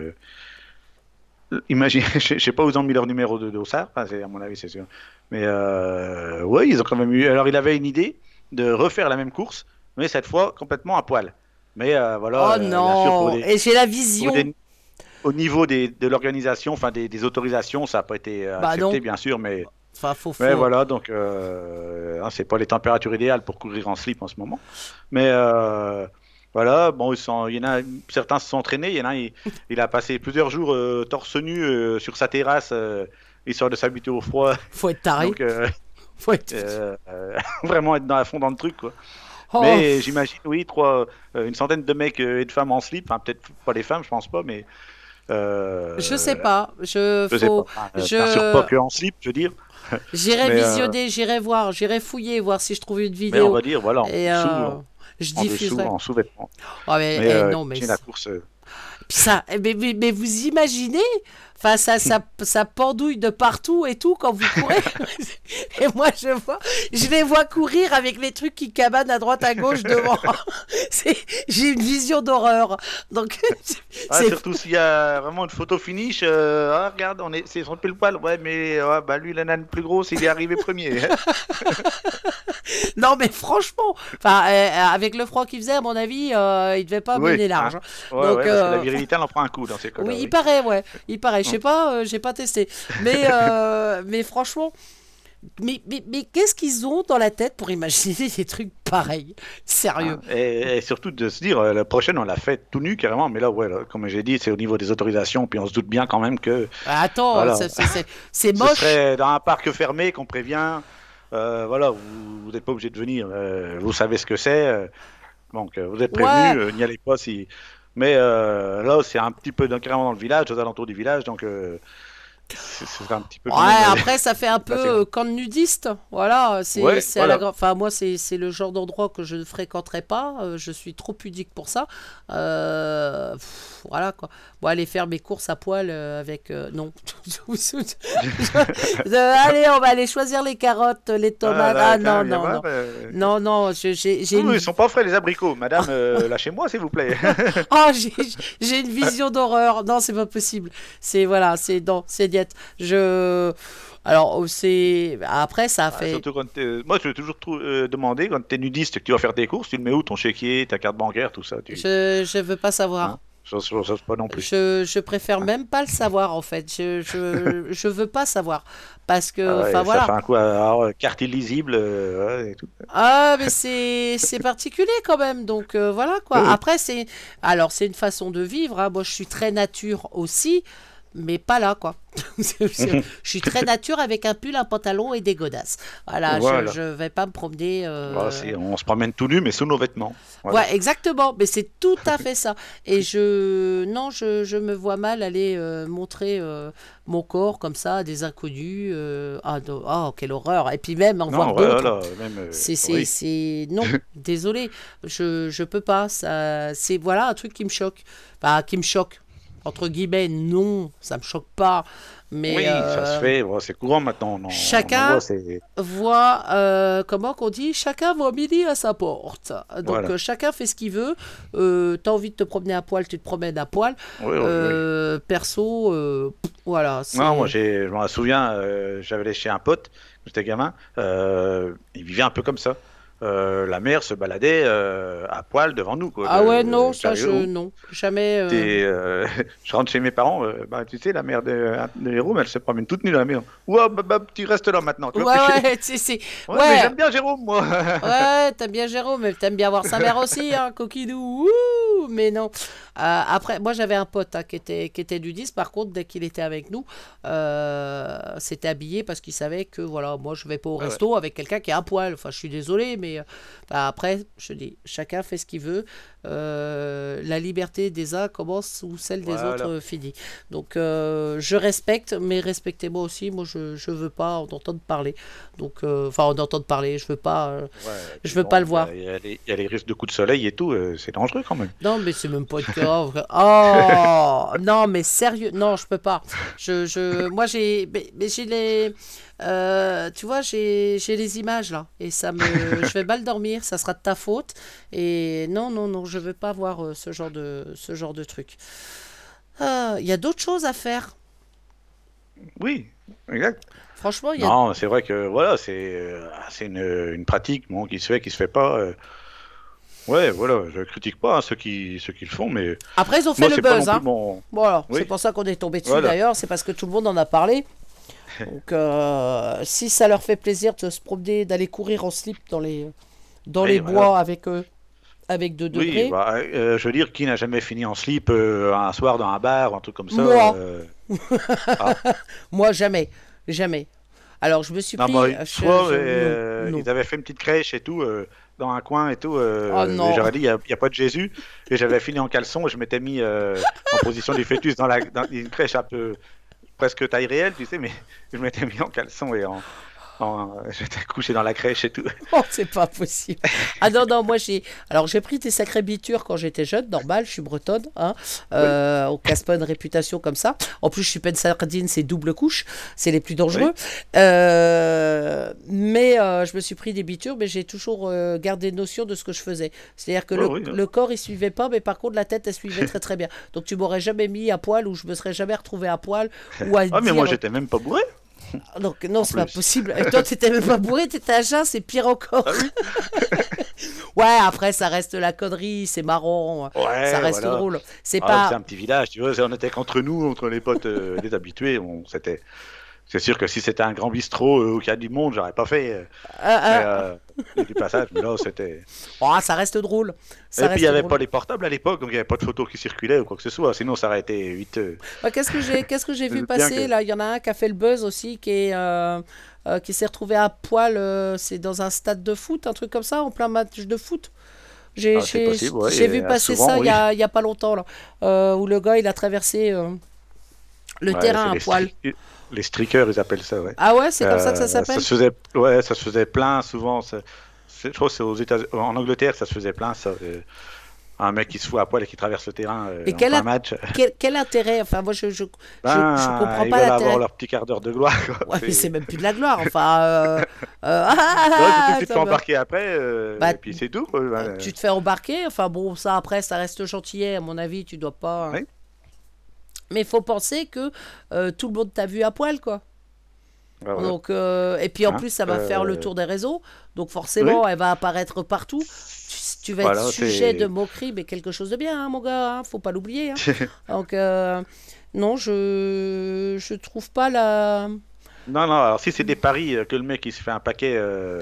je sais pas où ils ont mis leur numéro de dossard, enfin, à mon avis c'est sûr. Mais ouais, ils ont quand même eu. Alors il avait une idée de refaire la même course, mais cette fois complètement à poil. Mais voilà. Oh bien sûr, pour non. des- Et j'ai la pour vision. au niveau de l'organisation, enfin des autorisations, ça n'a pas été Bah accepté non. bien sûr, mais Enfin, faut. mais voilà, donc hein, c'est pas les températures idéales pour courir en slip en ce moment. Mais voilà, bon, il y en a certains se sont entraînés. Il y en a un, il a passé plusieurs jours torse nu sur sa terrasse, histoire de s'habituer au froid. Faut être taré. Donc Faut être. vraiment être à fond dans le truc, quoi. Oh, Mais j'imagine, oui, une centaine de mecs et de femmes en slip. Enfin, peut-être pas les femmes, je pense pas, mais. je sais pas. Je sais Faut. pas. Enfin, je- bien sûr pas que en slip, je veux dire. J'irai Mais, visionner, j'irai voir, j'irai fouiller, voir si je trouve une Mais on vidéo. va dire, voilà, Et je en dessous, diffuserai. en sous-vêtements. Oh, mais, Mais non, mais imaginez la course. Puis ça, mais vous imaginez, enfin ça pendouille de partout et tout quand vous courez. Et moi je les vois courir avec les trucs qui cabanent à droite à gauche devant. J'ai une vision d'horreur. Donc Surtout s'il y a vraiment une photo finish. Regarde, c'est son pile poil. Ouais, mais ouais, bah lui, la nane plus grosse, il est arrivé premier. Non, mais franchement, avec le froid qu'il faisait, à mon avis, il devait pas Oui, mener large. hein. Hein. Ouais, Donc, ouais, parce que la virilité, elle en prend un coup dans ces cas-là. oui, il Oui. paraît, ouais. Il paraît. Je sais pas, j'ai pas testé. Mais franchement, mais qu'est-ce qu'ils ont dans la tête pour imaginer des trucs pareils? Sérieux. Et surtout de se dire, la prochaine, on l'a fait tout nu carrément, mais là, ouais, là, comme j'ai dit, c'est au niveau des autorisations, puis on se doute bien quand même que Attends, voilà. c'est ce moche. serait dans un parc fermé qu'on prévient. Voilà, vous n'êtes pas obligé de venir, vous savez ce que c'est, donc vous êtes prévenus, n'y allez pas si. Mais là, c'est un petit peu carrément dans le village, aux alentours du village, donc c'est un petit peu. Ouais, quand même, après ça fait un peu camp de nudiste, voilà. Ouais, C'est voilà. enfin moi c'est le genre d'endroit que je ne fréquenterai pas. Je suis trop pudique pour ça. Voilà quoi. Bon, aller faire mes courses à poil avec non. Allez, on va aller choisir les carottes, les tomates. là, Ah non tiens, non viens non voir, non non. J'ai Non, ils sont pas frais les abricots, madame, lâchez-moi s'il vous plaît. Oh, j'ai une vision d'horreur. Non, c'est pas possible. C'est voilà, c'est non, c'est diète. Alors c'est après ça a fait. Surtout quand moi, je vais toujours demander quand t'es nudiste et que tu vas faire tes courses, tu le mets où ton chéquier, ta carte bancaire, tout ça. Je veux pas savoir. Hein, ça, pas non plus. Je préfère même pas le savoir en fait. Je veux pas savoir parce que Ah ouais, enfin voilà. Ça fait un coup à carte illisible ouais, et tout. Ah mais c'est particulier quand même donc voilà quoi. Oui. Après c'est une façon de vivre. Hein. Moi je suis très nature aussi. Mais pas là, quoi. Je suis très nature avec un pull, un pantalon et des godasses. Voilà. Je vais pas me promener. Voilà, on se promène tout nu, mais sous nos vêtements. Voilà. Ouais, exactement. Mais c'est tout à fait ça. Et je me vois mal aller montrer mon corps comme ça à des inconnus. Quelle horreur. Et puis même en voir d'autres. Voilà, même, oui. C'est non, désolé. Je peux pas. C'est voilà un truc qui me choque. Enfin, qui me choque. Entre guillemets, non, ça me choque pas. Mais oui, ça se fait, c'est courant maintenant. Chacun voit, comment qu'on dit, chacun voit midi à sa porte. Donc voilà. Chacun fait ce qu'il veut. T'as envie de te promener à poil, tu te promènes à poil. Oui. Perso, voilà. Non, moi je m'en souviens, j'avais allé chez un pote, j'étais gamin, il vivait un peu comme ça. La mère se baladait à poil devant nous. Quoi, ah ouais, non, ça non, jamais. Je rentre chez mes parents, tu sais, la mère de Jérôme, elle se promène toute nue dans la maison. Ouais, tu restes là maintenant. Tu ouais, mais j'aime bien Jérôme, moi. Ouais, t'aimes bien Jérôme, mais t'aimes bien voir sa mère aussi, hein, coquidou. Ouh, mais non. Après, moi j'avais un pote hein, qui était nudiste. Par contre, dès qu'il était avec nous, s'était habillé parce qu'il savait que voilà, moi je vais pas au resto avec quelqu'un qui est à poil. Enfin, je suis désolé, mais après, je dis, chacun fait ce qu'il veut. La liberté des uns commence où celle des autres finit. Donc, je respecte, mais respectez-moi aussi. Moi, je veux pas en entendre parler. Donc, en entendre parler, je veux pas. Je veux pas le voir. Il y a les risques de coups de soleil et tout. C'est dangereux quand même. Non, mais c'est même pas de grave. Oh non, mais sérieux, non, je peux pas. Moi, j'ai les. Tu vois, j'ai les images là et je vais mal dormir, ça sera de ta faute et non, je veux pas voir ce genre de truc. Il y a d'autres choses à faire. Oui, exact. Franchement, il y a. Non, c'est vrai que voilà, c'est une pratique qui se fait pas. Ouais, voilà, je critique pas ceux qui le font, mais après ils ont fait le buzz, hein. Voilà, oui. C'est pour ça qu'on est tombé dessus d'ailleurs, c'est parce que tout le monde en a parlé. Donc, si ça leur fait plaisir de se promener, d'aller courir en slip dans les bois avec 2 degrés. Oui, je veux dire, qui n'a jamais fini en slip un soir dans un bar ou un truc comme ça Moi. Moi, jamais. Alors, je me suis pris. Ils avaient fait une petite crèche et tout, dans un coin et tout. non. J'aurais dit, il n'y a pas de Jésus. Et j'avais fini en caleçon et je m'étais mis en position du fœtus dans une crèche un peu. Presque taille réelle, tu sais, mais je m'étais mis en caleçon et j'étais couché dans la crèche et tout. Oh, c'est pas possible. Ah non, moi j'ai pris des sacrées bitures quand j'étais jeune, normal, je suis bretonne, hein. On casse pas une réputation comme ça. En plus, je suis pas une sardine, c'est double couche, c'est les plus dangereux. Oui. Mais je me suis pris des bitures, mais j'ai toujours gardé notion de ce que je faisais. C'est-à-dire que le corps il suivait pas, mais par contre la tête elle suivait très très bien. Donc tu m'aurais jamais mis à poil ou je me serais jamais retrouvé à poil ou à mais moi j'étais même pas bourré. Donc non, c'est pas plus. possible. Et toi, t'étais même pas bourré, t'étais à jeun, c'est pire encore. Ouais, après, ça reste la connerie, c'est marrant, Ouais, ça reste voilà. drôle. C'est Ah, pas... c'est un petit village, tu vois, on était qu'entre nous, entre les potes des habitués. C'est sûr que si c'était un grand bistrot où il y a du monde, j'aurais pas fait. Il y a du passage, mais là, c'était. Oh, ça reste drôle. Ça Et puis, il n'y reste avait drôle. pas les portables à l'époque, donc il n'y avait pas de photos qui circulaient ou quoi que ce soit. Sinon, ça aurait été 8. Ouais, qu'est-ce que j'ai vu Bien passer que- là? Il y en a un qui a fait le buzz aussi, qui s'est retrouvé à poil. C'est dans un stade de foot, un truc comme ça, en plein match de foot. J'ai Ah, c'est possible, ouais, j'ai et vu passer souvent, ça oui. il y a pas longtemps là, où le gars il a traversé le Ouais, terrain c'est à poil. Les streakers, ils appellent ça, ouais. Ah ouais, c'est comme ça que ça Ça s'appelle? se faisait, ça se faisait plein souvent. Je trouve que c'est aux États, en Angleterre, ça se faisait plein. Ça, un mec qui se fout à poil et qui traverse le terrain Et en quel plein a- match. Quel intérêt? Enfin, moi je comprends Ils pas veulent l'intérêt. avoir leur petit quart d'heure de gloire. Quoi. Ouais, mais c'est même plus de la gloire. Enfin, Ouais, tu te fais ça me- embarquer après, Bah, et puis c'est tout. Quoi. tu te fais embarquer. Enfin bon, ça après, ça reste gentillet. À mon avis, tu dois pas. Oui. Mais il faut penser que tout le monde t'a vu à poil, quoi. Ouais, ouais. Donc, et puis en Hein, plus, ça va faire le tour des réseaux. Donc forcément, elle va apparaître partout. Tu vas Voilà, être sujet c'est- de moquerie, mais quelque chose de bien, hein, mon gars. Hein, faut pas l'oublier. Hein. Donc, non, je trouve pas la. Non, non, alors si c'est des paris que le mec il se fait un paquet.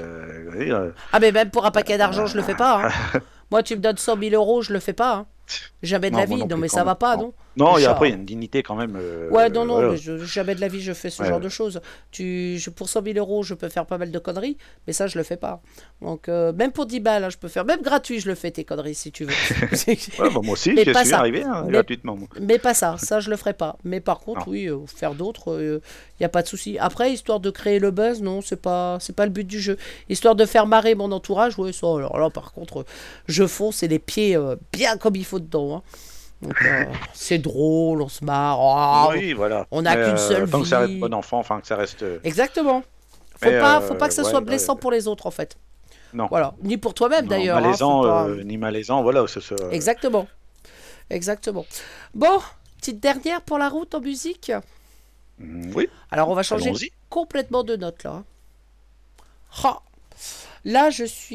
Ah, mais même pour un paquet d'argent, je le fais pas. Hein. Moi, tu me donnes 100 000 euros, je le fais pas. Hein. Jamais de Non, la moi vie. non Non, plus, mais quand ça va même. pas, Non. non? Non, et Genre. après il y a une dignité quand même. Ouais, non, non, voilà. mais jamais de la vie je fais ce genre de choses. Pour 100 000 euros, je peux faire pas mal de conneries, mais ça, je le fais pas. Donc, même pour 10 balles, hein, je peux faire. Même gratuit, je le fais, tes conneries, si tu veux. Ouais, bah, moi aussi, Mais je pas suis ça. arrivé hein, Mais- gratuitement. Moi. Mais pas ça, je le ferai pas. Mais par contre, Non. oui, faire d'autres, il n'y a pas de souci. Après, histoire de créer le buzz, non, c'est pas le but du jeu. Histoire de faire marrer mon entourage, ouais, ça, alors là, par contre, je fonce et les pieds bien comme il faut dedans. Hein. Donc, c'est drôle, on se marre. Oh, Oui, voilà. on n'a Mais, qu'une seule tant que ça vie. reste bon enfant, enfin que ça reste. Exactement. Mais, Faut pas que ça ouais, soit ouais, blessant ouais. pour les autres, en fait. Non. Voilà. Ni pour toi-même, Non, d'ailleurs. hein, malaisant, faut pas- ni malaisant, voilà. Exactement. Exactement. Bon, petite dernière pour la route en musique. Oui. Alors, on va changer Allons-y. complètement de note, là. hein. Ah. Là,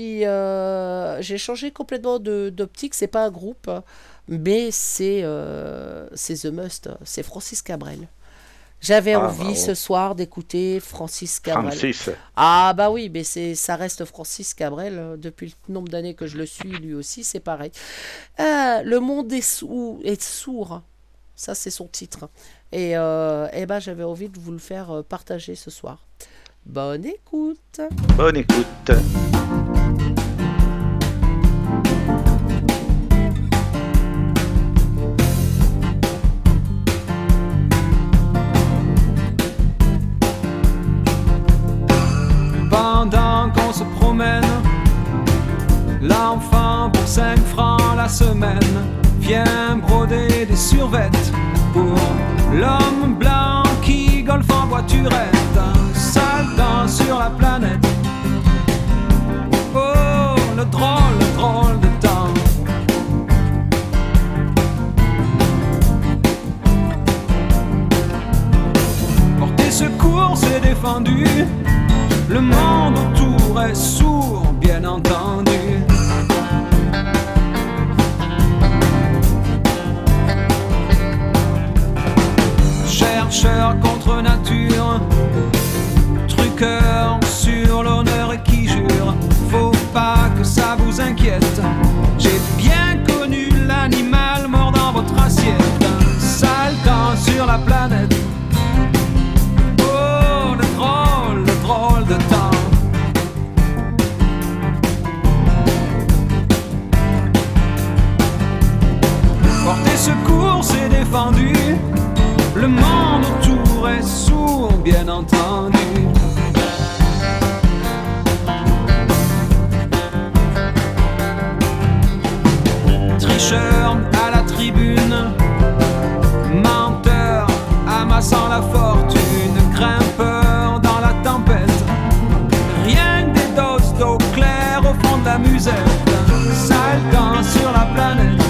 j'ai changé complètement d'optique. C'est pas un groupe, hein, mais c'est The Must. C'est Francis Cabrel. J'avais Ah, envie bravo. ce soir d'écouter Francis Cabrel. Francis. Ah bah oui, mais ça reste Francis Cabrel. Depuis le nombre d'années que je le suis, lui aussi, c'est pareil. Le monde est sourd. Ça, c'est son titre. Et ben, j'avais envie de vous le faire partager ce soir. Bonne écoute. Bonne écoute. Pendant qu'on se promène, l'enfant pour 5 francs la semaine vient broder des survêtes pour l'homme blanc qui golfe en voiturette. Un sale temps sur la planète. Oh, le drôle de temps. Porter secours, c'est défendu. Le monde autour est sourd, bien entendu. Chercheur contre nature, truqueur sur l'honneur et qui jure. Faut pas que ça vous inquiète. J'ai bien connu l'animal mort dans votre assiette. Un sale temps sur la planète. Oh, le drôle de temps. Porter secours, c'est défendu. Le monde autour est sourd, bien entendu. Tricheur à la tribune, menteur amassant la fortune, grimpeur dans la tempête. Rien que des doses d'eau claire au fond de la musette. Sale temps sur la planète.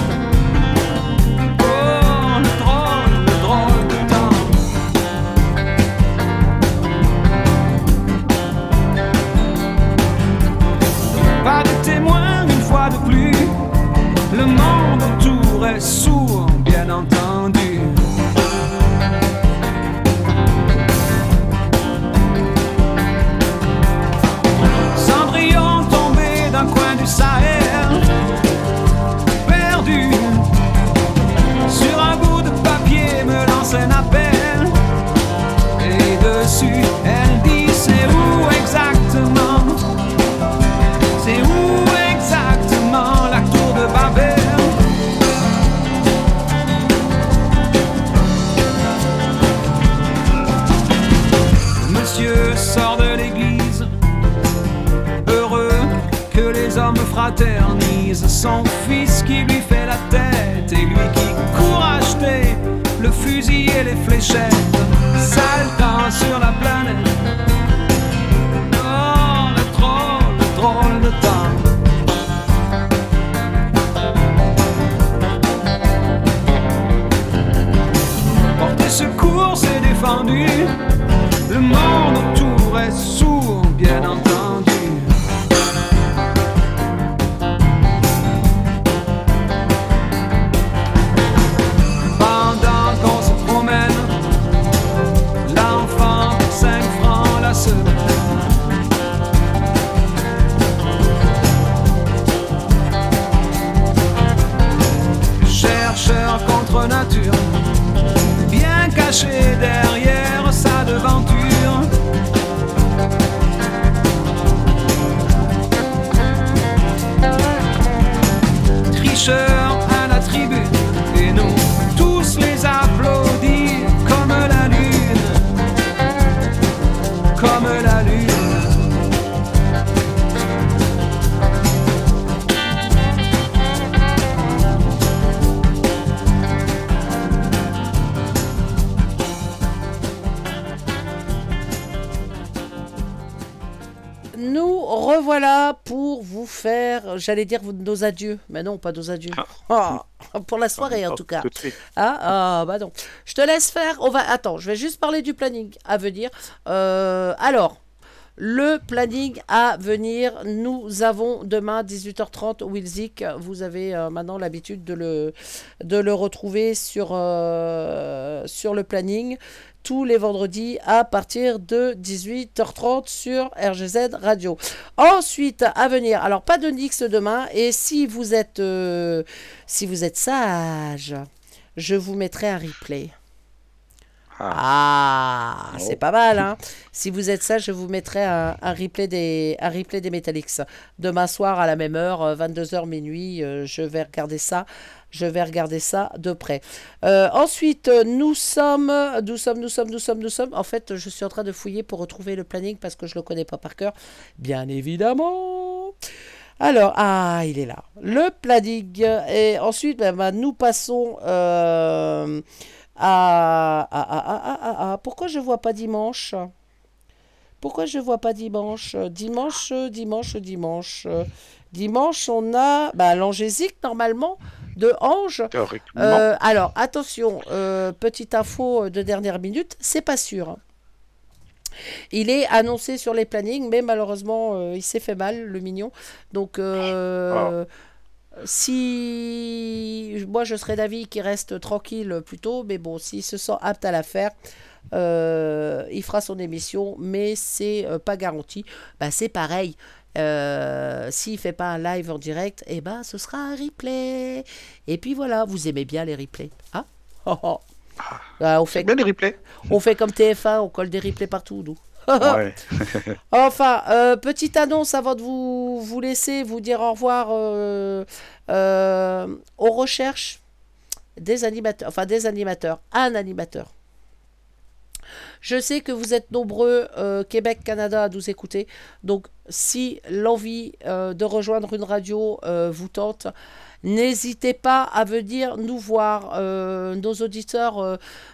Oh, le drôle de temps. lance un appel. Et dessus, elle dit c'est où exactement? C'est où exactement la tour de Babel? Monsieur sort de l'église, heureux que les hommes fraternisent. Son fils qui lui fait la tête et lui qui court acheter le fusil et les fléchettes. Sale temps sur la planète. Oh, le drôle de temps. Porter secours, c'est défendu. Le monde autour est sourd, bien entendu. Pendant qu'on se promène, l'enfant pour 5 francs la semaine. Chercheur contre nature, bien caché derrière sa devanture. Tricheur à la tribune, et nous tous les applaudis comme la lune, comme la lune. Nous revoilà pour vous faire, j'allais dire nos adieux, mais non, pas nos adieux. Pour la soirée en tout cas. Tout de suite. Bah non. Je te laisse faire. Attends, je vais juste parler du planning à venir. Alors, le planning à venir, nous avons demain 18h30 Wilzik. Vous avez maintenant l'habitude de le retrouver sur le planning. Tous les vendredis à partir de 18h30 sur RGZ Radio. Ensuite, à venir, alors pas de Nix demain, et si vous êtes sage, je vous mettrai un replay. C'est pas mal, hein. Si vous êtes sage, je vous mettrai un replay des Metallics. Demain soir à la même heure, 22h minuit, je vais regarder ça de près. Ensuite, nous sommes. En fait, je suis en train de fouiller pour retrouver le planning parce que je le connais pas par cœur. Bien évidemment. Alors, il est là. Le planning. Et ensuite, nous passons pourquoi je vois pas dimanche? Dimanche, on a l'Angésique normalement de Ange. Alors, attention, petite info de dernière minute, c'est pas sûr. Il est annoncé sur les plannings, mais malheureusement, il s'est fait mal, le mignon. Donc, si moi je serais d'avis qu'il reste tranquille plutôt, mais bon, s'il se sent apte à la faire, il fera son émission, mais c'est pas garanti. C'est pareil. S'il fait pas un live en direct, ce sera un replay. Et puis voilà, vous aimez bien les replays, hein? On fait bien les replays. On fait comme TF1, on colle des replays partout, nous. Ouais. Enfin, petite annonce avant de vous laisser, vous dire au revoir. On recherche des animateurs, un animateur. Je sais que vous êtes nombreux, Québec, Canada, à nous écouter. Donc, si l'envie de rejoindre une radio vous tente, n'hésitez pas à venir nous voir. Nos auditeurs,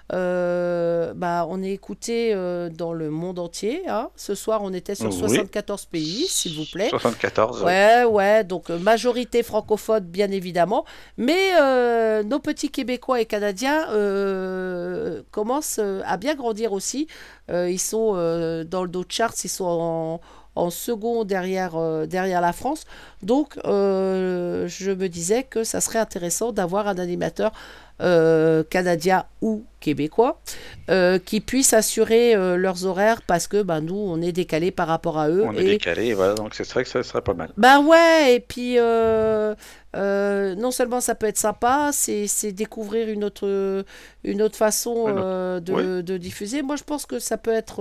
on est écoutés dans le monde entier. Hein. Ce soir, on était sur 74 pays, s'il vous plaît. 74. Ouais, donc majorité francophone, bien évidemment. Mais nos petits Québécois et Canadiens commencent à bien grandir aussi. Ils sont dans le dos charts, ils sont en second derrière la France. Donc, je me disais que ça serait intéressant d'avoir un animateur canadiens ou québécois, qui puissent assurer leurs horaires parce que nous, on est décalé par rapport à eux. On est décalé, voilà, donc c'est vrai que ça serait pas mal. Ouais, et puis non seulement ça peut être sympa, c'est découvrir une autre façon de diffuser. Moi, je pense que ça peut être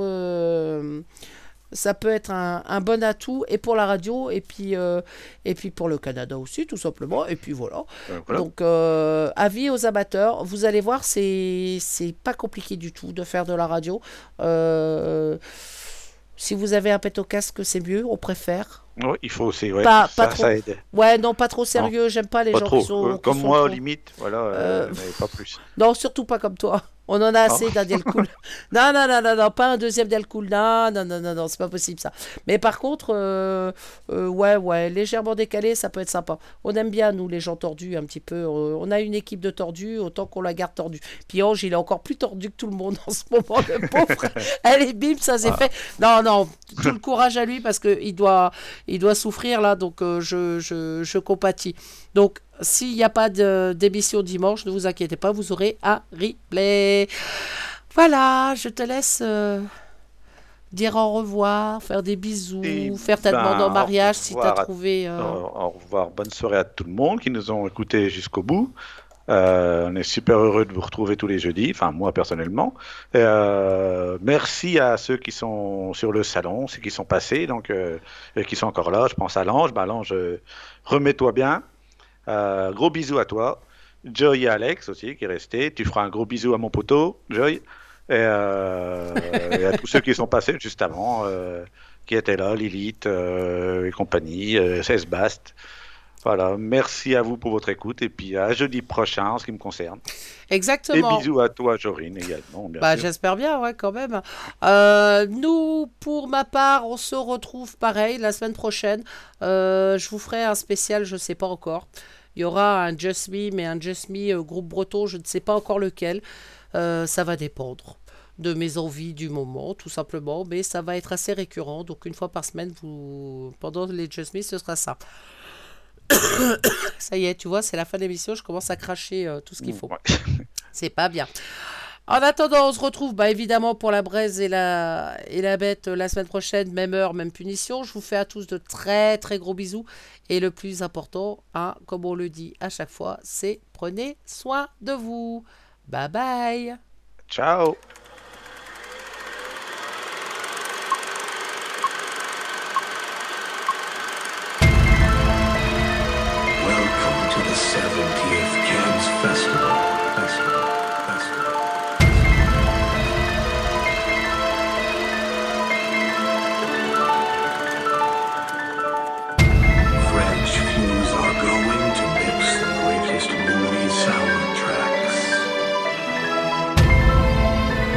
un bon atout et pour la radio et puis pour le Canada aussi, tout simplement. Et puis voilà. Donc, avis aux amateurs, vous allez voir, c'est pas compliqué du tout de faire de la radio. Si vous avez un pet au casque, c'est mieux, on préfère. Oui, il faut aussi, Pas trop. ça aide. Ouais, non, pas trop sérieux, j'aime pas les Pas gens trop, qui sont... comme qui sont moi, trop- limite, voilà, mais pas plus. Non, surtout pas comme toi. On en a assez d'un Dial Cool. Non, pas un deuxième Dial Cool. Non, c'est pas possible ça. Mais par contre, ouais, légèrement décalé, ça peut être sympa. On aime bien, nous, les gens tordus, un petit peu. On a une équipe de tordus, autant qu'on la garde tordue. Puis Ange, il est encore plus tordu que tout le monde en ce moment, le pauvre. Allez, bim, ça c'est fait. Non, tout le courage à lui parce qu'il doit souffrir là, donc je compatis. Donc, s'il n'y a pas d'émission dimanche, ne vous inquiétez pas, vous aurez un replay. Voilà, je te laisse dire au revoir, faire des bisous, faire ta demande en mariage si tu as trouvé... Au revoir, bonne soirée à tout le monde qui nous ont écoutés jusqu'au bout. On est super heureux de vous retrouver tous les jeudis, enfin moi personnellement. Merci à ceux qui sont sur le salon, ceux qui sont passés, donc et qui sont encore là. Je pense à Lange. Lange, remets-toi bien. Gros bisous à toi, Joy et Alex aussi qui est resté. Tu feras un gros bisou à mon poteau, Joy, et à tous ceux qui sont passés juste avant, qui étaient là, Lilith et compagnie, Bast. Voilà, merci à vous pour votre écoute et puis à jeudi prochain en ce qui me concerne. Exactement. Et bisous à toi, Jorine, également. Bien sûr. J'espère bien, ouais, quand même. Nous, pour ma part, on se retrouve pareil la semaine prochaine. Je vous ferai un spécial, je ne sais pas encore. Il y aura un Just Me, mais un Just Me groupe breton, je ne sais pas encore lequel. Ça va dépendre de mes envies du moment, tout simplement. Mais ça va être assez récurrent. Donc, une fois par semaine, pendant les Just Me, ce sera ça. Ça y est, tu vois, c'est la fin de l'émission, je commence à cracher tout ce qu'il faut. Ouais. C'est pas bien. En attendant, on se retrouve évidemment pour la braise et la bête la semaine prochaine, même heure, même punition. Je vous fais à tous de très très gros bisous. Et le plus important, comme on le dit à chaque fois, c'est prenez soin de vous. Bye bye. Ciao. Welcome to the 70th Cannes Festival. French Fuse are going to mix the greatest movie soundtracks.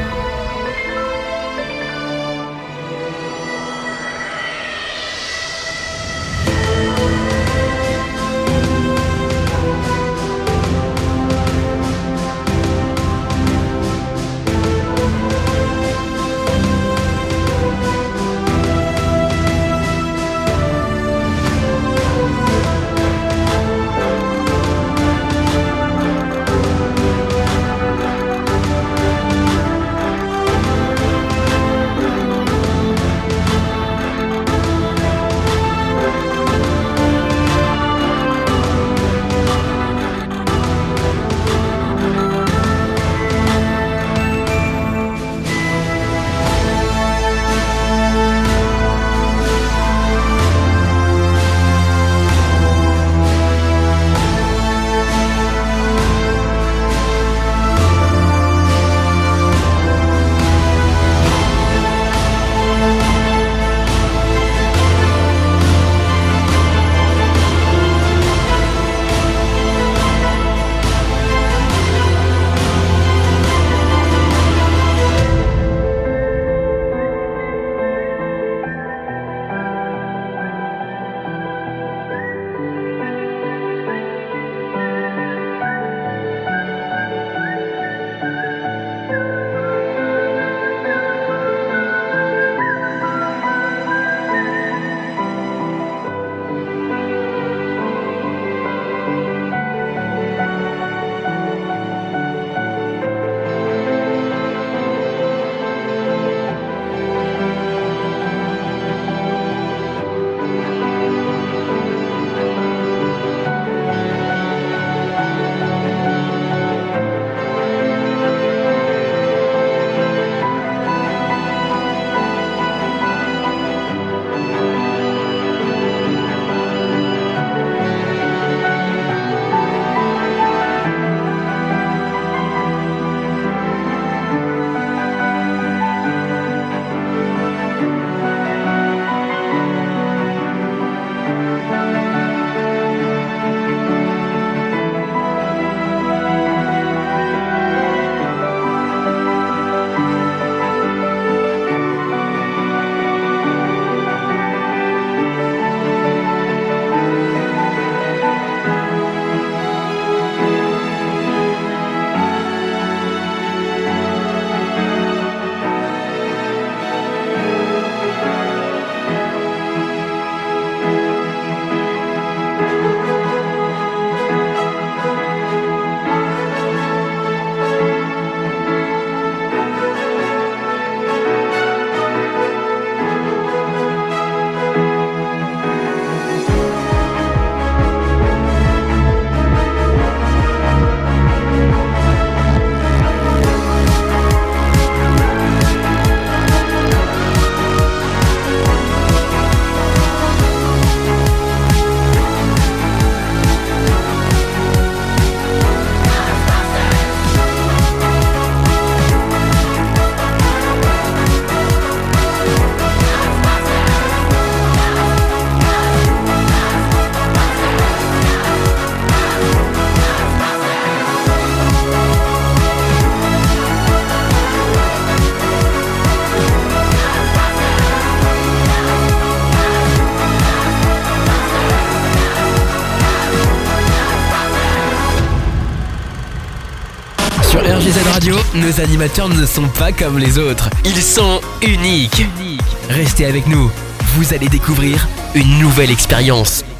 RGZ Radio, nos animateurs ne sont pas comme les autres. Ils sont uniques. Restez avec nous, vous allez découvrir une nouvelle expérience.